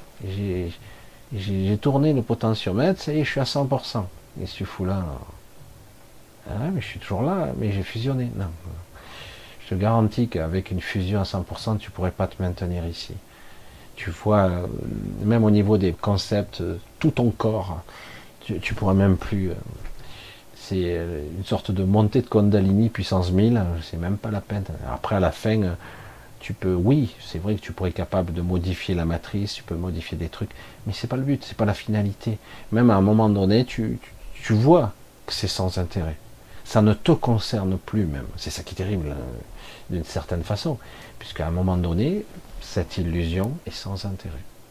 j'ai tourné le potentiomètre, ça y est, je suis à cent pour cent. Et ce fou là, ah, mais je suis toujours là, mais j'ai fusionné. Non. Je te garantis qu'avec une fusion à cent pour cent, tu ne pourrais pas te maintenir ici. Tu vois, même au niveau des concepts, tout ton corps, tu, tu pourras même plus. C'est une sorte de montée de Kundalini puissance mille, c'est même pas la peine. Après, à la fin, tu peux, oui, c'est vrai que tu pourrais être capable de modifier la matrice, tu peux modifier des trucs, mais c'est pas le but, c'est pas la finalité. Même à un moment donné, tu, tu, tu vois que c'est sans intérêt. Ça ne te concerne plus même. C'est ça qui est terrible, hein, d'une certaine façon, puisqu'à un moment donné, cette illusion est sans intérêt.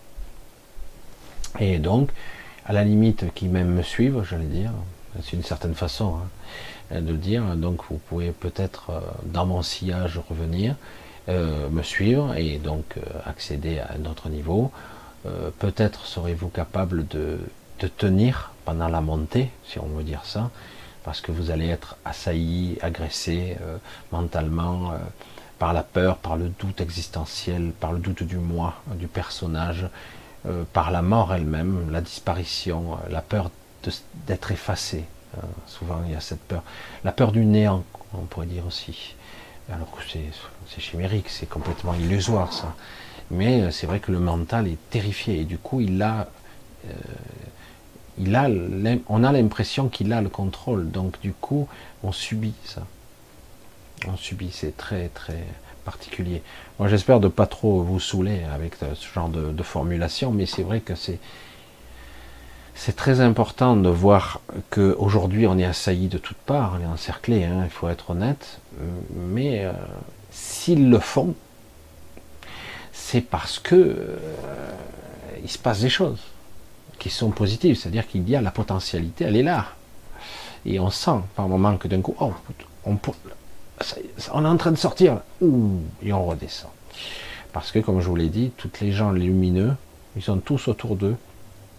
Et donc, à la limite, qui même me suivent, j'allais dire, c'est une certaine façon hein, de le dire, donc vous pouvez peut-être euh, dans mon sillage revenir, euh, me suivre et donc euh, accéder à un autre niveau. Euh, peut-être serez-vous capable de, de tenir pendant la montée, si on veut dire ça, parce que vous allez être assailli, agressé euh, mentalement, euh, par la peur, par le doute existentiel, par le doute du moi, du personnage, euh, par la mort elle-même, la disparition, la peur d'être effacé. Euh, souvent il y a cette peur. La peur du néant, on pourrait dire aussi. Alors que c'est chimérique, c'est complètement illusoire ça. Mais c'est vrai que le mental est terrifié et du coup il a, euh, il a, on a l'impression qu'il a le contrôle. Donc du coup on subit ça. On subit, c'est très très particulier. Moi j'espère de pas trop vous saouler avec ce genre de, de formulation, mais c'est vrai que c'est c'est très important de voir qu'aujourd'hui on est assailli de toutes parts, on est encerclé, hein, il faut être honnête, mais euh, s'ils le font, c'est parce que euh, il se passe des choses qui sont positives, c'est-à-dire qu'il y a la potentialité, elle est là. Et on sent par moment que d'un coup, oh, on, on est en train de sortir, ouh, et on redescend. Parce que, comme je vous l'ai dit, tous les gens lumineux, ils sont tous autour d'eux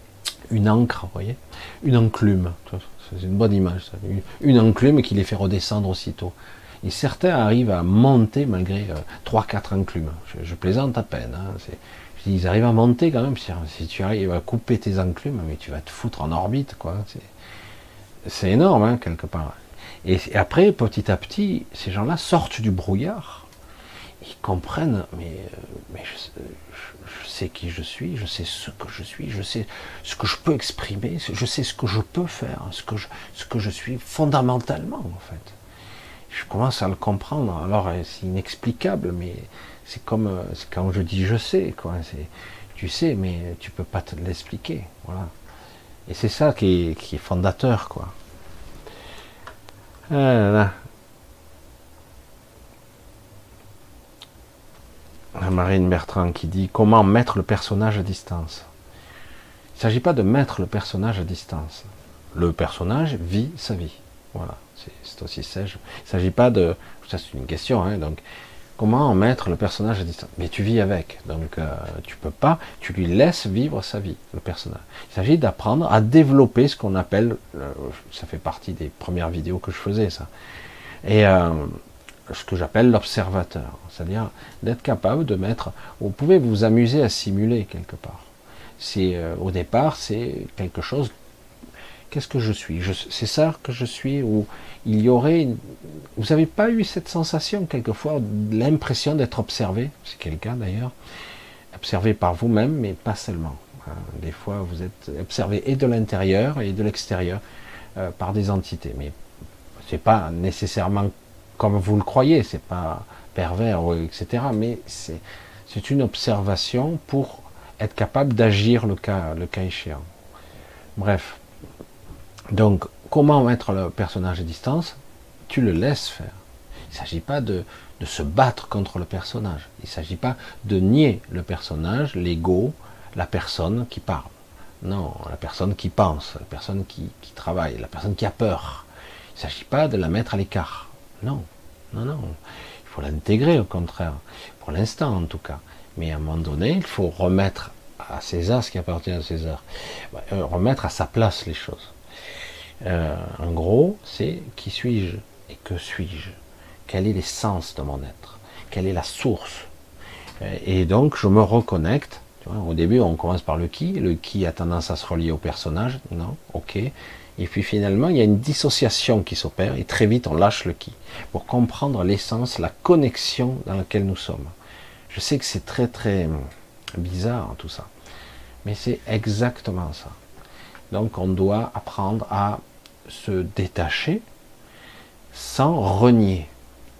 une encre, vous voyez, une enclume, c'est une bonne image, ça. Une, une enclume qui les fait redescendre aussitôt. Et certains arrivent à monter malgré euh, trois quatre enclumes. Je, je plaisante à peine. Hein, ils arrivent à monter quand même. Si tu arrives à couper tes enclumes, mais tu vas te foutre en orbite, quoi. C'est énorme, hein, quelque part. Et, et après, petit à petit, ces gens-là sortent du brouillard. Ils comprennent, mais, mais je, je, je sais qui je suis, je sais ce que je suis, je sais ce que je peux exprimer, je sais ce que je peux faire, ce que je, ce que je suis fondamentalement, en fait. Je commence à le comprendre. Alors, c'est inexplicable, mais c'est comme quand je dis je sais, quoi. Tu sais, mais tu peux pas te l'expliquer, voilà. Et c'est ça qui est, qui est fondateur, quoi. Ah là là. Marine Bertrand qui dit comment mettre le personnage à distance. Il ne s'agit pas de mettre le personnage à distance. Le personnage vit sa vie. Voilà, c'est aussi sage. Il ne s'agit pas de... Ça c'est une question, hein, donc comment mettre le personnage à distance? Mais tu vis avec, donc euh, tu peux pas, tu lui laisses vivre sa vie, le personnage. Il s'agit d'apprendre à développer ce qu'on appelle, euh, ça fait partie des premières vidéos que je faisais, ça. Et... Euh, ce que j'appelle l'observateur, c'est-à-dire d'être capable de mettre, vous pouvez vous amuser à simuler quelque part. C'est euh, au départ, c'est quelque chose. Qu'est-ce que je suis? C'est ça que je suis, ou il y aurait. Une, vous n'avez pas eu cette sensation quelquefois, l'impression d'être observé, c'est quel cas d'ailleurs, observé par vous-même, mais pas seulement. Des fois, vous êtes observé et de l'intérieur et de l'extérieur euh, par des entités, mais c'est pas nécessairement comme vous le croyez, c'est pas pervers, et cetera. Mais c'est une observation pour être capable d'agir le cas, le cas échéant. Bref. Donc, comment mettre le personnage à distance? Tu le laisses faire. Il ne s'agit pas de, de se battre contre le personnage. Il ne s'agit pas de nier le personnage, l'ego, la personne qui parle. Non, la personne qui pense, la personne qui, qui travaille, la personne qui a peur. Il ne s'agit pas de la mettre à l'écart. Non, non, non. Il faut l'intégrer au contraire, pour l'instant en tout cas. Mais à un moment donné, il faut remettre à César ce qui appartient à César. Remettre à sa place les choses. Euh, en gros, c'est qui suis-je et que suis-je? Quel est l'essence de mon être? Quelle est la source? Et donc, je me reconnecte. Tu vois, au début, on commence par le qui. Le qui a tendance à se relier au personnage. Non, ok. Et puis finalement, il y a une dissociation qui s'opère et très vite on lâche le qui pour comprendre l'essence, la connexion dans laquelle nous sommes. Je sais que c'est très très bizarre tout ça, mais c'est exactement ça. Donc on doit apprendre à se détacher sans renier.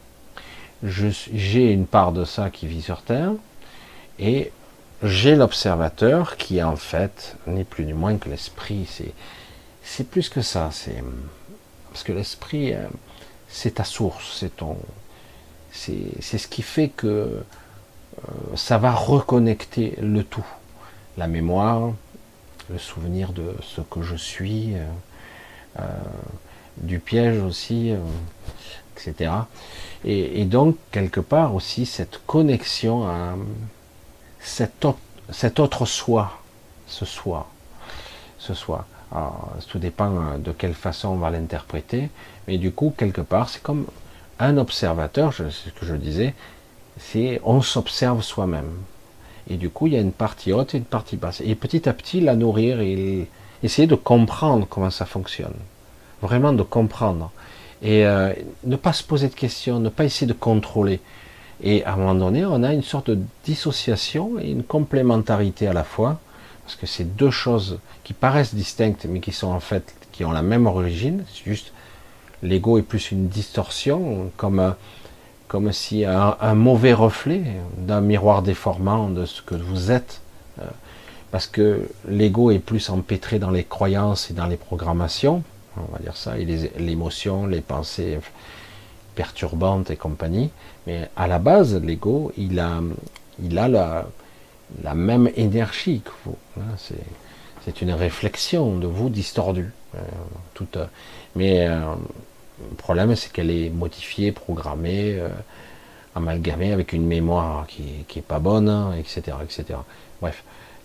J'ai une part de ça qui vit sur Terre et j'ai l'observateur qui en fait n'est plus ni moins que l'esprit. C'est C'est plus que ça, c'est parce que l'esprit, c'est ta source, c'est ton, c'est ce qui fait que euh, ça va reconnecter le tout, la mémoire, le souvenir de ce que je suis, euh, euh, du piège aussi, euh, et cetera. Et, et donc quelque part aussi cette connexion à cet autre, cet autre soi, ce soi, ce soi. Alors, tout dépend de quelle façon on va l'interpréter, mais du coup, quelque part, c'est comme un observateur, c'est ce que je disais, c'est on s'observe soi-même. Et du coup, il y a une partie haute et une partie basse. Et petit à petit, la nourrir et essayer de comprendre comment ça fonctionne. Vraiment de comprendre. Et euh, ne pas se poser de questions, ne pas essayer de contrôler. Et à un moment donné, on a une sorte de dissociation et une complémentarité à la fois, parce que c'est deux choses qui paraissent distinctes, mais qui sont en fait, qui ont la même origine. C'est juste, l'ego est plus une distorsion, comme, comme si un, un mauvais reflet d'un miroir déformant de ce que vous êtes. Parce que l'ego est plus empêtré dans les croyances et dans les programmations, on va dire ça, et les, l'émotion, les pensées perturbantes et compagnie. Mais à la base, l'ego, il a, il a la... la même énergie que vous. C'est une réflexion de vous distordue. Euh, toute, mais euh, le problème, c'est qu'elle est modifiée, programmée, euh, amalgamée avec une mémoire qui n'est pas bonne, et cetera, et cetera. Bref.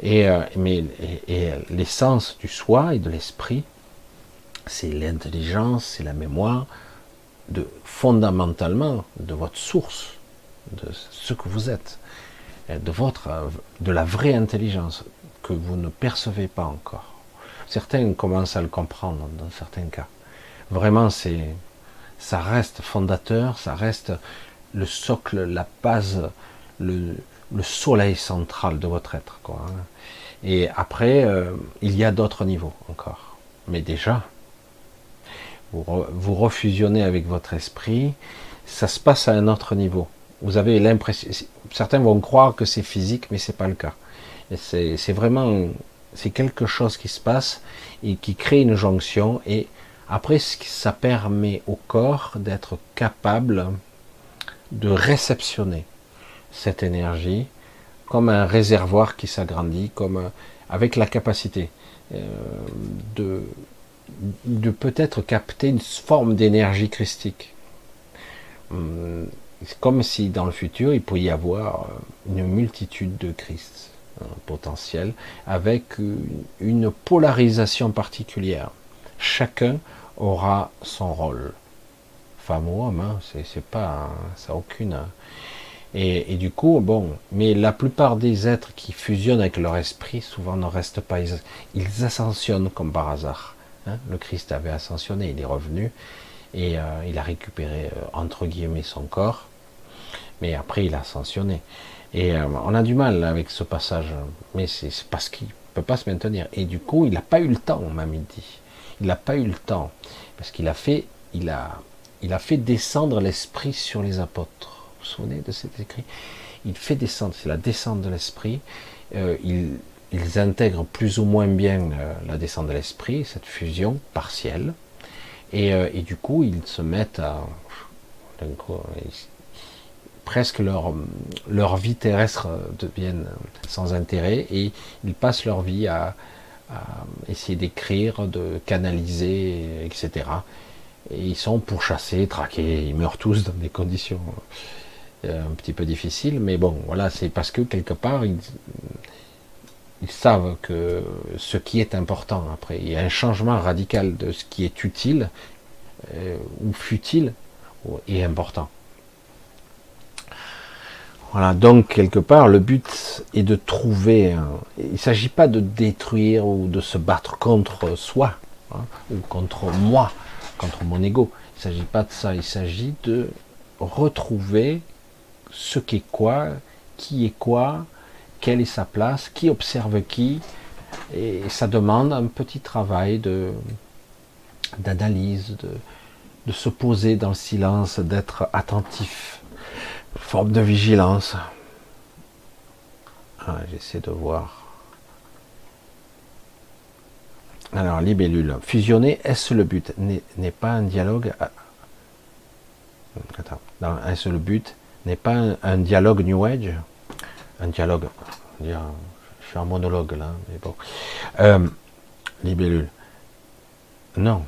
Et, euh, mais, et, et l'essence du soi et de l'esprit, c'est l'intelligence, c'est la mémoire, de, fondamentalement, de votre source, de ce que vous êtes, de votre, de la vraie intelligence que vous ne percevez pas encore. Certains commencent à le comprendre dans certains cas. Vraiment, c'est, ça reste fondateur, ça reste le socle, la base, le, le soleil central de votre être, quoi. Et après, euh, il y a d'autres niveaux encore. Mais déjà, vous, re, vous refusionnez avec votre esprit, ça se passe à un autre niveau. Vous avez l'impression, certains vont croire que c'est physique, mais c'est pas le cas. C'est, c'est vraiment, c'est quelque chose qui se passe et qui crée une jonction. Et après, ça permet au corps d'être capable de réceptionner cette énergie comme un réservoir qui s'agrandit, comme un, avec la capacité euh, de, de peut-être capter une forme d'énergie christique. Hum, c'est comme si dans le futur il pouvait y avoir une multitude de Christ hein, potentiels avec une, une polarisation particulière. Chacun aura son rôle, femme ou homme, hein, c'est, c'est pas, ça a aucune. Hein. Et, et du coup, bon, mais la plupart des êtres qui fusionnent avec leur esprit, souvent ne restent pas, ils, ils ascensionnent comme par hasard. Hein. Le Christ avait ascensionné, il est revenu et euh, il a récupéré euh, entre guillemets son corps, mais après il a ascensionné. Et euh, on a du mal avec ce passage, mais c'est, c'est parce qu'il peut pas se maintenir. Et du coup, il n'a pas eu le temps, même il dit. Il n'a pas eu le temps parce qu'il a fait, il a, il a fait descendre l'esprit sur les apôtres. Vous vous souvenez de cet écrit? Il fait descendre, c'est la descente de l'esprit. Euh, il, ils intègrent plus ou moins bien euh, la descente de l'esprit, cette fusion partielle. Et, euh, et du coup, ils se mettent à... Coup, ils, presque leur, leur vie terrestre devient sans intérêt et ils passent leur vie à, à essayer d'écrire, de canaliser, et cetera. Et ils sont pourchassés, traqués, ils meurent tous dans des conditions un petit peu difficiles, mais bon, voilà, c'est parce que quelque part, ils, ils savent que ce qui est important, après, il y a un changement radical de ce qui est utile, euh, ou futile, est important. Voilà, donc quelque part, le but est de trouver, un, il ne s'agit pas de détruire ou de se battre contre soi, hein, ou contre moi, contre mon ego, il ne s'agit pas de ça, il s'agit de retrouver ce qu'est quoi, qui est quoi, quelle est sa place, qui observe qui, et ça demande un petit travail de d'analyse, de, de se poser dans le silence, d'être attentif, forme de vigilance. Ah, j'essaie de voir. Alors, libellule. Fusionner, est-ce le but? N'est pas un dialogue... À... Attends. Est-ce le but? N'est pas un, un dialogue New Age? Un dialogue... Je suis en monologue, là, mais bon. Euh, libellule. Non.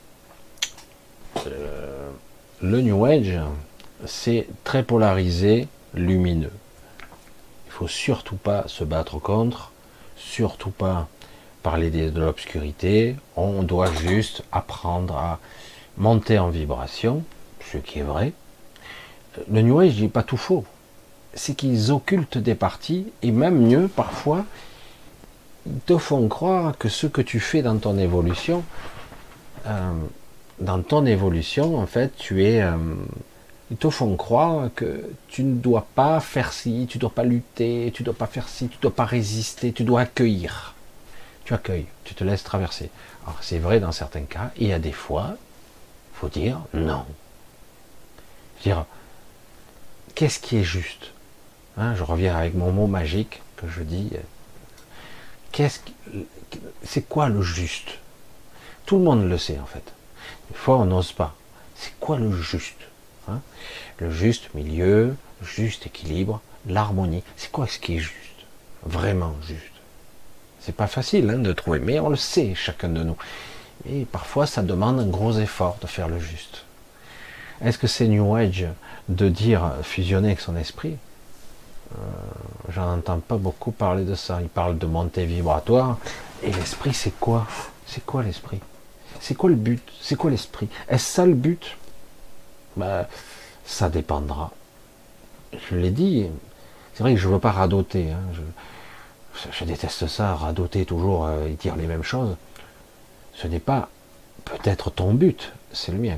Euh, le New Age... c'est très polarisé, lumineux. Il faut surtout pas se battre contre, surtout pas parler de, de l'obscurité. On doit juste apprendre à monter en vibration, ce qui est vrai. Le New Age n'est pas tout faux. C'est qu'ils occultent des parties, et même mieux, parfois, ils te font croire que ce que tu fais dans ton évolution, euh, dans ton évolution, en fait, tu es... Euh, ils te font croire que tu ne dois pas faire ci, tu ne dois pas lutter, tu ne dois pas faire ci, tu ne dois pas résister, tu dois accueillir. Tu accueilles, tu te laisses traverser. Alors c'est vrai dans certains cas, et il y a des fois, il faut dire non. Dire, qu'est-ce qui est juste, hein, je reviens avec mon mot magique que je dis. Qu'est-ce, c'est quoi le juste? Tout le monde le sait en fait. Des fois on n'ose pas. C'est quoi le juste? Hein, le juste milieu, le juste équilibre, l'harmonie. C'est quoi ce qui est juste? Vraiment juste. C'est pas facile hein, de trouver, mais on le sait, chacun de nous. Et parfois, ça demande un gros effort de faire le juste. Est-ce que c'est New Age de dire fusionner avec son esprit? j'en entends pas beaucoup parler de ça. Ils parlent de montée vibratoire. Et l'esprit, c'est quoi? C'est quoi l'esprit? C'est quoi le but? C'est quoi l'esprit? Est-ce ça le but? Ben, ça dépendra. Je l'ai dit, c'est vrai que je ne veux pas radoter. Hein. Je, je déteste ça, radoter toujours euh, et dire les mêmes choses. Ce n'est pas peut-être ton but, c'est le mien.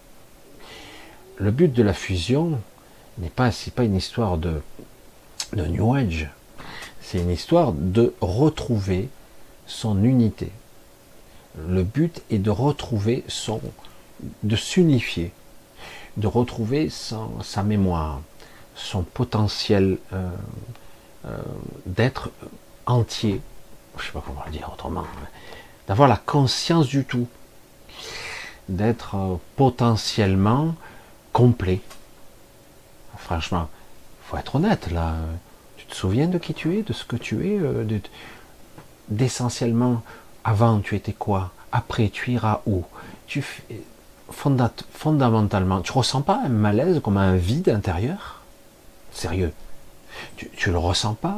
Le but de la fusion n'est pas, c'est pas une histoire de, de New Age. C'est une histoire de retrouver son unité. Le but est de retrouver son, de s'unifier, de retrouver son, sa mémoire, son potentiel euh, euh, d'être entier. Je ne sais pas comment le dire autrement. D'avoir la conscience du tout, d'être euh, potentiellement complet. Franchement, il faut être honnête là. Tu te souviens de qui tu es, de ce que tu es, euh, de, d'essentiellement, avant tu étais quoi, après tu iras où, tu fonda, fondamentalement, tu ressens pas un malaise comme un vide intérieur? Sérieux, tu, tu le ressens pas?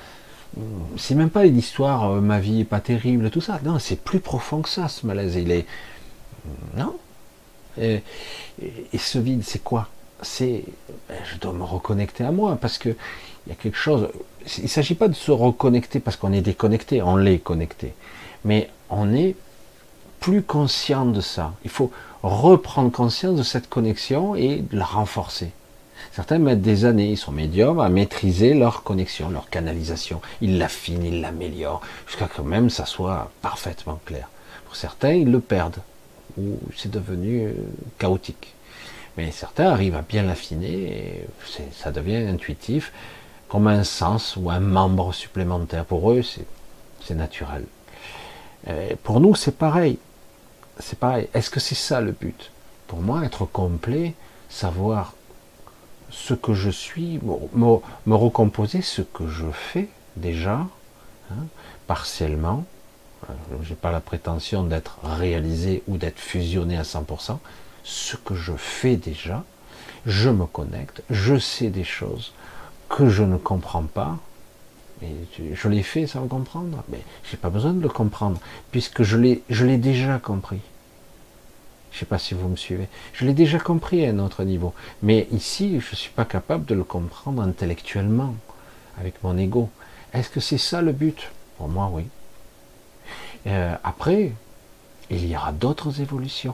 C'est même pas une histoire, euh, ma vie est pas terrible, tout ça. Non, c'est plus profond que ça, ce malaise. Il est non. Et, et, et ce vide, c'est quoi? C'est, ben, je dois me reconnecter à moi parce que il y a quelque chose. Il ne s'agit pas de se reconnecter parce qu'on est déconnecté, on l'est connecté, mais on est plus conscient de ça. Il faut reprendre conscience de cette connexion et de la renforcer. Certains mettent des années, ils sont médiums, à maîtriser leur connexion, leur canalisation. Ils l'affinent, ils l'améliorent, jusqu'à que même ça soit parfaitement clair. Pour certains, ils le perdent, ou c'est devenu chaotique. Mais certains arrivent à bien l'affiner, et ça devient intuitif, comme un sens ou un membre supplémentaire. Pour eux, c'est naturel. Et pour nous, c'est pareil. C'est pareil. Est-ce que c'est ça le but? Pour moi, être complet, savoir ce que je suis, me, me recomposer ce que je fais déjà, hein, partiellement. Je n'ai pas la prétention d'être réalisé ou d'être fusionné à cent pour cent. Ce que je fais déjà, je me connecte, je sais des choses que je ne comprends pas, mais je l'ai fait sans le comprendre, mais j'ai pas besoin de le comprendre, puisque je l'ai je l'ai déjà compris. Je ne sais pas si vous me suivez. Je l'ai déjà compris à un autre niveau. Mais ici, je ne suis pas capable de le comprendre intellectuellement, avec mon ego. Est-ce que c'est ça le but? Pour moi, oui. Euh, après, il y aura d'autres évolutions.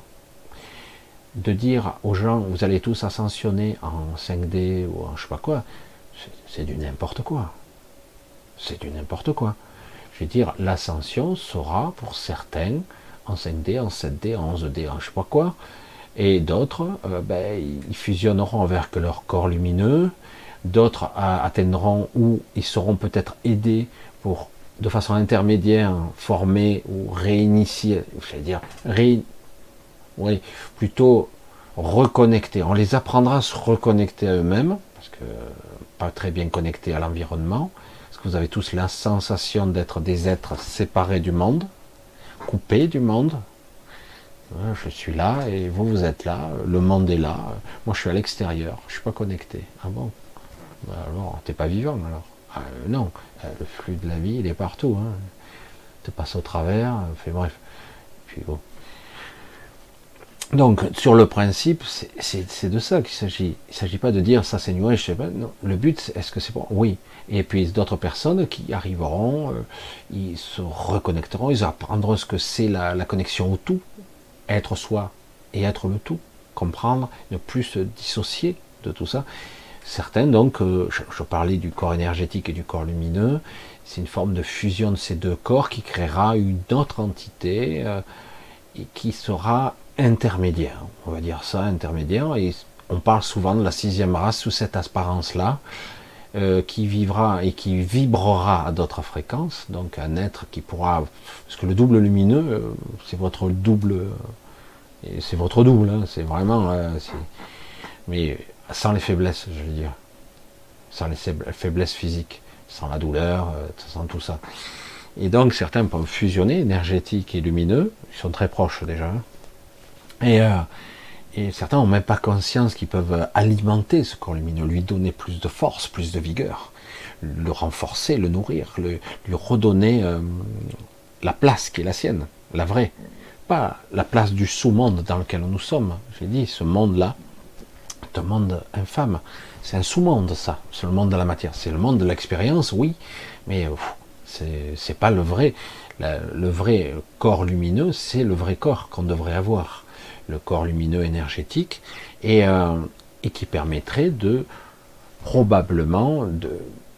De dire aux gens, vous allez tous ascensionner en cinq D ou en je sais pas quoi, c'est du n'importe quoi. C'est du n'importe quoi. Je veux dire, l'ascension sera pour certains en cinq D, en sept D, en onze D, en je sais pas quoi, et d'autres, euh, ben, ils fusionneront avec leur corps lumineux, d'autres atteindront ou ils seront peut-être aidés pour, de façon intermédiaire, former ou réinitier, je veux dire, ré, oui, plutôt reconnecter. On les apprendra à se reconnecter à eux-mêmes, parce que pas très bien connectés à l'environnement, parce que vous avez tous la sensation d'être des êtres séparés du monde, coupé du monde. Je suis là et vous, vous êtes là, le monde est là, moi je suis à l'extérieur, je suis pas connecté. Ah bon? Alors, t'es pas vivant alors? Ah, euh, non, le flux de la vie, il est partout. Hein. Te passe au travers, fait bref. Puis bon. Donc, sur le principe, c'est de ça qu'il s'agit. Il ne s'agit pas de dire ça c'est New Age, je sais pas. Non. Le but, est-ce que c'est bon? Oui. Et puis d'autres personnes qui arriveront, euh, ils se reconnecteront, ils apprendront ce que c'est la, la connexion au tout, être soi et être le tout, comprendre, ne plus se dissocier de tout ça. Certains, donc, euh, je, je parlais du corps énergétique et du corps lumineux, c'est une forme de fusion de ces deux corps qui créera une autre entité euh, et qui sera intermédiaire, on va dire ça, intermédiaire, et on parle souvent de la sixième race sous cette apparence-là, euh, qui vivra et qui vibrera à d'autres fréquences, donc un être qui pourra, parce que le double lumineux, euh, c'est votre double, et c'est votre double, hein, c'est vraiment, euh, mais sans les faiblesses, je veux dire, sans les faiblesses physiques, sans la douleur, euh, sans tout ça. Et donc certains peuvent fusionner, énergétique et lumineux, ils sont très proches déjà, hein. Et, euh, et certains n'ont même pas conscience qu'ils peuvent alimenter ce corps lumineux, lui donner plus de force, plus de vigueur. le renforcer, le nourrir, le, lui redonner euh, la place qui est la sienne, la vraie. Pas la place du sous-monde dans lequel nous sommes. J'ai dit, ce monde-là, c'est un monde infâme. C'est un sous-monde, ça. C'est le monde de la matière. C'est le monde de l'expérience, oui, mais c'est, c'est pas le vrai. La, le vrai corps lumineux, c'est le vrai corps qu'on devrait avoir. Le corps lumineux énergétique, et, euh, et qui permettrait de, probablement, de,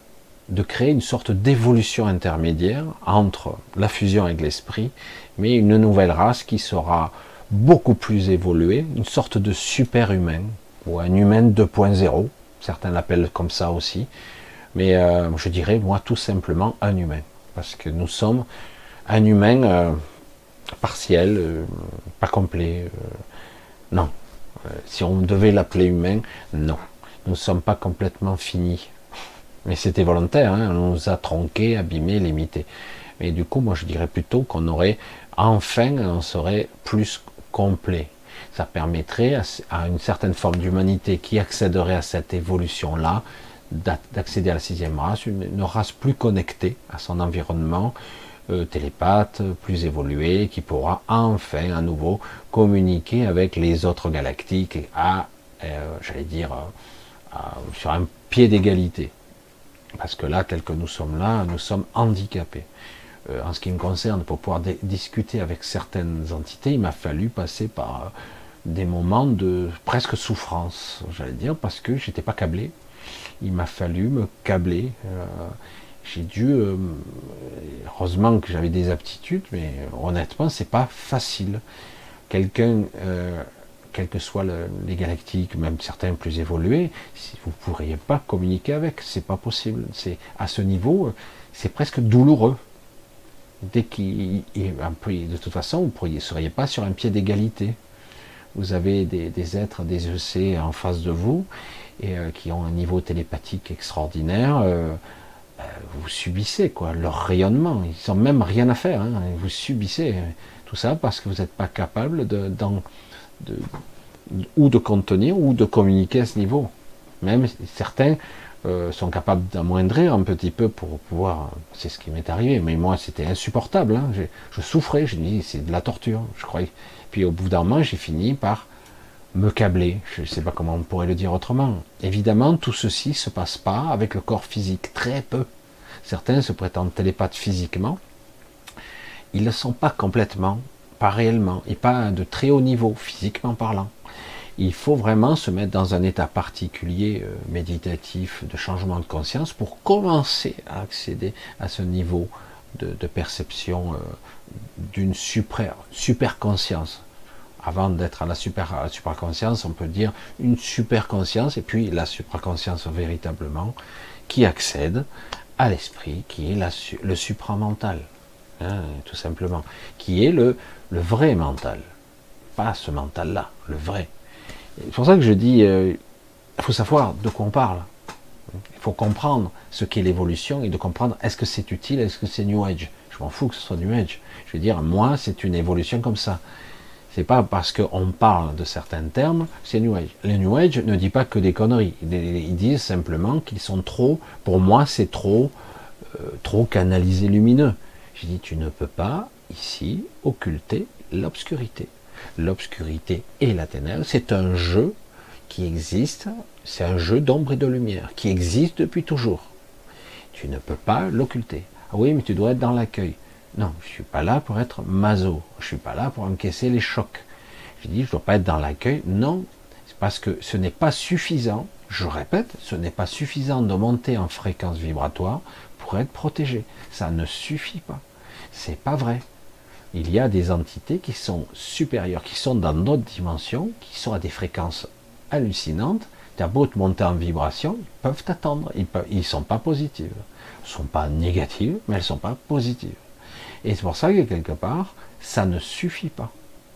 de créer une sorte d'évolution intermédiaire entre la fusion avec l'esprit, mais une nouvelle race qui sera beaucoup plus évoluée, une sorte de super-humain, ou un humain deux point zéro, certains l'appellent comme ça aussi, mais euh, je dirais, moi, tout simplement un humain, parce que nous sommes un humain euh, partiel, euh, pas complet, euh, non. Euh, si on devait l'appeler humain, non. Nous ne sommes pas complètement finis. Mais c'était volontaire, hein, on nous a tronqués, abîmés, limités. Mais du coup, moi je dirais plutôt qu'on aurait, enfin, on serait plus complet. Ça permettrait à, à une certaine forme d'humanité qui accéderait à cette évolution-là, d'accéder à la sixième race, une, une race plus connectée à son environnement, euh, télépathe, plus évoluée, qui pourra enfin à nouveau communiquer avec les autres galactiques à, euh, j'allais dire, à, sur un pied d'égalité. Parce que là, tel que nous sommes là, nous sommes handicapés. Euh, en ce qui me concerne, pour pouvoir discuter avec certaines entités, il m'a fallu passer par euh, des moments de presque souffrance, j'allais dire, parce que j'étais pas câblé. Il m'a fallu me câbler. Euh, j'ai dû, euh, heureusement que j'avais des aptitudes, mais honnêtement, c'est pas facile. Quelqu'un, euh, quels que soient le, les galactiques, même certains plus évolués, si vous ne pourriez pas communiquer avec, c'est pas possible. C'est à ce niveau, c'est presque douloureux. Dès qu'il, de toute façon, vous ne seriez pas sur un pied d'égalité. Vous avez des, des êtres, des E C en face de vous, et euh, qui ont un niveau télépathique extraordinaire. Euh, euh, vous subissez quoi, leur rayonnement. Ils n'ont même rien à faire. Hein, vous subissez tout ça parce que vous n'êtes pas capable de, dans, de, ou de contenir ou de communiquer à ce niveau. Même certains euh, sont capables d'amoindrir un petit peu pour pouvoir. C'est ce qui m'est arrivé. Mais moi, c'était insupportable. Hein. Je, je souffrais. Je dis, c'est de la torture. Je croyais. Puis au bout d'un moment, j'ai fini par me câbler. Je ne sais pas comment on pourrait le dire autrement. Évidemment, tout ceci se passe pas avec le corps physique. Très peu. Certains se prétendent télépathes physiquement. Ils ne le sont pas complètement, pas réellement, et pas de très haut niveau, physiquement parlant. Il faut vraiment se mettre dans un état particulier euh, méditatif, de changement de conscience, pour commencer à accéder à ce niveau de, de perception euh, d'une super, super conscience. Avant d'être à la super, à la super conscience, on peut dire une super conscience, et puis la supraconscience véritablement, qui accède à l'esprit, qui est la, le supramental. Hein, tout simplement, qui est le, le vrai mental, pas ce mental-là, le vrai. C'est pour ça que je dis, euh, il faut savoir de quoi on parle. Il faut comprendre ce qu'est l'évolution et de comprendre est-ce que c'est utile, est-ce que c'est New Age. Je m'en fous que ce soit New Age. Je veux dire, moi, c'est une évolution comme ça. C'est pas parce qu'on parle de certains termes, c'est New Age. Le New Age ne dit pas que des conneries. Ils disent simplement qu'ils sont trop, pour moi, c'est trop, euh, trop canalisé lumineux. Je dis, tu ne peux pas, ici, occulter l'obscurité. L'obscurité et la ténèbre, c'est un jeu qui existe, c'est un jeu d'ombre et de lumière, qui existe depuis toujours. Tu ne peux pas l'occulter. Ah oui, mais tu dois être dans l'accueil. Non, je ne suis pas là pour être maso, je ne suis pas là pour encaisser les chocs. Je dis, je ne dois pas être dans l'accueil. Non, c'est parce que ce n'est pas suffisant, je répète, ce n'est pas suffisant de monter en fréquence vibratoire pour être protégé. Ça ne suffit pas. C'est pas vrai. Il y a des entités qui sont supérieures, qui sont dans d'autres dimensions, qui sont à des fréquences hallucinantes. Tu as beau te monter en vibration, ils peuvent t'attendre. Ils ne sont pas positives. Elles ne sont pas négatives, mais elles ne sont pas positives. Et c'est pour ça que quelque part, ça ne suffit pas.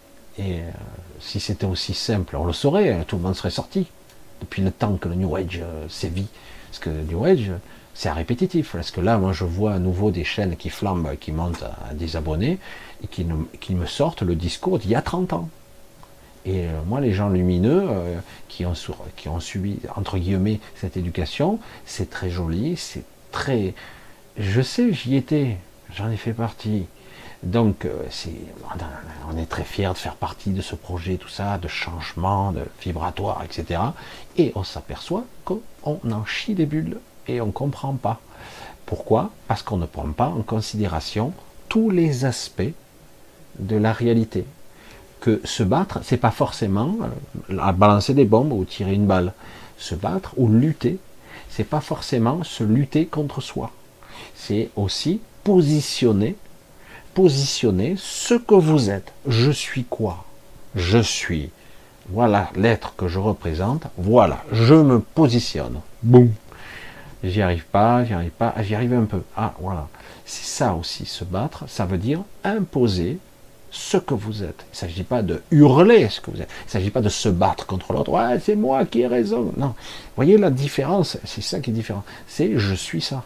Et euh, si c'était aussi simple, on le saurait, tout le monde serait sorti. Depuis le temps que le New Age euh, sévit. Parce que le New Age, c'est répétitif. Parce que là, moi, je vois à nouveau des chaînes qui flambent, qui montent à des abonnés, et qui, ne, qui me sortent le discours d'il y a trente ans. Et euh, moi, les gens lumineux, euh, qui, ont, qui ont subi, entre guillemets, cette éducation, c'est très joli, c'est très... Je sais, j'y étais, j'en ai fait partie. Donc, euh, c'est, on est très fiers de faire partie de ce projet, tout ça, de changement, de vibratoire, et cetera. Et on s'aperçoit qu'on en chie des bulles et on ne comprend pas. Pourquoi? Parce qu'on ne prend pas en considération tous les aspects de la réalité. Que se battre, c'est pas forcément euh, balancer des bombes ou tirer une balle. Se battre ou lutter, c'est pas forcément se lutter contre soi. C'est aussi positionner, positionner ce que vous êtes. Je suis quoi? Je suis. Voilà l'être que je représente. Voilà, je me positionne. Boum. J'y arrive pas, j'y arrive pas, j'y arrive un peu. Ah, voilà. C'est ça aussi, se battre. Ça veut dire imposer ce que vous êtes. Il ne s'agit pas de hurler ce que vous êtes. Il ne s'agit pas de se battre contre l'autre. Ouais, c'est moi qui ai raison. Non. Vous voyez la différence? C'est ça qui est différent. C'est je suis ça.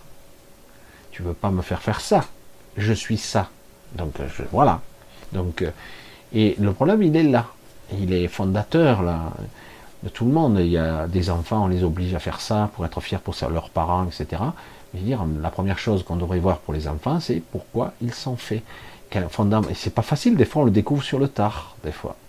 Tu veux pas me faire faire ça. Je suis ça. Donc je, voilà. Donc et le problème il est là. Il est fondateur là de tout le monde. Il y a des enfants, on les oblige à faire ça pour être fiers pour leurs parents, et cetera. Je veux dire, la première chose qu'on devrait voir pour les enfants, c'est pourquoi ils sont faits. Et c'est pas facile, des fois on le découvre sur le tard, des fois.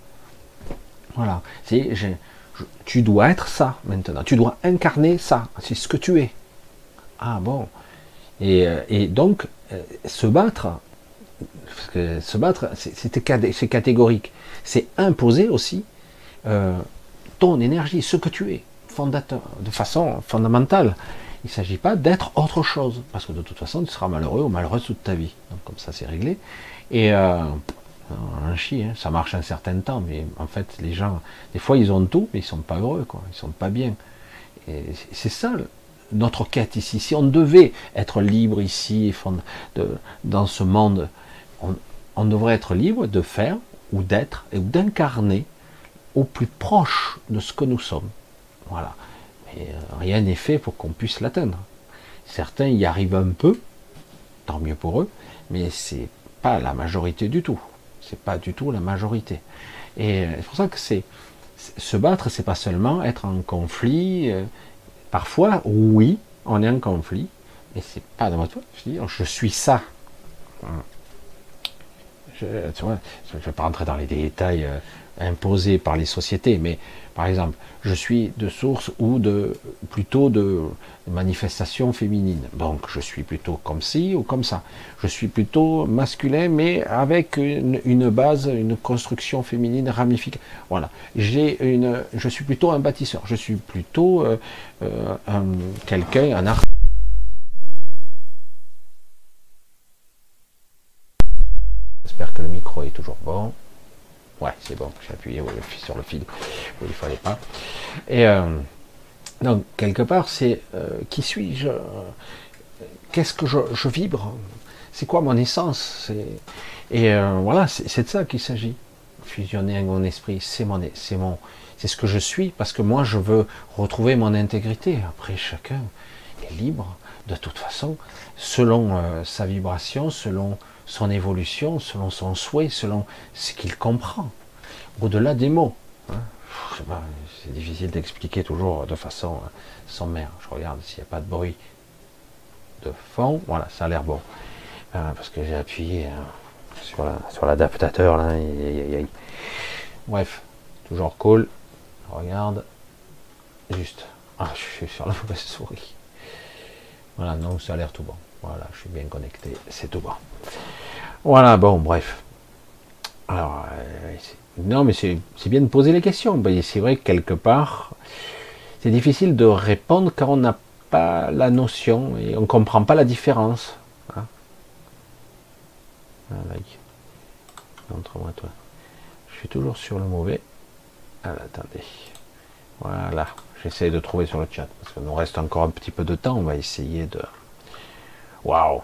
Voilà. C'est, je, je, tu dois être ça maintenant. Tu dois incarner ça. C'est ce que tu es. Ah bon. Et, et donc, se battre, parce que se battre, c'est catégorique. C'est imposer aussi euh, ton énergie, ce que tu es, fondateur, de façon fondamentale. Il ne s'agit pas d'être autre chose, parce que de toute façon, tu seras malheureux ou malheureuse toute ta vie. Donc comme ça, c'est réglé. Et euh, un chie, hein, ça marche un certain temps, mais en fait, les gens, des fois, ils ont tout, mais ils sont pas heureux, quoi. Ils sont pas bien. Et c'est ça notre quête ici. Si on devait être libre ici, de, dans ce monde, on, on devrait être libre de faire ou d'être et d'incarner au plus proche de ce que nous sommes. Voilà. Mais rien n'est fait pour qu'on puisse l'atteindre. Certains y arrivent un peu, tant mieux pour eux, mais c'est pas la majorité du tout. C'est pas du tout la majorité. Et c'est pour ça que c'est se battre, c'est pas seulement être en conflit. Parfois, oui, on est en conflit, mais c'est pas de votre faute. Je dis, je suis ça. Je, tu vois, je ne vais pas rentrer dans les détails euh, imposés par les sociétés, mais par exemple, je suis de source ou de plutôt de manifestation féminine. Donc, je suis plutôt comme ci ou comme ça. Je suis plutôt masculin, mais avec une, une base, une construction féminine ramifiée. Voilà. J'ai une, je suis plutôt un bâtisseur. Je suis plutôt euh, euh, un, quelqu'un, un artiste. J'espère que le micro est toujours bon. Ouais, c'est bon, j'ai appuyé sur le fil où il ne fallait pas. Et euh, donc, quelque part, c'est euh, qui suis-je? Qu'est-ce que je, je vibre? C'est quoi mon essence? Et euh, voilà, c'est de ça qu'il s'agit. Fusionner avec mon esprit, c'est mon, c'est mon, c'est ce que je suis, parce que moi, je veux retrouver mon intégrité. Après, chacun est libre, de toute façon, selon euh, sa vibration, selon son évolution, selon son souhait, selon ce qu'il comprend, au-delà des mots. Hein. C'est difficile d'expliquer toujours de façon euh, sommaire. Je regarde s'il n'y a pas de bruit de fond. Voilà, ça a l'air bon. Euh, parce que j'ai appuyé euh, sur la, sur l'adaptateur. Là. Bref, toujours cool. Je regarde. Juste. Ah, je suis sur la mauvaise souris. Voilà, non, ça a l'air tout bon. Voilà, je suis bien connecté, c'est tout bon. Voilà, bon, bref. Alors, euh, non, mais c'est bien de poser les questions. C'est vrai que quelque part, c'est difficile de répondre quand on n'a pas la notion et on ne comprend pas la différence. Hein. Montre-moi toi. Je suis toujours sur le mauvais. Ah, attendez. Voilà, j'essaie de trouver sur le chat parce qu'il nous reste encore un petit peu de temps. On va essayer de. Waouh!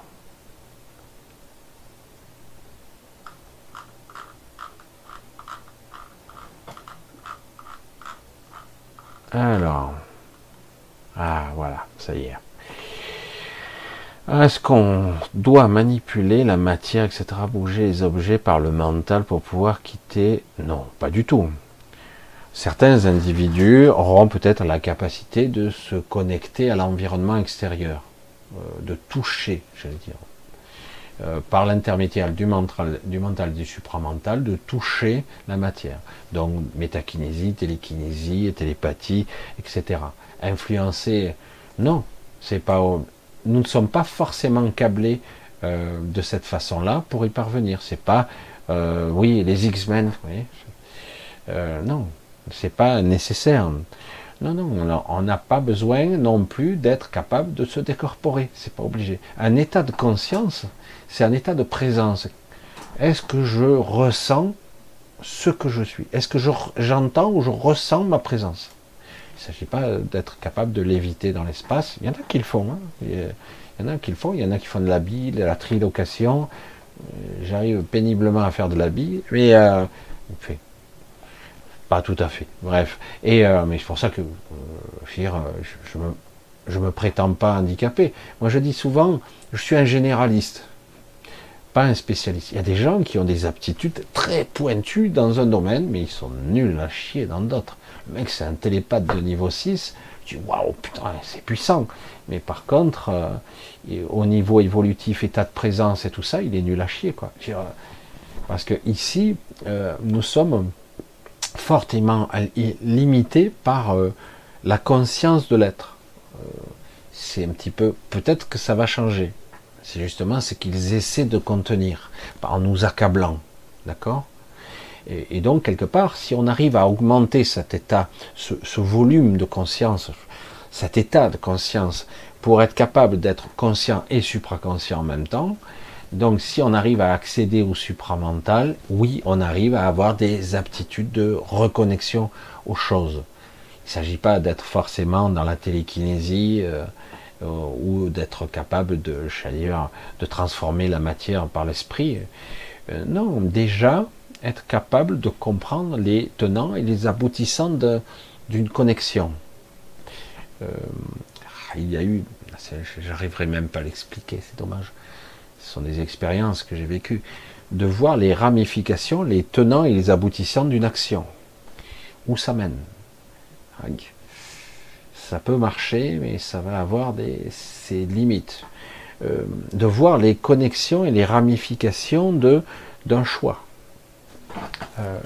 Alors, ah voilà, ça y est. Est-ce qu'on doit manipuler la matière, et cetera, bouger les objets par le mental pour pouvoir quitter? Non, pas du tout. Certains individus auront peut-être la capacité de se connecter à l'environnement extérieur. euh, de toucher, j'allais dire, euh, par l'intermédiaire du mental, du mental, du supramental, de toucher la matière. Donc métakinésie, télékinésie, télépathie, et cetera. Influencer, non, c'est pas, nous ne sommes pas forcément câblés euh, de cette façon-là pour y parvenir. C'est pas, euh, oui, les X-Men, oui, euh, non, c'est pas nécessaire. Non, non, on n'a pas besoin non plus d'être capable de se décorporer. C'est pas obligé. Un état de conscience, c'est un état de présence. Est-ce que je ressens ce que je suis? Est-ce que j'entends ou je ressens ma présence? Il ne s'agit pas d'être capable de léviter dans l'espace. Il y en a qui le font. Hein. Il y en a qui le font. Il y en a qui font de la bille, de la trilocation. J'arrive péniblement à faire de la bille, mais euh, fait, pas tout à fait. Bref. Et euh, mais c'est pour ça que, euh, je, dire, je, je, me, je me prétends pas handicapé. Moi, je dis souvent, je suis un généraliste, pas un spécialiste. Il y a des gens qui ont des aptitudes très pointues dans un domaine, mais ils sont nuls à chier dans d'autres. Le mec, c'est un télépathe de niveau six. Tu dis, waouh, putain, c'est puissant. Mais par contre, euh, au niveau évolutif, état de présence et tout ça, il est nul à chier, quoi. Dire, parce que ici, euh, nous sommes fortement limités par euh, la conscience de l'être. Euh, c'est un petit peu, peut-être que ça va changer. C'est justement ce qu'ils essaient de contenir, en nous accablant, d'accord ? et, et donc, quelque part, si on arrive à augmenter cet état, ce, ce volume de conscience, cet état de conscience, pour être capable d'être conscient et supraconscient en même temps, donc si on arrive à accéder au supramental, oui, on arrive à avoir des aptitudes de reconnexion aux choses. Il ne s'agit pas d'être forcément dans la télékinésie, euh, ou d'être capable de, dire, de transformer la matière par l'esprit. Euh, non, déjà, être capable de comprendre les tenants et les aboutissants d'une connexion. Euh, il y a eu, j'arriverai même pas à l'expliquer, c'est dommage, ce sont des expériences que j'ai vécues, de voir les ramifications, les tenants et les aboutissants d'une action. Où ça mène. Ça peut marcher, mais ça va avoir des, ses limites. Euh, de voir les connexions et les ramifications de d'un choix. Euh,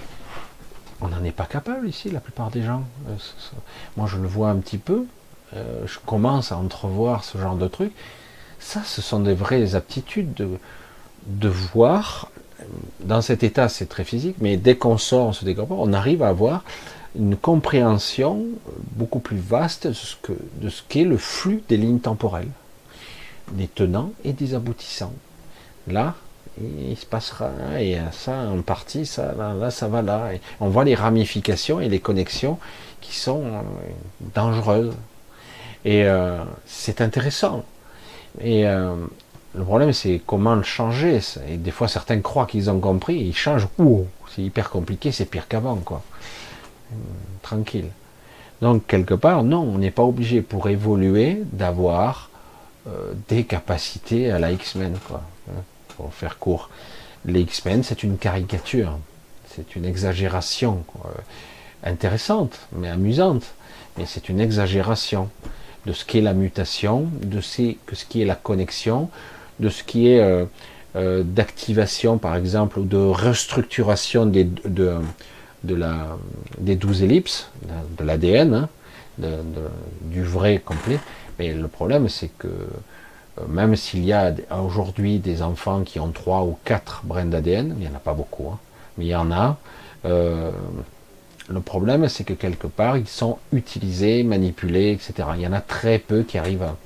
on n'en est pas capable ici, la plupart des gens. Euh, moi, je le vois un petit peu. Euh, je commence à entrevoir ce genre de trucs. Ça, ce sont des vraies aptitudes de, de voir. Dans cet état, c'est très physique, mais dès qu'on sort, on se décorpore, on arrive à avoir une compréhension beaucoup plus vaste de ce que, de ce qu'est le flux des lignes temporelles, des tenants et des aboutissants. Là, il se passera, et ça, en partie, ça, là, là, ça va là. Et on voit les ramifications et les connexions qui sont dangereuses. Et euh, c'est intéressant. Et euh, le problème, c'est comment le changer. Et des fois, certains croient qu'ils ont compris, et ils changent. Ouh, c'est hyper compliqué, c'est pire qu'avant, quoi. Tranquille. Donc quelque part, non, on n'est pas obligé pour évoluer d'avoir euh, des capacités à la X-Men, quoi. Pour faire court, les X-Men, c'est une caricature, c'est une exagération, quoi. Intéressante, mais amusante, mais c'est une exagération de ce qu'est la mutation, de ce, que ce qui est la connexion, de ce qui est euh, euh, d'activation, par exemple, ou de restructuration des, de, de la, des douze ellipses, de l'A D N, hein, de, de, du vrai complet. Mais le problème, c'est que euh, même s'il y a aujourd'hui des enfants qui ont trois ou quatre brins d'A D N, il n'y en a pas beaucoup, hein, mais il y en a, euh, le problème, c'est que quelque part, ils sont utilisés, manipulés, et cetera. Il y en a très peu qui arrivent à...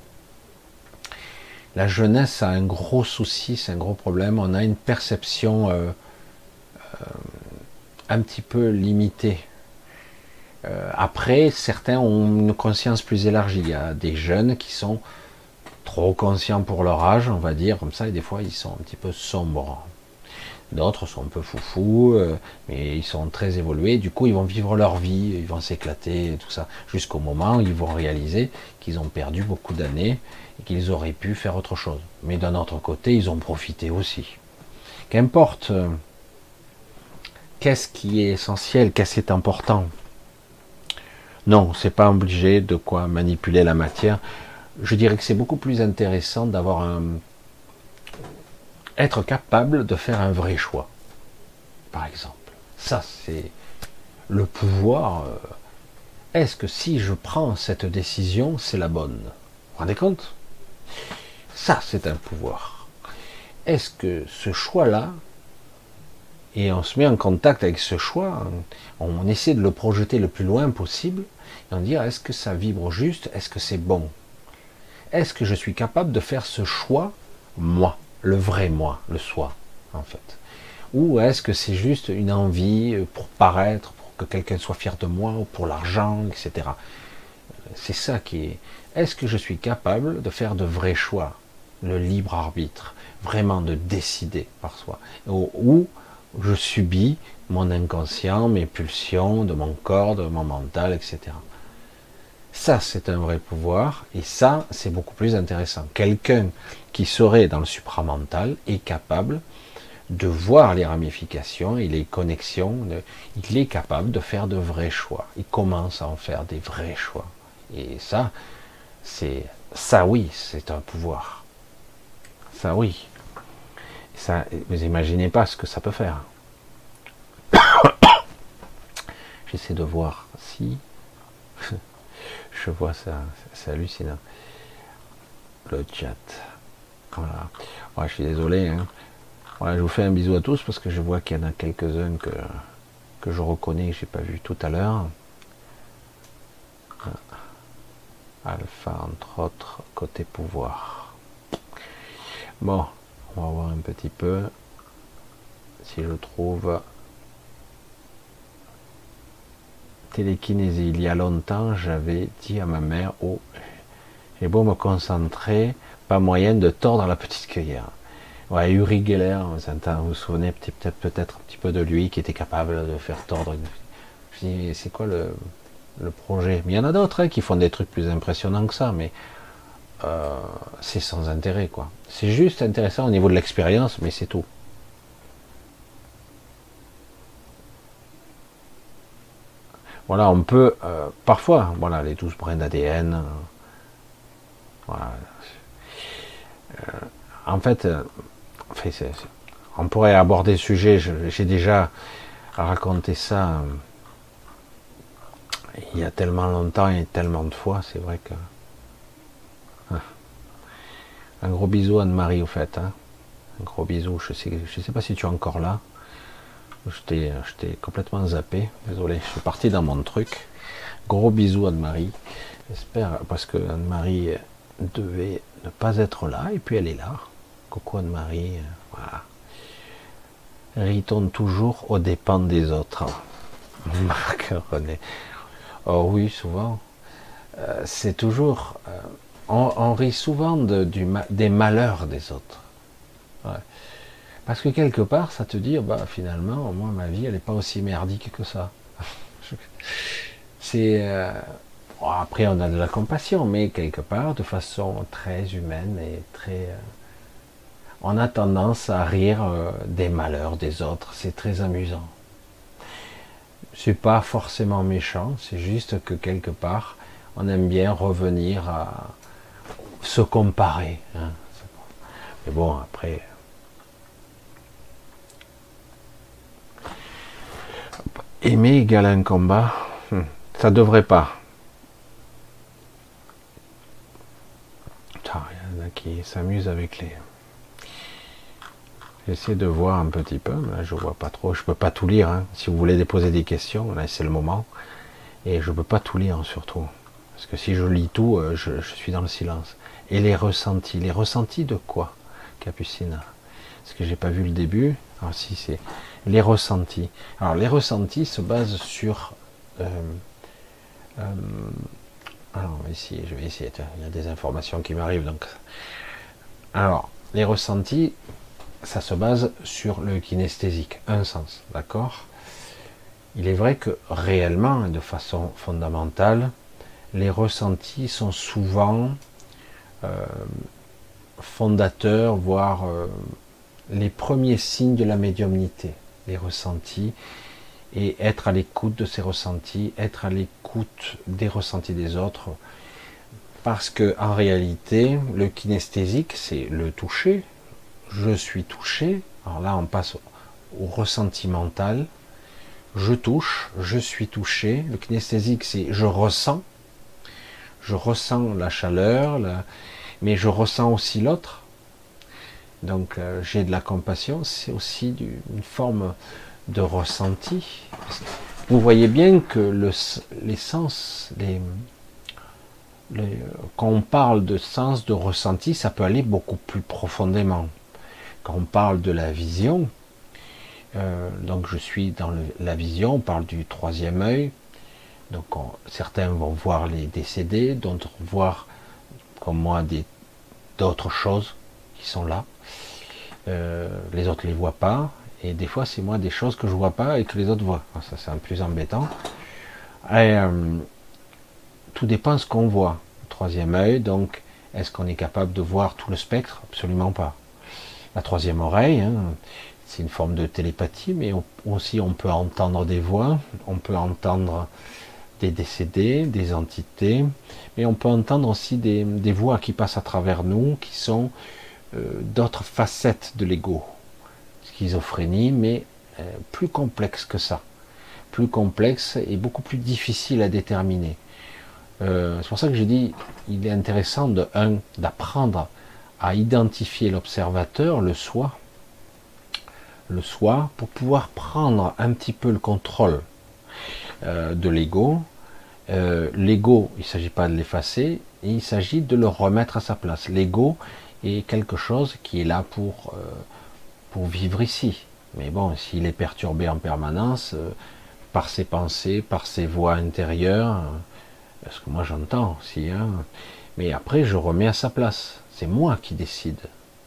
La jeunesse a un gros souci, c'est un gros problème. On a une perception euh, euh, un petit peu limitée. Euh, après, certains ont une conscience plus élargie. Il y a des jeunes qui sont trop conscients pour leur âge, on va dire, comme ça, et des fois, ils sont un petit peu sombres. D'autres sont un peu foufous, euh, mais ils sont très évolués. Du coup, ils vont vivre leur vie, ils vont s'éclater, tout ça, jusqu'au moment où ils vont réaliser qu'ils ont perdu beaucoup d'années et qu'ils auraient pu faire autre chose. Mais d'un autre côté, ils ont profité aussi. Qu'importe, euh, qu'est-ce qui est essentiel, qu'est-ce qui est important? Non, c'est pas obligé de quoi manipuler la matière. je dirais que c'est beaucoup plus intéressant d'avoir un, être capable de faire un vrai choix, par exemple. Ça, c'est le pouvoir. Est-ce que si je prends cette décision, c'est la bonne? Vous vous rendez compte? Ça, c'est un pouvoir. Est-ce que ce choix-là, et on se met en contact avec ce choix, on, on essaie de le projeter le plus loin possible, et on dit, est-ce que ça vibre juste? Est-ce que c'est bon? Est-ce que je suis capable de faire ce choix, moi, le vrai moi, le soi, en fait? Ou est-ce que c'est juste une envie pour paraître, pour que quelqu'un soit fier de moi, ou pour l'argent, et cetera. C'est ça qui est... Est-ce que je suis capable de faire de vrais choix, le libre arbitre, vraiment de décider par soi, ou, ou je subis mon inconscient, mes pulsions de mon corps, de mon mental, et cetera. Ça, c'est un vrai pouvoir, et ça, c'est beaucoup plus intéressant. Quelqu'un qui serait dans le supramental est capable de voir les ramifications et les connexions, de, il est capable de faire de vrais choix. Il commence à en faire des vrais choix. Et ça, c'est ça oui, c'est un pouvoir. Ça oui. Ça, vous imaginez pas ce que ça peut faire. J'essaie de voir si je vois ça, c'est hallucinant. Le chat. Voilà. Ouais, je suis désolé. Hein. Voilà, je vous fais un bisou à tous parce que je vois qu'il y en a quelques-uns que, que je reconnais, que j'ai pas vu tout à l'heure. Alpha, entre autres, côté pouvoir. Bon, on va voir un petit peu si je trouve télékinésie. Il y a longtemps, j'avais dit à ma mère, oh, j'ai beau me concentrer, pas moyen de tordre la petite cuillère. Ouais, Uri Geller, vous vous souvenez peut-être peut-être un petit peu de lui qui était capable de faire tordre. Je dis, c'est quoi le, le projet? Mais il y en a d'autres hein, qui font des trucs plus impressionnants que ça, mais euh, c'est sans intérêt, quoi. C'est juste intéressant au niveau de l'expérience, mais c'est tout. Voilà, on peut euh, parfois, voilà, les douze brins d'A D N. Euh, voilà. Euh, en fait. Euh, Enfin, c'est, c'est, on pourrait aborder le sujet, je, j'ai déjà raconté ça euh, il y a tellement longtemps et tellement de fois, c'est vrai que... Ah. Un gros bisou Anne-Marie au fait, hein. Un gros bisou, je sais, je sais pas si tu es encore là, je t'ai, je t'ai complètement zappé, désolé, je suis parti dans mon truc. Gros bisou Anne-Marie, j'espère, parce que Anne-Marie devait ne pas être là, et puis elle est là. Coucou Anne-Marie, voilà. Rit-on toujours aux dépens des autres? Marc René. Oh oui, souvent. Euh, c'est toujours... Euh, on, on rit souvent de, du, des malheurs des autres. Ouais. Parce que quelque part, ça te dit, bah, finalement, moi, ma vie, elle n'est pas aussi merdique que ça. C'est... Euh, bon, après, on a de la compassion, mais quelque part, de façon très humaine et très... Euh, on a tendance à rire euh, des malheurs des autres, c'est très amusant. C'est pas forcément méchant, c'est juste que quelque part, on aime bien revenir à se comparer. Hein. Mais bon, après... Aimer égale un combat, ça devrait pas. Putain, il y en a qui s'amusent avec les... J'essaie de voir un petit peu, mais là je vois pas trop, je peux pas tout lire. Hein. Si vous voulez déposer des questions, là c'est le moment. Et je peux pas tout lire surtout. Parce que si je lis tout, je, je suis dans le silence. Et les ressentis. Les ressentis de quoi, Capucine? Parce que j'ai pas vu le début. Alors si c'est les ressentis. Alors les ressentis se basent sur... Euh, euh, alors ici, je vais essayer. Il y a des informations qui m'arrivent. Donc, alors les ressentis... ça se base sur le kinesthésique, un sens, d'accord? Il est vrai que réellement, de façon fondamentale, les ressentis sont souvent euh, fondateurs, voire euh, les premiers signes de la médiumnité, les ressentis, et être à l'écoute de ces ressentis, être à l'écoute des ressentis des autres. Parce que en réalité, le kinesthésique, c'est le toucher. Je suis touché. Alors là, on passe au, au ressenti mental. Je touche, je suis touché. Le kinesthésique, c'est je ressens. Je ressens la chaleur, la... mais je ressens aussi l'autre. Donc euh, j'ai de la compassion. C'est aussi du, une forme de ressenti. Vous voyez bien que le, les sens, les, les, quand on parle de sens, de ressenti, ça peut aller beaucoup plus profondément. Quand on parle de la vision, euh, donc je suis dans le, la vision, on parle du troisième œil. Donc on, certains vont voir les décédés, d'autres voir, comme moi, d'autres choses qui sont là. Euh, les autres ne les voient pas. Et des fois, c'est moi des choses que je vois pas et que les autres voient. Ça, c'est un peu plus embêtant. Et, euh, tout dépend de ce qu'on voit. Troisième œil, donc, est-ce qu'on est capable de voir tout le spectre? Absolument pas. La troisième oreille, hein, c'est une forme de télépathie, mais on, aussi on peut entendre des voix, on peut entendre des décédés, des entités, mais on peut entendre aussi des, des voix qui passent à travers nous, qui sont euh, d'autres facettes de l'ego. Schizophrénie, mais euh, plus complexe que ça. Plus complexe et beaucoup plus difficile à déterminer. Euh, c'est pour ça que j'ai dit, il est intéressant de un, d'apprendre à identifier l'observateur, le soi, le soi, pour pouvoir prendre un petit peu le contrôle euh, de l'ego. Euh, l'ego, il ne s'agit pas de l'effacer, il s'agit de le remettre à sa place. L'ego est quelque chose qui est là pour euh, pour vivre ici. Mais bon, s'il est perturbé en permanence euh, par ses pensées, par ses voix intérieures, euh, ce que moi j'entends aussi, hein, mais après je remets à sa place. C'est moi qui décide.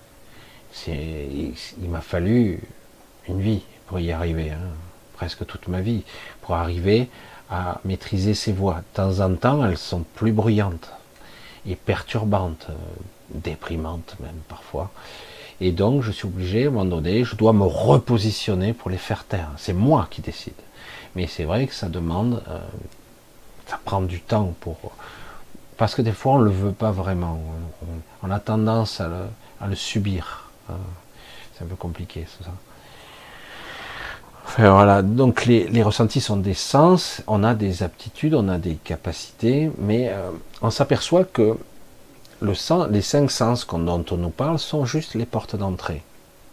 Il, il m'a fallu une vie pour y arriver, hein, presque toute ma vie, pour arriver à maîtriser ces voix. De temps en temps, elles sont plus bruyantes et perturbantes, euh, déprimantes même parfois. Et donc, je suis obligé, à un moment donné, je dois me repositionner pour les faire taire. C'est moi qui décide. Mais c'est vrai que ça demande, euh, ça prend du temps pour, parce que des fois, on ne le veut pas vraiment. On, on a tendance à le, à le subir. Hein. C'est un peu compliqué, tout ça. Enfin, voilà. Donc, les, les ressentis sont des sens. On a des aptitudes, on a des capacités, mais euh, on s'aperçoit que Le sens, les cinq sens dont on nous parle sont juste les portes d'entrée.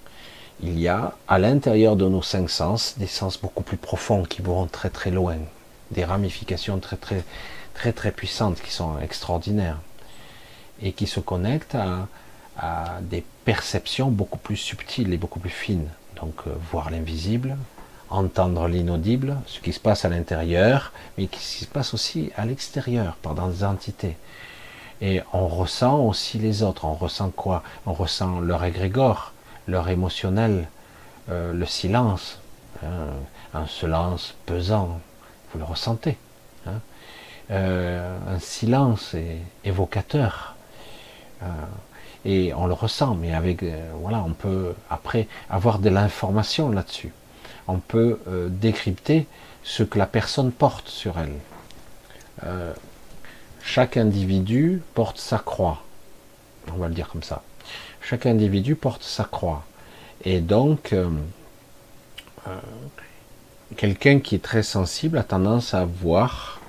Il y a à l'intérieur de nos cinq sens des sens beaucoup plus profonds qui vont très très loin, des ramifications très très très très puissantes qui sont extraordinaires et qui se connectent à, à des perceptions beaucoup plus subtiles et beaucoup plus fines. Donc euh, voir l'invisible, entendre l'inaudible, ce qui se passe à l'intérieur, mais qui se passe aussi à l'extérieur par des entités. Et on ressent aussi les autres. On ressent quoi? On ressent leur égrégore, leur émotionnel, euh, le silence, hein, un silence pesant. Vous le ressentez. Hein, euh, un silence évocateur. Euh, et on le ressent, mais avec euh, voilà, on peut après avoir de l'information là-dessus. On peut euh, décrypter ce que la personne porte sur elle. Euh, Chaque individu porte sa croix. On va le dire comme ça. Chaque individu porte sa croix. Et donc, euh, euh, quelqu'un qui est très sensible a tendance à voir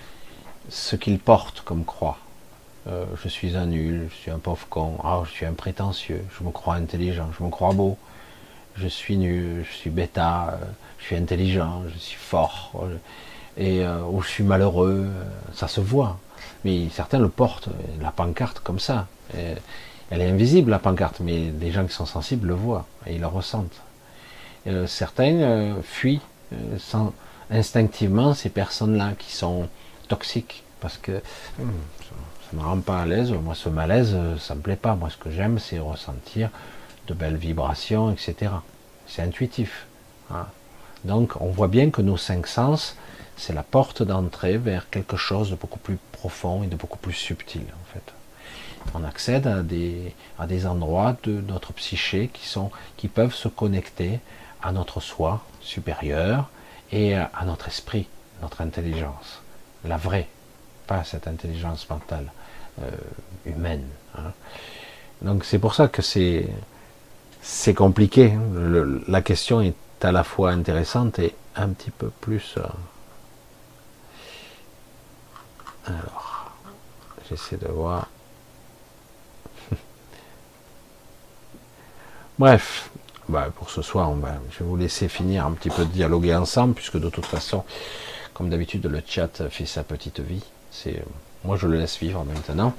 ce qu'il porte comme croix. Euh, je suis un nul, je suis un pauvre con, ah, je suis un prétentieux, je me crois intelligent, je me crois beau, je suis nul, je suis bêta, euh, je suis intelligent, je suis fort, euh, et euh, ou je suis malheureux, euh, ça se voit. Mais certains le portent, la pancarte comme ça. Et elle est invisible la pancarte, mais les gens qui sont sensibles le voient et ils le ressentent. Et, euh, certains euh, fuient euh, sans, instinctivement ces personnes-là qui sont toxiques parce que hum, ça ne me rend pas à l'aise. Moi, ce malaise, ça me plaît pas. Moi, ce que j'aime, c'est ressentir de belles vibrations, et cetera. C'est intuitif. Hein. Donc, on voit bien que nos cinq sens, c'est la porte d'entrée vers quelque chose de beaucoup plus profond et de beaucoup plus subtil, en fait. On accède à des, à des endroits de notre psyché qui, sont, qui peuvent se connecter à notre soi supérieur et à notre esprit, notre intelligence. La vraie, pas cette intelligence mentale. euh, humaine. Hein. Donc c'est pour ça que c'est c'est compliqué. Hein. Le, la question est à la fois intéressante et un petit peu plus. Euh... Alors, j'essaie de voir. Bref, bah, pour ce soir, on va, je vais vous laisser finir un petit peu de dialoguer ensemble, puisque de toute façon, comme d'habitude, le chat fait sa petite vie. C'est, moi, je le laisse vivre maintenant.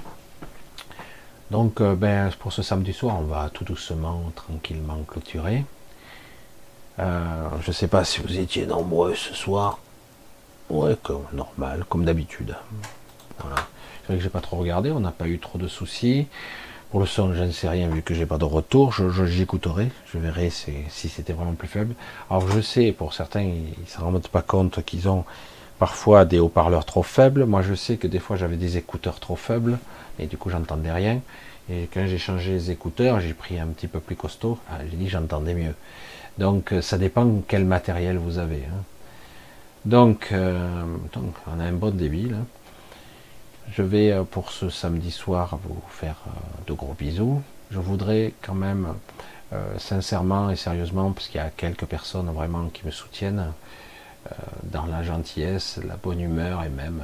Donc, euh, ben, pour ce samedi soir, on va tout doucement, tranquillement clôturer. Euh, je ne sais pas si vous étiez nombreux ce soir. Ouais, comme normal, comme d'habitude. Voilà. C'est vrai que j'ai pas trop regardé, on n'a pas eu trop de soucis. Pour le son, je ne sais rien vu que j'ai pas de retour. Je, je j'écouterai, je verrai si, si c'était vraiment plus faible. Alors je sais, pour certains, ils ne se rendent pas compte qu'ils ont parfois des haut-parleurs trop faibles. Moi, je sais que des fois, j'avais des écouteurs trop faibles et du coup, j'entendais rien. Et quand j'ai changé les écouteurs, j'ai pris un petit peu plus costaud. Ah, j'ai dit j'entendais mieux. Donc, ça dépend quel matériel vous avez. Hein. Donc, euh, donc, on a un bon débit là. Je vais pour ce samedi soir vous faire de gros bisous. Je voudrais quand même euh, sincèrement et sérieusement, parce qu'il y a quelques personnes vraiment qui me soutiennent euh, dans la gentillesse, la bonne humeur et même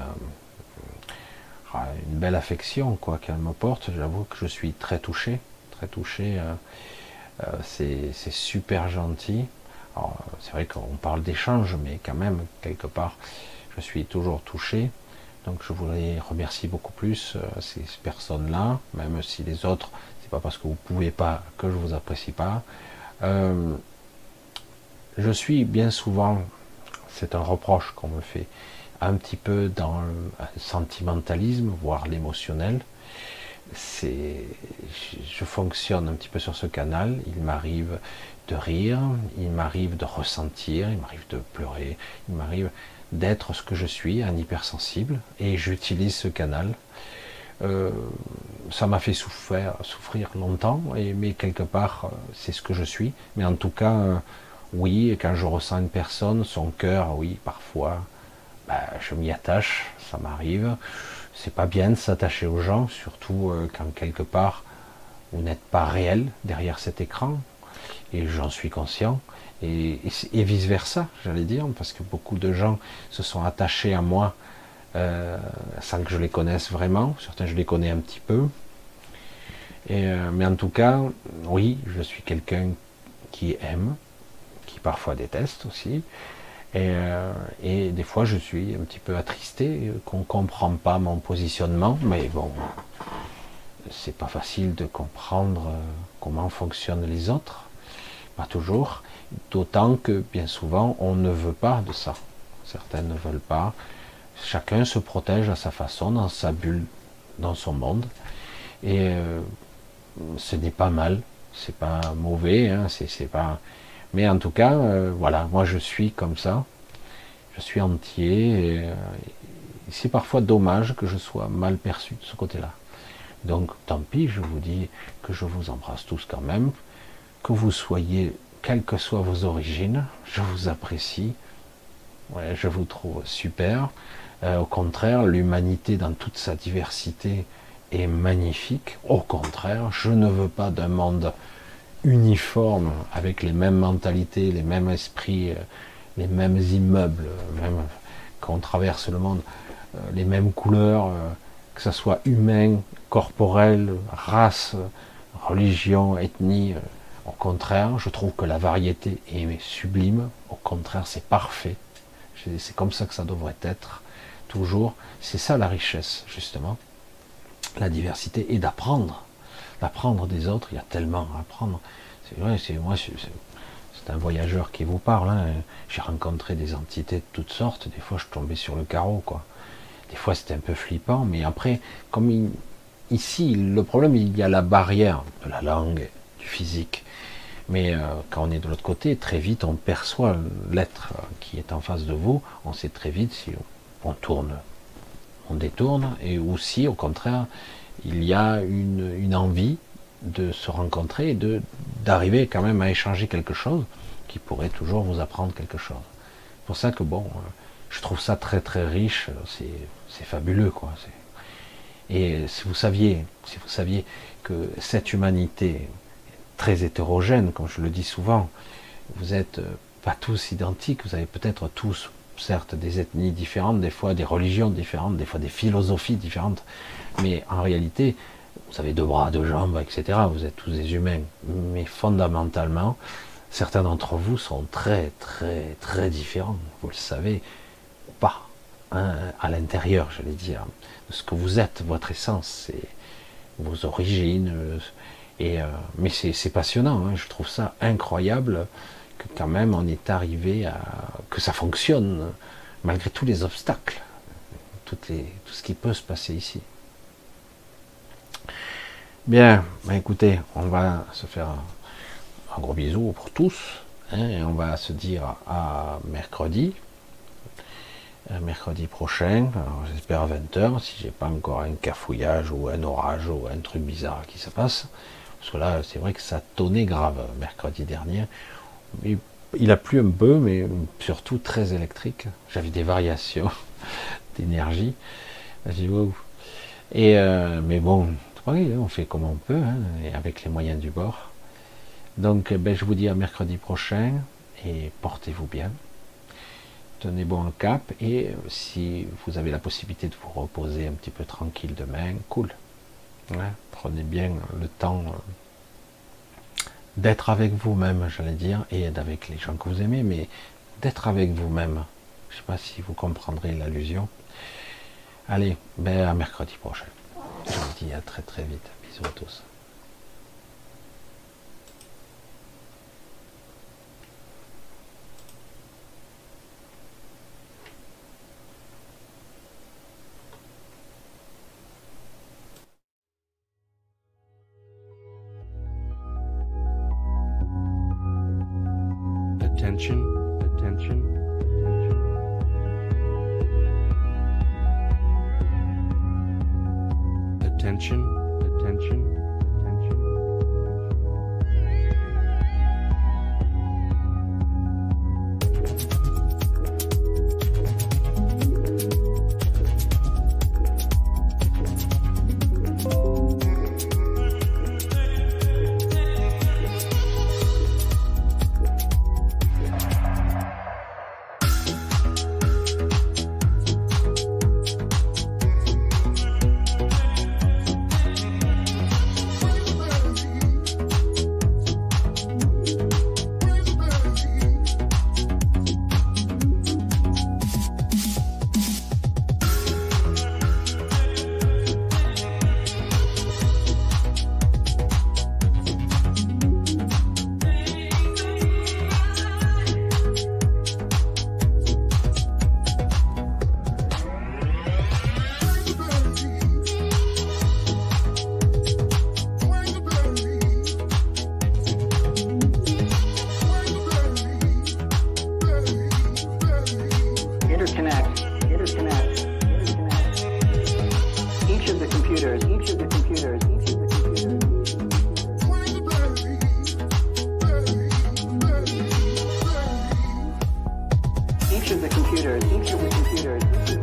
euh, une belle affection quoi qu'elle me porte. J'avoue que je suis très touché, très touché. Euh, euh, c'est, c'est super gentil. Alors, c'est vrai qu'on parle d'échange, mais quand même quelque part, je suis toujours touché. Donc je voudrais remercier beaucoup plus euh, ces personnes-là, même si les autres, c'est pas parce que vous pouvez pas que je vous apprécie pas. Euh, je suis bien souvent, c'est un reproche qu'on me fait, un petit peu dans le sentimentalisme, voire l'émotionnel. C'est, je fonctionne un petit peu sur ce canal. Il m'arrive de rire, il m'arrive de ressentir, il m'arrive de pleurer, il m'arrive d'être ce que je suis, un hypersensible, et j'utilise ce canal. Euh, ça m'a fait souffrir, souffrir longtemps, et, mais quelque part, c'est ce que je suis. Mais en tout cas, euh, oui, quand je ressens une personne, son cœur, oui, parfois, bah, je m'y attache, ça m'arrive. C'est pas bien de s'attacher aux gens, surtout euh, quand quelque part, vous n'êtes pas réel derrière cet écran, et j'en suis conscient. Et, et, et vice versa, j'allais dire, parce que beaucoup de gens se sont attachés à moi euh, sans que je les connaisse vraiment. Certains, je les connais un petit peu. Et, euh, mais en tout cas, oui, je suis quelqu'un qui aime, qui parfois déteste aussi. Et, euh, et des fois, je suis un petit peu attristé qu'on ne comprend pas mon positionnement. Mais bon, c'est pas facile de comprendre comment fonctionnent les autres. Pas toujours. D'autant que bien souvent on ne veut pas de ça. Certains ne veulent pas. Chacun se protège à sa façon, dans sa bulle, dans son monde. Et euh, ce n'est pas mal, c'est pas mauvais, hein, c'est, c'est pas. Mais en tout cas, euh, voilà, moi je suis comme ça. Je suis entier. Et, euh, et c'est parfois dommage que je sois mal perçu de ce côté-là. Donc tant pis, je vous dis que je vous embrasse tous quand même, que vous soyez quelles que soient vos origines, je vous apprécie, ouais, je vous trouve super. Euh, au contraire, l'humanité dans toute sa diversité est magnifique. Au contraire, je ne veux pas d'un monde uniforme avec les mêmes mentalités, les mêmes esprits, euh, les mêmes immeubles, même quand on traverse le monde, euh, les mêmes couleurs, euh, que ce soit humain, corporel, race, religion, ethnie. Euh, Au contraire, je trouve que la variété est sublime. Au contraire, c'est parfait. C'est comme ça que ça devrait être, toujours. C'est ça la richesse, justement. La diversité et d'apprendre. D'apprendre des autres, il y a tellement à apprendre. C'est vrai, c'est moi, c'est un voyageur qui vous parle. Hein. J'ai rencontré des entités de toutes sortes. Des fois, je tombais sur le carreau, quoi. Des fois, c'était un peu flippant. Mais après, comme il, ici, le problème, il y a la barrière de la langue, du physique. Mais euh, quand on est de l'autre côté, très vite on perçoit l'être qui est en face de vous. On sait très vite si on tourne, on détourne, et aussi au contraire, il y a une, une envie de se rencontrer et de d'arriver quand même à échanger quelque chose qui pourrait toujours vous apprendre quelque chose. C'est pour ça que bon, je trouve ça très très riche, c'est c'est fabuleux quoi. Et si vous saviez, si vous saviez que cette humanité très hétérogène, comme je le dis souvent, vous n'êtes pas tous identiques, vous avez peut-être tous, certes, des ethnies différentes, des fois des religions différentes, des fois des philosophies différentes, mais en réalité, vous avez deux bras, deux jambes, et cetera. Vous êtes tous des humains, mais fondamentalement, certains d'entre vous sont très, très, très différents, vous le savez, pas, hein, à l'intérieur, j'allais dire, de ce que vous êtes, votre essence, et vos origines, et, euh, mais c'est passionnant, hein, je trouve ça incroyable, que quand même on est arrivé à, que ça fonctionne, malgré tous les obstacles, toutes les, tout ce qui peut se passer ici. Bien, bah écoutez, on va se faire un, un gros bisou pour tous, hein, et on va se dire à mercredi, à mercredi prochain, j'espère à vingt heures, si j'ai pas encore un cafouillage ou un orage ou un truc bizarre qui se passe, parce que là c'est vrai que ça tonnait grave mercredi dernier, il, il a plu un peu, mais surtout très électrique, j'avais des variations d'énergie, j'ai dit wow. Et euh, mais bon, oui, on fait comme on peut, hein, et avec les moyens du bord. Donc ben, je vous dis à mercredi prochain, et portez-vous bien, tenez bon le cap, et si vous avez la possibilité de vous reposer un petit peu tranquille demain, cool, hein, prenez bien le temps d'être avec vous-même, j'allais dire, et avec les gens que vous aimez, mais d'être avec vous-même. Je ne sais pas si vous comprendrez l'allusion. Allez, ben à mercredi prochain. Je vous dis à très très vite. Bisous à tous. Attention, attention, attention. Attention, attention, attention. Interconnect, interconnect, interconnect. Each of the computers, each of the computers, each of the computers. Each of the computers, each of the computers, each of the